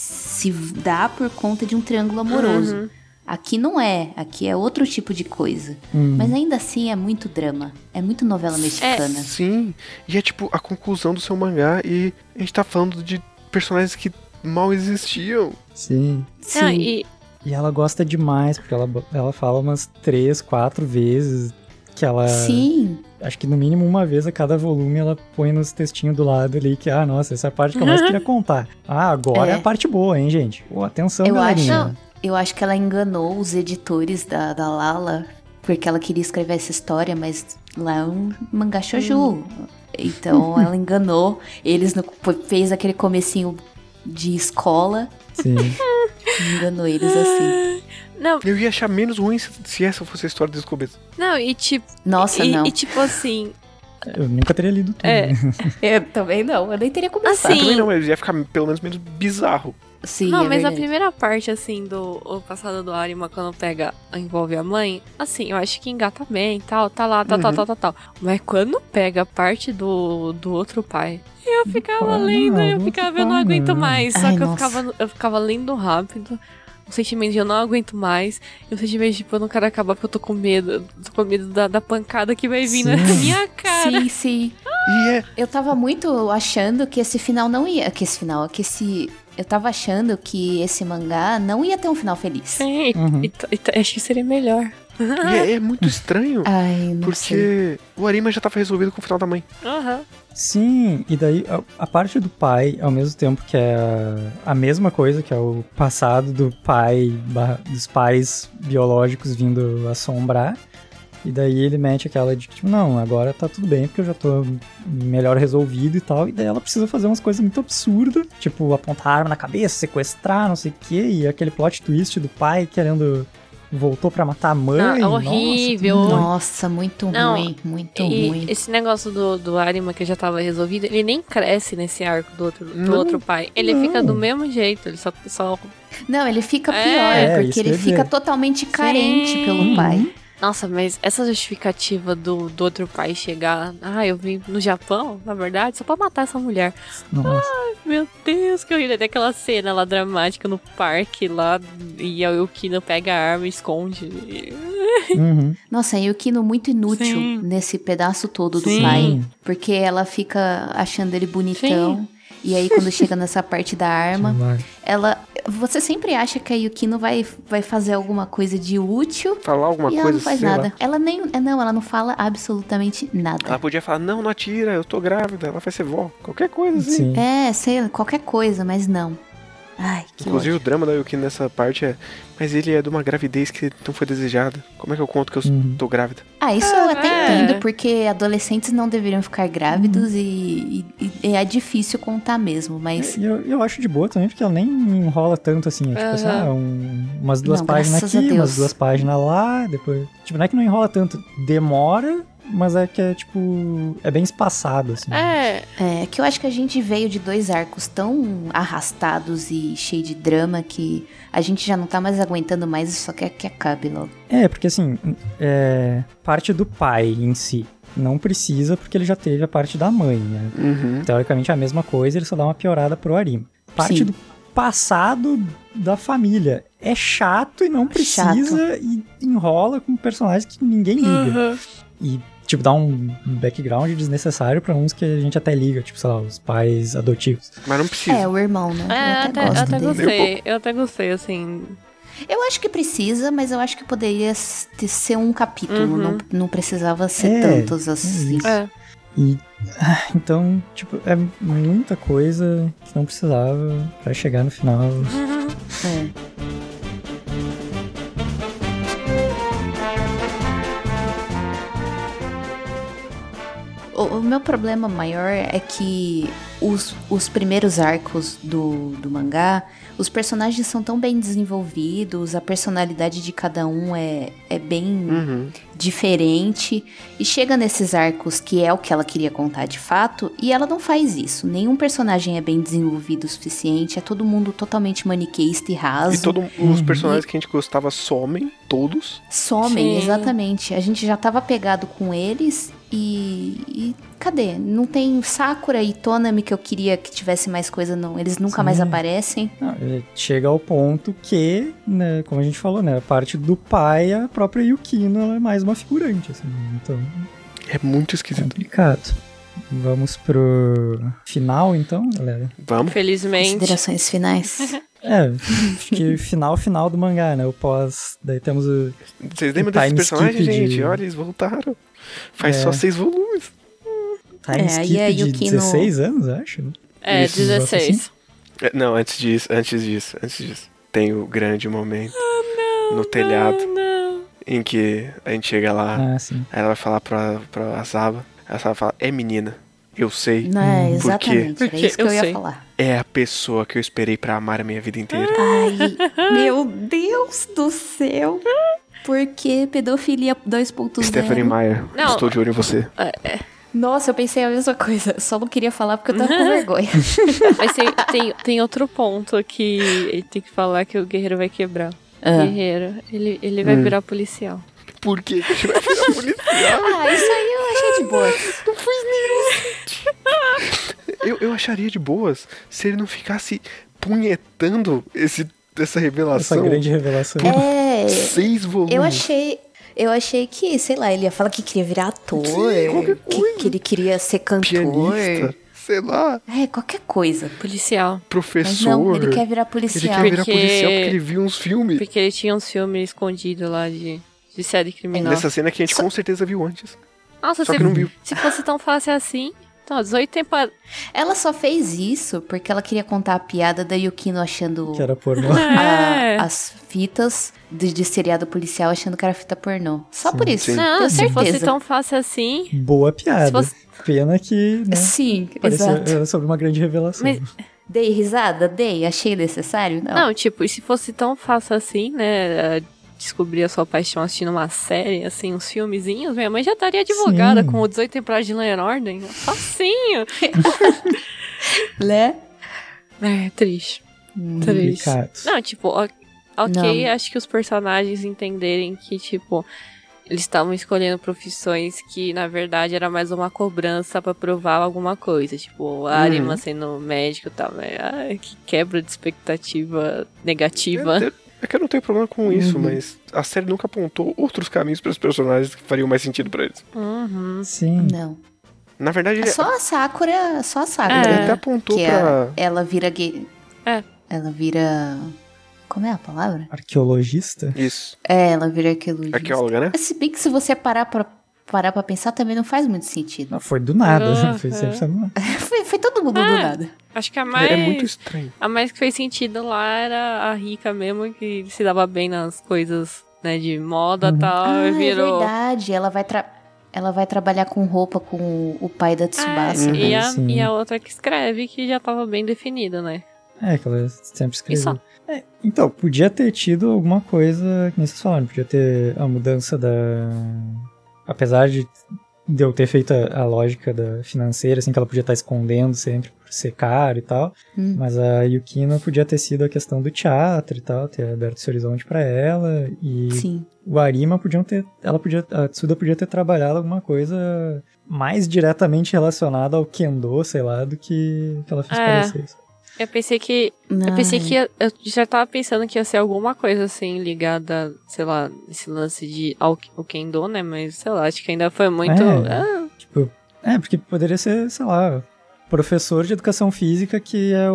dá por conta de um triângulo amoroso. Aqui não é, aqui é outro tipo de coisa. Mas ainda assim é muito drama. É muito novela mexicana. Sim, e é tipo a conclusão do seu mangá e a gente tá falando de personagens que mal existiam. Sim. E ela gosta demais, porque ela fala umas 3, 4 vezes que ela... Sim. Acho que no mínimo uma vez a cada volume ela põe nos textinhos do lado ali que, nossa, essa é a parte que eu mais queria contar. Agora é a parte boa, hein, gente? Atenção, galerinha. Eu acho que ela enganou os editores da Lala, porque ela queria escrever essa história, mas lá é um mangá shoujo. Então ela enganou. Eles fez aquele comecinho de escola. Sim. Enganou eles assim. Não. Eu ia achar menos ruim se essa fosse a história desde o começo. Não, e tipo... Nossa, não. E tipo assim... Eu nunca teria lido tudo. Eu também não. Eu nem teria começado. Assim, eu também não, mas ia ficar pelo menos menos bizarro. Sim, não, mas verdade. a primeira parte, assim, o passado do Arima, quando envolve a mãe, assim, eu acho que engata bem, tal, tá lá, tal. Mas quando pega a parte do outro pai, eu ficava lendo, eu não aguento mais. Só que eu ficava lendo rápido. O sentimento de eu não aguento mais. E o sentimento de, tipo, eu não quero acabar porque eu tô com medo. Tô com medo da pancada que vai vir na minha cara. Sim. Eu tava muito achando que esse final não ia... Eu tava achando que esse mangá não ia ter um final feliz. Sim, acho que seria melhor. E é muito estranho. Ai, não porque sei. o Arima já tava resolvido com o final da mãe. Sim, e daí a parte do pai, ao mesmo tempo que é a mesma coisa, que é o passado do pai, dos pais biológicos vindo assombrar. E daí ele mete aquela de tipo, não, agora tá tudo bem porque eu já tô melhor resolvido e tal. E daí ela precisa fazer umas coisas muito absurdas, tipo apontar a arma na cabeça, sequestrar, não sei o quê. E aquele plot twist do pai querendo... Voltou pra matar a mãe. Horrível. Nossa, muito ruim, muito ruim. Esse negócio do Arima que já tava resolvido, ele nem cresce nesse arco do outro pai. Ele fica do mesmo jeito, ele só... Não, ele fica pior, porque ele fica totalmente carente pelo pai. Nossa, mas essa justificativa do outro pai chegar... eu vim no Japão, na verdade, só pra matar essa mulher. Nossa. Meu Deus, que horrível. Tem aquela cena lá dramática no parque lá, e a Yukino pega a arma e esconde. Nossa, a Yukino muito inútil nesse pedaço todo do pai. Porque ela fica achando ele bonitão. E aí, quando chega nessa parte da arma, você sempre acha que a Yukino vai fazer alguma coisa de útil. Falar alguma coisa, ela não faz nada. Lá. Ela não fala absolutamente nada. Ela podia falar, não atira, eu tô grávida, ela vai ser vó. Qualquer coisa assim. Sim. Sei lá, qualquer coisa, mas não. Ai, que Inclusive ódio. O drama da Yukino nessa parte é... Mas ele é de uma gravidez que não foi desejada. Como é que eu conto que eu tô grávida? Isso eu até entendo, porque adolescentes não deveriam ficar grávidos e é difícil contar mesmo, mas... Eu acho de boa também, porque ela nem enrola tanto assim. Tipo assim, umas 2 páginas aqui, umas 2 páginas lá, depois... Tipo, não é que não enrola tanto, demora... Mas é que é, tipo... É bem espaçado, assim. É que eu acho que a gente veio de 2 arcos tão arrastados e cheio de drama que a gente já não tá mais aguentando mais e só quer que acabe logo. Porque assim... parte do pai em si não precisa, porque ele já teve a parte da mãe, né? Teoricamente é a mesma coisa, ele só dá uma piorada pro Arima. Parte do passado da família é chato e não precisa e enrola com personagens que ninguém liga. E tipo, dá um background desnecessário pra uns que a gente até liga, tipo, sei lá, os pais adotivos. Mas não precisa. O irmão, né? Eu até gostei, assim. Eu acho que precisa, mas eu acho que poderia ser um capítulo, não precisava ser tantos assim. E, então, tipo, é muita coisa que não precisava pra chegar no final. O meu problema maior é que os primeiros arcos do mangá, os personagens são tão bem desenvolvidos, a personalidade de cada um é bem diferente. E chega nesses arcos que é o que ela queria contar de fato, e ela não faz isso. Nenhum personagem é bem desenvolvido o suficiente, é todo mundo totalmente maniqueísta e raso. E todos os personagens que a gente gostava somem, todos. Somem, exatamente. A gente já tava pegado com eles... E cadê? Não tem Sakura e Tonami que eu queria que tivesse mais coisa, não. Eles nunca mais aparecem. Não, chega ao ponto que, né, como a gente falou, né, a parte do pai, a própria Yukino, ela é mais uma figurante, assim. Então... É muito esquisito. Complicado. Vamos pro final, então, galera? Vamos. Felizmente. Considerações finais. Acho que final do mangá, né? O pós... Daí temos o... Vocês lembram desses personagens, gente? Olha, eles voltaram. Faz só 6 volumes. Time skip de Yukino... 16 anos, acho. Né? 16. Assim? Não, antes disso. Tem o grande momento no telhado. Em que a gente chega lá, aí ela vai falar pra Asaba. A Asaba fala, é menina, eu sei. Não, é exatamente, porque era isso que eu ia falar. É a pessoa que eu esperei pra amar a minha vida inteira. Ai, meu Deus do céu. Porque pedofilia 2.0. Stephenie Meyer, estou de olho em você. Nossa, eu pensei a mesma coisa. Só não queria falar porque eu tava com vergonha. Mas tem outro ponto que ele tem que falar que o Guerreiro vai quebrar. Guerreiro, ele vai virar policial. Por que ele vai virar policial? Isso aí eu achei de boas. Não faz nenhum sentido. Eu acharia de boas se ele não ficasse punhetando essa revelação. Essa grande revelação. 6 volumes. Eu achei que, sei lá, ele ia falar que queria virar ator. Sim, que ele queria ser cantor. Pianista, sei lá. Qualquer coisa. Policial. Professor. Mas não, ele quer virar policial. Ele quer virar policial porque ele viu uns filmes. Porque ele tinha uns filmes escondidos lá de série criminal. Nessa cena que a gente com certeza viu antes. Nossa, só que não viu. Se fosse tão fácil assim... Então, 18 temporadas. Ela só fez isso porque ela queria contar a piada da Yukino achando... Que era pornô. As fitas de seriado policial achando que era fita pornô. Só por isso. Sim. Não, tenho se certeza. fosse tão fácil assim... Boa piada. Pena que, né, sim, exato. Era sobre uma grande revelação. Mas... Dei risada? Dei. Achei necessário? Não, tipo, e se fosse tão fácil assim, né... Descobrir a sua paixão assistindo uma série, assim, uns filmezinhos, minha mãe já estaria advogada com 18 temporadas de Lei e Ordem. Facinho. Né? Triste. Triste. Não, tipo, ok, Não. Acho que os personagens entenderem que, tipo, eles estavam escolhendo profissões que, na verdade, era mais uma cobrança pra provar alguma coisa. Tipo, a Arima sendo médico e tal, mas que quebra de expectativa negativa. É que eu não tenho problema com isso, mas a série nunca apontou outros caminhos para os personagens que fariam mais sentido para eles. Sim. Não. Na verdade, Só a Sakura. Ele até apontou que pra... Ela vira gay. Ela vira... Como é a palavra? Arqueologista? Isso. Ela vira arqueologista. Arqueóloga, né? Se bem que se você parar pra pensar, também não faz muito sentido. Não, foi do nada. Foi sempre do nada. foi todo mundo do nada. Acho que a mais... É muito estranho. A mais que fez sentido lá era a Rika mesmo, que se dava bem nas coisas, né, de moda e tal. Virou... É verdade. Ela vai trabalhar com roupa com o pai da Tsubasa. E a outra que escreve, que já tava bem definida, né? Que ela sempre escreveu. Então, podia ter tido alguma coisa, que nem vocês falaram, podia ter a mudança da... Apesar de eu ter feito a lógica da financeira, assim, que ela podia estar escondendo sempre por ser caro e tal, mas a Yukino podia ter sido a questão do teatro e tal, ter aberto esse horizonte pra ela, e Sim. O Arima a Tsuda podia ter trabalhado alguma coisa mais diretamente relacionada ao Kendo, sei lá, do que ela fez parecer isso. Eu pensei que eu já tava pensando que ia ser alguma coisa assim ligada, sei lá, esse lance de ao Kendo, né? Mas sei lá, acho que ainda foi muito. Porque poderia ser, sei lá, professor de educação física que é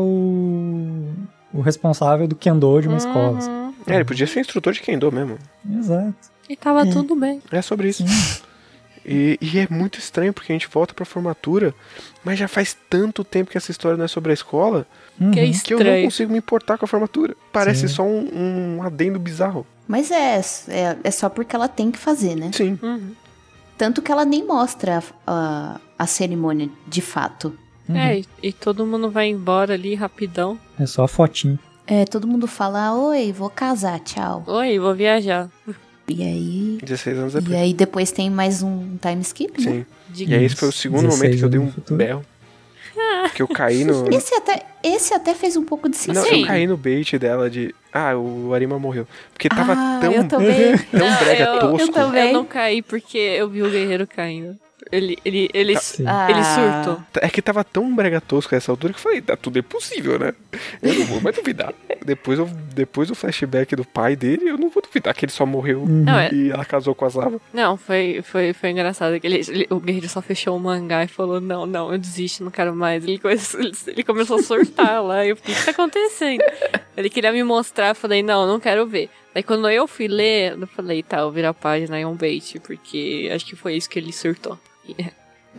o responsável do Kendo de uma escola. Assim. Ele podia ser instrutor de Kendo mesmo. Exato. E tava tudo bem. É sobre isso. E é muito estranho porque a gente volta pra formatura, mas já faz tanto tempo que essa história não é sobre a escola que é estranho. Que eu não consigo me importar com a formatura. Parece só um adendo bizarro. Mas é só porque ela tem que fazer, né? Sim. Tanto que ela nem mostra a cerimônia de fato. E todo mundo vai embora ali rapidão. É só a fotinho. Todo mundo fala, oi, vou casar, tchau. Oi, vou viajar. E aí... 16 anos depois. E aí depois tem mais um time skip, né? Sim. E aí esse foi o segundo momento que eu dei um berro. Que eu caí no... Esse até fez um pouco de sentido. Não, eu caí no bait dela de... o Arima morreu. Porque tão eu também. brega tosco. Eu também. Eu não caí porque eu vi o guerreiro caindo. Ele surtou. É que tava tão brega tosco essa altura que eu falei, tudo é possível, né? Eu não vou mais duvidar. Depois do flashback do pai dele, eu não vou duvidar que ele só morreu e ela casou com a Saba. Não, foi engraçado que o Guerreiro só fechou o mangá e falou, não, eu desisto, não quero mais. Ele começou a surtar lá, e eu fiquei, o que tá acontecendo? Ele queria me mostrar, eu falei, não quero ver. Aí quando eu fui ler, eu falei, tá, eu viro a página e um bait, porque acho que foi isso que ele surtou. Yeah.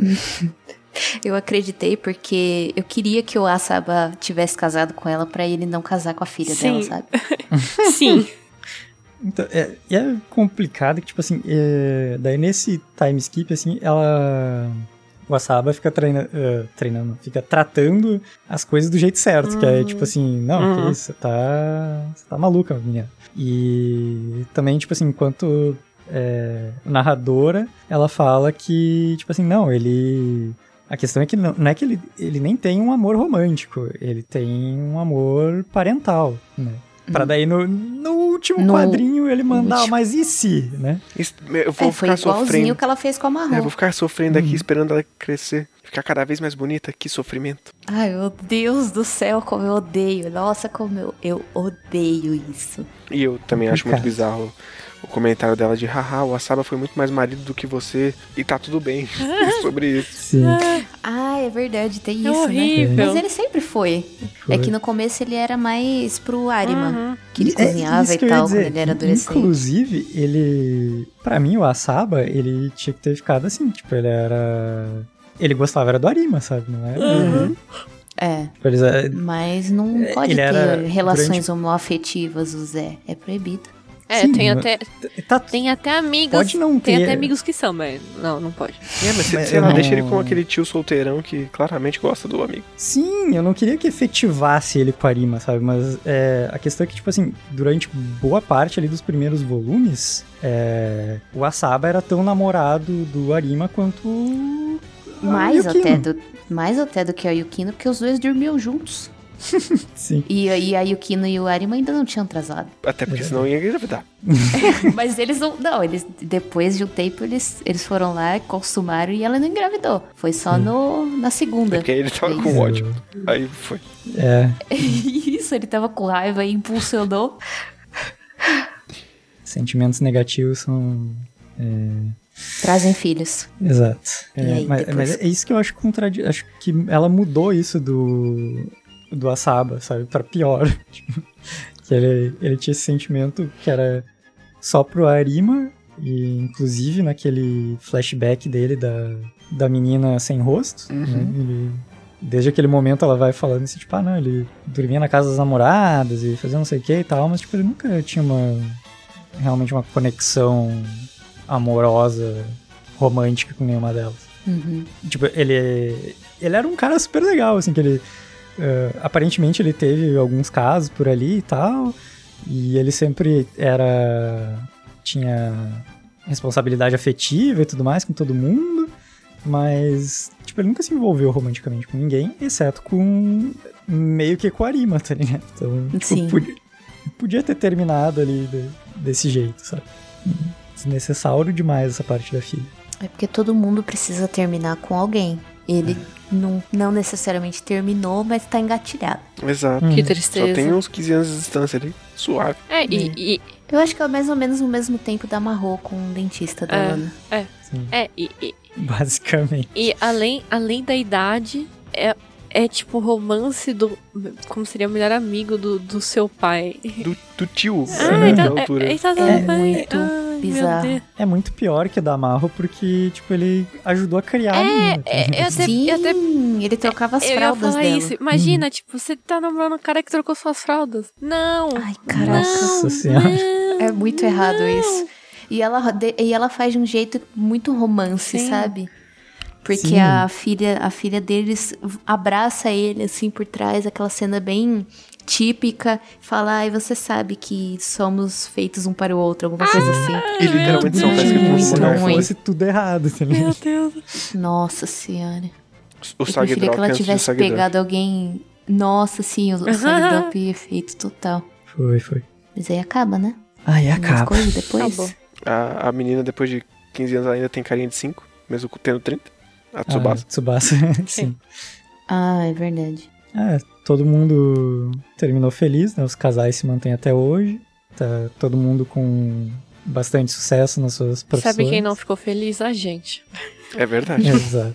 Eu acreditei porque eu queria que o Asaba tivesse casado com ela pra ele não casar com a filha dela, sabe? Sim. Então, é complicado que, tipo assim, daí nesse time skip, assim, o Asaba fica treinando, fica tratando as coisas do jeito certo, que é tipo assim, não, que isso, você tá maluca, menina. E também, tipo assim, enquanto narradora, ela fala que, tipo assim, não, a questão é que não é que ele nem tem um amor romântico, ele tem um amor parental, né? Pra daí no último quadrinho ele mandar, mas e se, né? Eu vou ficar foi igualzinho o que ela fez com a Marrom. Eu vou ficar sofrendo aqui, esperando ela crescer. Ficar cada vez mais bonita, que sofrimento. Ai, meu Deus do céu, como eu odeio. Nossa, como eu odeio isso. E eu também acho muito bizarro o comentário dela de haha, o Asaba foi muito mais marido do que você e tá tudo bem sobre isso. Sim. É verdade, tem isso, horrível. né? Mas ele sempre foi. É que no começo ele era mais pro Arima, que ele cozinhava e tal, quando ele era adolescente. Inclusive, pra mim, o Asaba, ele tinha que ter ficado assim, tipo, ele gostava era do Arima, sabe? Não era? Mas não pode ter relações homoafetivas, o Zé. É proibido. Sim, tem até amigos. Pode não ter. Tem até amigos que são, mas não pode. Mas sei lá, deixa ele com aquele tio solteirão que claramente gosta do amigo. Sim, eu não queria que efetivasse ele com a Arima, sabe? Mas a questão é que, tipo assim, durante boa parte ali dos primeiros volumes, o Asaba era tão namorado do Arima quanto mais até do que a Yukino, porque os dois dormiam juntos. Sim. E a Yukino e o Arima ainda não tinham transado. Até porque senão ia engravidar. Mas eles não, eles depois de um tempo eles foram lá, consumaram e ela não engravidou. Foi só na segunda. Porque aí ele tava com ódio. Aí foi. Isso, ele tava com raiva e impulsionou. Sentimentos negativos são... trazem filhos. Exato. Aí, mas é isso que eu acho acho que ela mudou isso do Asaba, sabe? Pra pior. Que ele tinha esse sentimento que era só pro Arima, e inclusive naquele flashback dele da menina sem rosto, né? Desde aquele momento ela vai falando assim, tipo, não, ele dormia na casa das namoradas e fazia não sei o que e tal, mas tipo, ele nunca tinha realmente uma conexão amorosa, romântica com nenhuma delas. Tipo, ele era um cara super legal, assim, que ele... aparentemente ele teve alguns casos por ali e tal, e ele sempre tinha responsabilidade afetiva e tudo mais com todo mundo, mas tipo, ele nunca se envolveu romanticamente com ninguém, exceto meio que com a Arima, tá ligado? Então, tipo, podia ter terminado ali desse jeito, sabe? Desnecessário demais essa parte da filha. É porque todo mundo precisa terminar com alguém. Ele não necessariamente terminou, mas tá engatilhado. Exato. Que tristeza. Só tem uns 15 anos de distância ali. Suave. Eu acho que é mais ou menos no mesmo tempo da Marro com o dentista da Ana. Basicamente. E além da idade, é tipo romance como seria o melhor amigo do seu pai. Do tio. Da altura. É muito bizarro. É muito pior que o da Marro, porque tipo, ele ajudou a criar a menina. Ele trocava as fraldas dela. Eu ia falar isso. Imagina, tipo, você tá namorando um cara que trocou suas fraldas. Não. Ai, caraca. Nossa senhora. É muito errado isso. E ela faz de um jeito muito romance, sabe? Porque a filha deles abraça ele, assim, por trás, aquela cena bem típica, fala, você sabe que somos feitos um para o outro, alguma coisa assim. E literalmente são muito ruim. Fosse tudo errado, tá ligado? Meu Deus. Nossa senhora. O eu preferia que ela tivesse pegado alguém... Nossa, sim, o Sagdrop efeito total. Foi. Mas aí acaba, né? Aí acaba. Coisa depois. Acabou. A menina, depois de 15 anos, ainda tem carinha de 5. mesmo tendo 30. A Tsubasa. Tsubasa, sim. É verdade. Todo mundo terminou feliz, né? Os casais se mantêm até hoje. Tá todo mundo com bastante sucesso nas suas profissões. Sabe quem não ficou feliz? A gente. É verdade. Exato.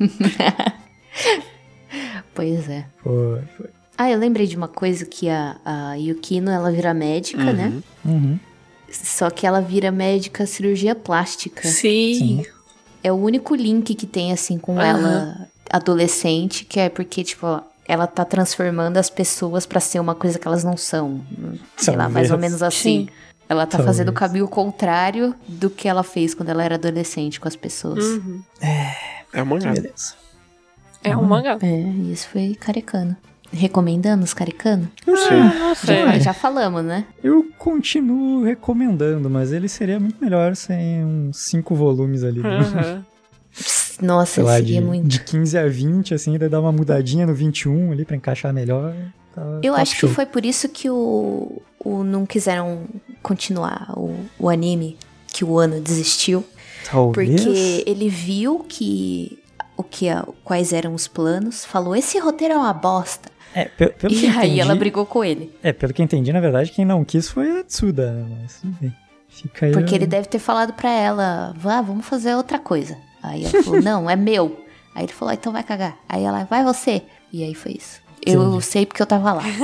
Pois é. Foi. Eu lembrei de uma coisa que a Yukino, ela vira médica, né? Uhum. Só que ela vira médica cirurgia plástica. Sim. É o único link que tem, assim, com ela adolescente, que é porque, tipo, ela tá transformando as pessoas pra ser uma coisa que elas não são. Sei lá, mais ou menos assim. Sim. Ela tá fazendo o caminho contrário do que ela fez quando ela era adolescente com as pessoas. Uhum. É um mangá. Beleza. É um mangá. Isso foi Karekano. Recomendamos Karekano? Não sei. Não sei. Já falamos, né? Eu continuo recomendando, mas ele seria muito melhor sem uns 5 volumes ali. Nossa, sei lá, seria muito. De 15 a 20, assim, daí dar uma mudadinha no 21 ali pra encaixar melhor. Eu acho que foi por isso que o não quiseram continuar o anime, que o Ano desistiu. Talvez. Porque ele viu quais eram os planos, falou, esse roteiro é uma bosta. Pelo e que aí entendi, ela brigou com ele. Pelo que eu entendi, na verdade, quem não quis foi a Tsuda, né? Mas enfim, fica aí. Porque ele deve ter falado pra ela, vamos fazer outra coisa. Aí ela falou, não, é meu. Aí ele falou, então vai cagar. Aí ela, vai você. E aí foi isso. Eu sei porque eu tava lá.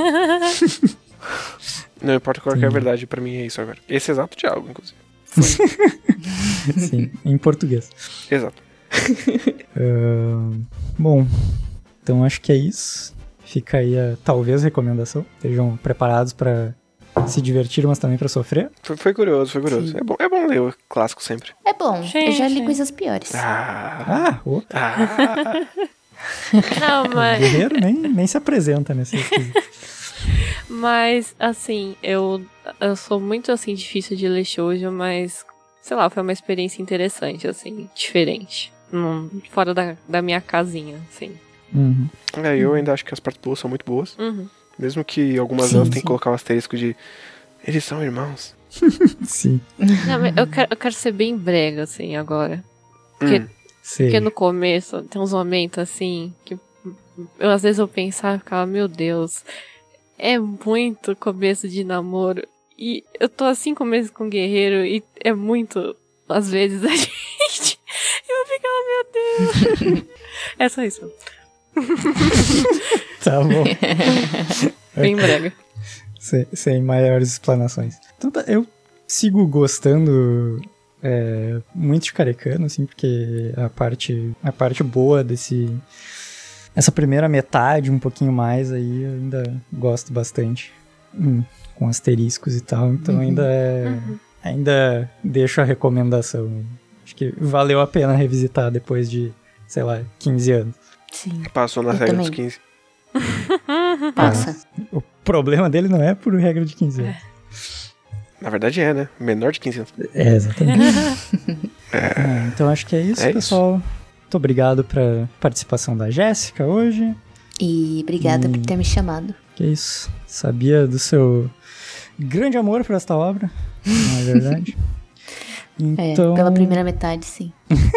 Não importa qual que é a verdade, pra mim é isso agora. Esse exato diálogo, inclusive. Sim, em português. Exato. Bom, então acho que é isso. Fica aí talvez recomendação. Estejam preparados pra se divertir, mas também pra sofrer. Foi curioso. É bom ler o clássico sempre. É bom, eu já li coisas piores. Não, mas... O guerreiro nem se apresenta nesse esquisito. Mas, assim, eu sou muito, assim, difícil de ler shoujo, mas, sei lá, foi uma experiência interessante, assim, diferente. Fora da minha casinha, assim. Uhum. Eu ainda acho que as partes boas são muito boas. Uhum. Mesmo que algumas delas tenham que colocar um asterisco de eles são irmãos. Sim. Não, mas eu quero ser bem brega, assim, agora. Porque no começo tem uns momentos, assim, que às vezes eu pensava e ficava, meu Deus, é muito começo de namoro. E eu tô assim começo com o guerreiro e é muito, às vezes, a gente... Eu ficava, meu Deus. É só isso. Tá bom. Bem brega. Sem maiores explanações. Então eu sigo gostando muito de Karekano, assim, porque a parte boa essa primeira metade, um pouquinho mais, aí eu ainda gosto bastante. Com asteriscos e tal, então ainda deixo a recomendação. Acho que valeu a pena revisitar depois de, sei lá, 15 anos. Sim. Passou na regra dos 15. Passa. O problema dele não é por regra de 15 anos. Na verdade né? Menor de 15 anos. Exatamente. Então acho que é isso, pessoal. Isso. Muito obrigado pela participação da Jéssica hoje. E obrigada por ter me chamado. Que isso. Sabia do seu grande amor por esta obra, não é verdade? Então... pela primeira metade, sim.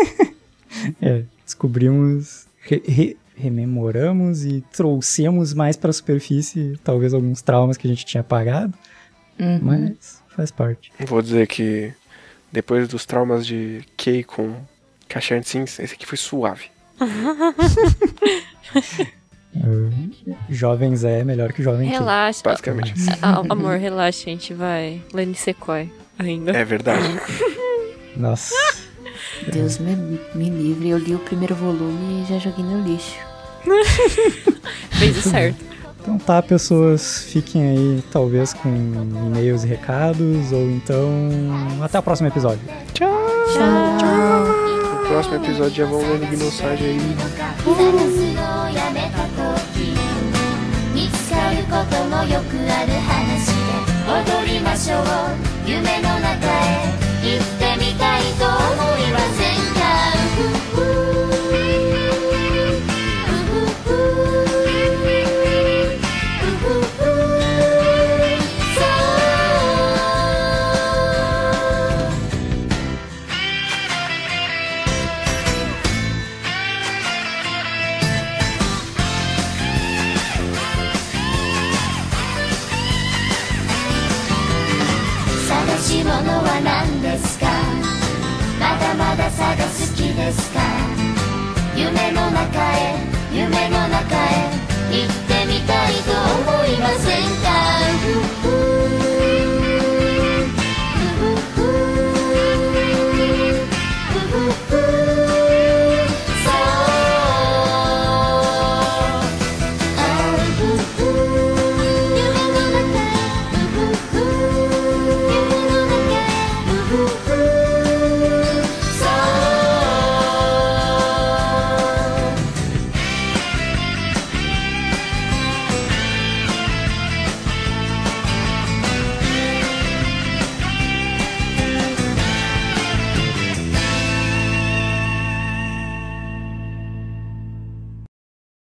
Descobrimos, rememoramos e trouxemos mais para a superfície, talvez alguns traumas que a gente tinha apagado, mas faz parte. Vou dizer que depois dos traumas de Kei com Cachorro Sims, esse aqui foi suave. Jovem Zé é melhor que jovem Kei. Relaxa. Basicamente. Amor, relaxa, a gente vai ler Nisekoi ainda. É verdade. Nossa. Deus me livre, eu li o primeiro volume e já joguei no lixo. Fez o certo. Então tá, pessoas, fiquem aí talvez com e-mails e recados, ou então até o próximo episódio. Tchau. No próximo episódio já vão lendo Gnossage aí. 踊りましょう夢の中へ行って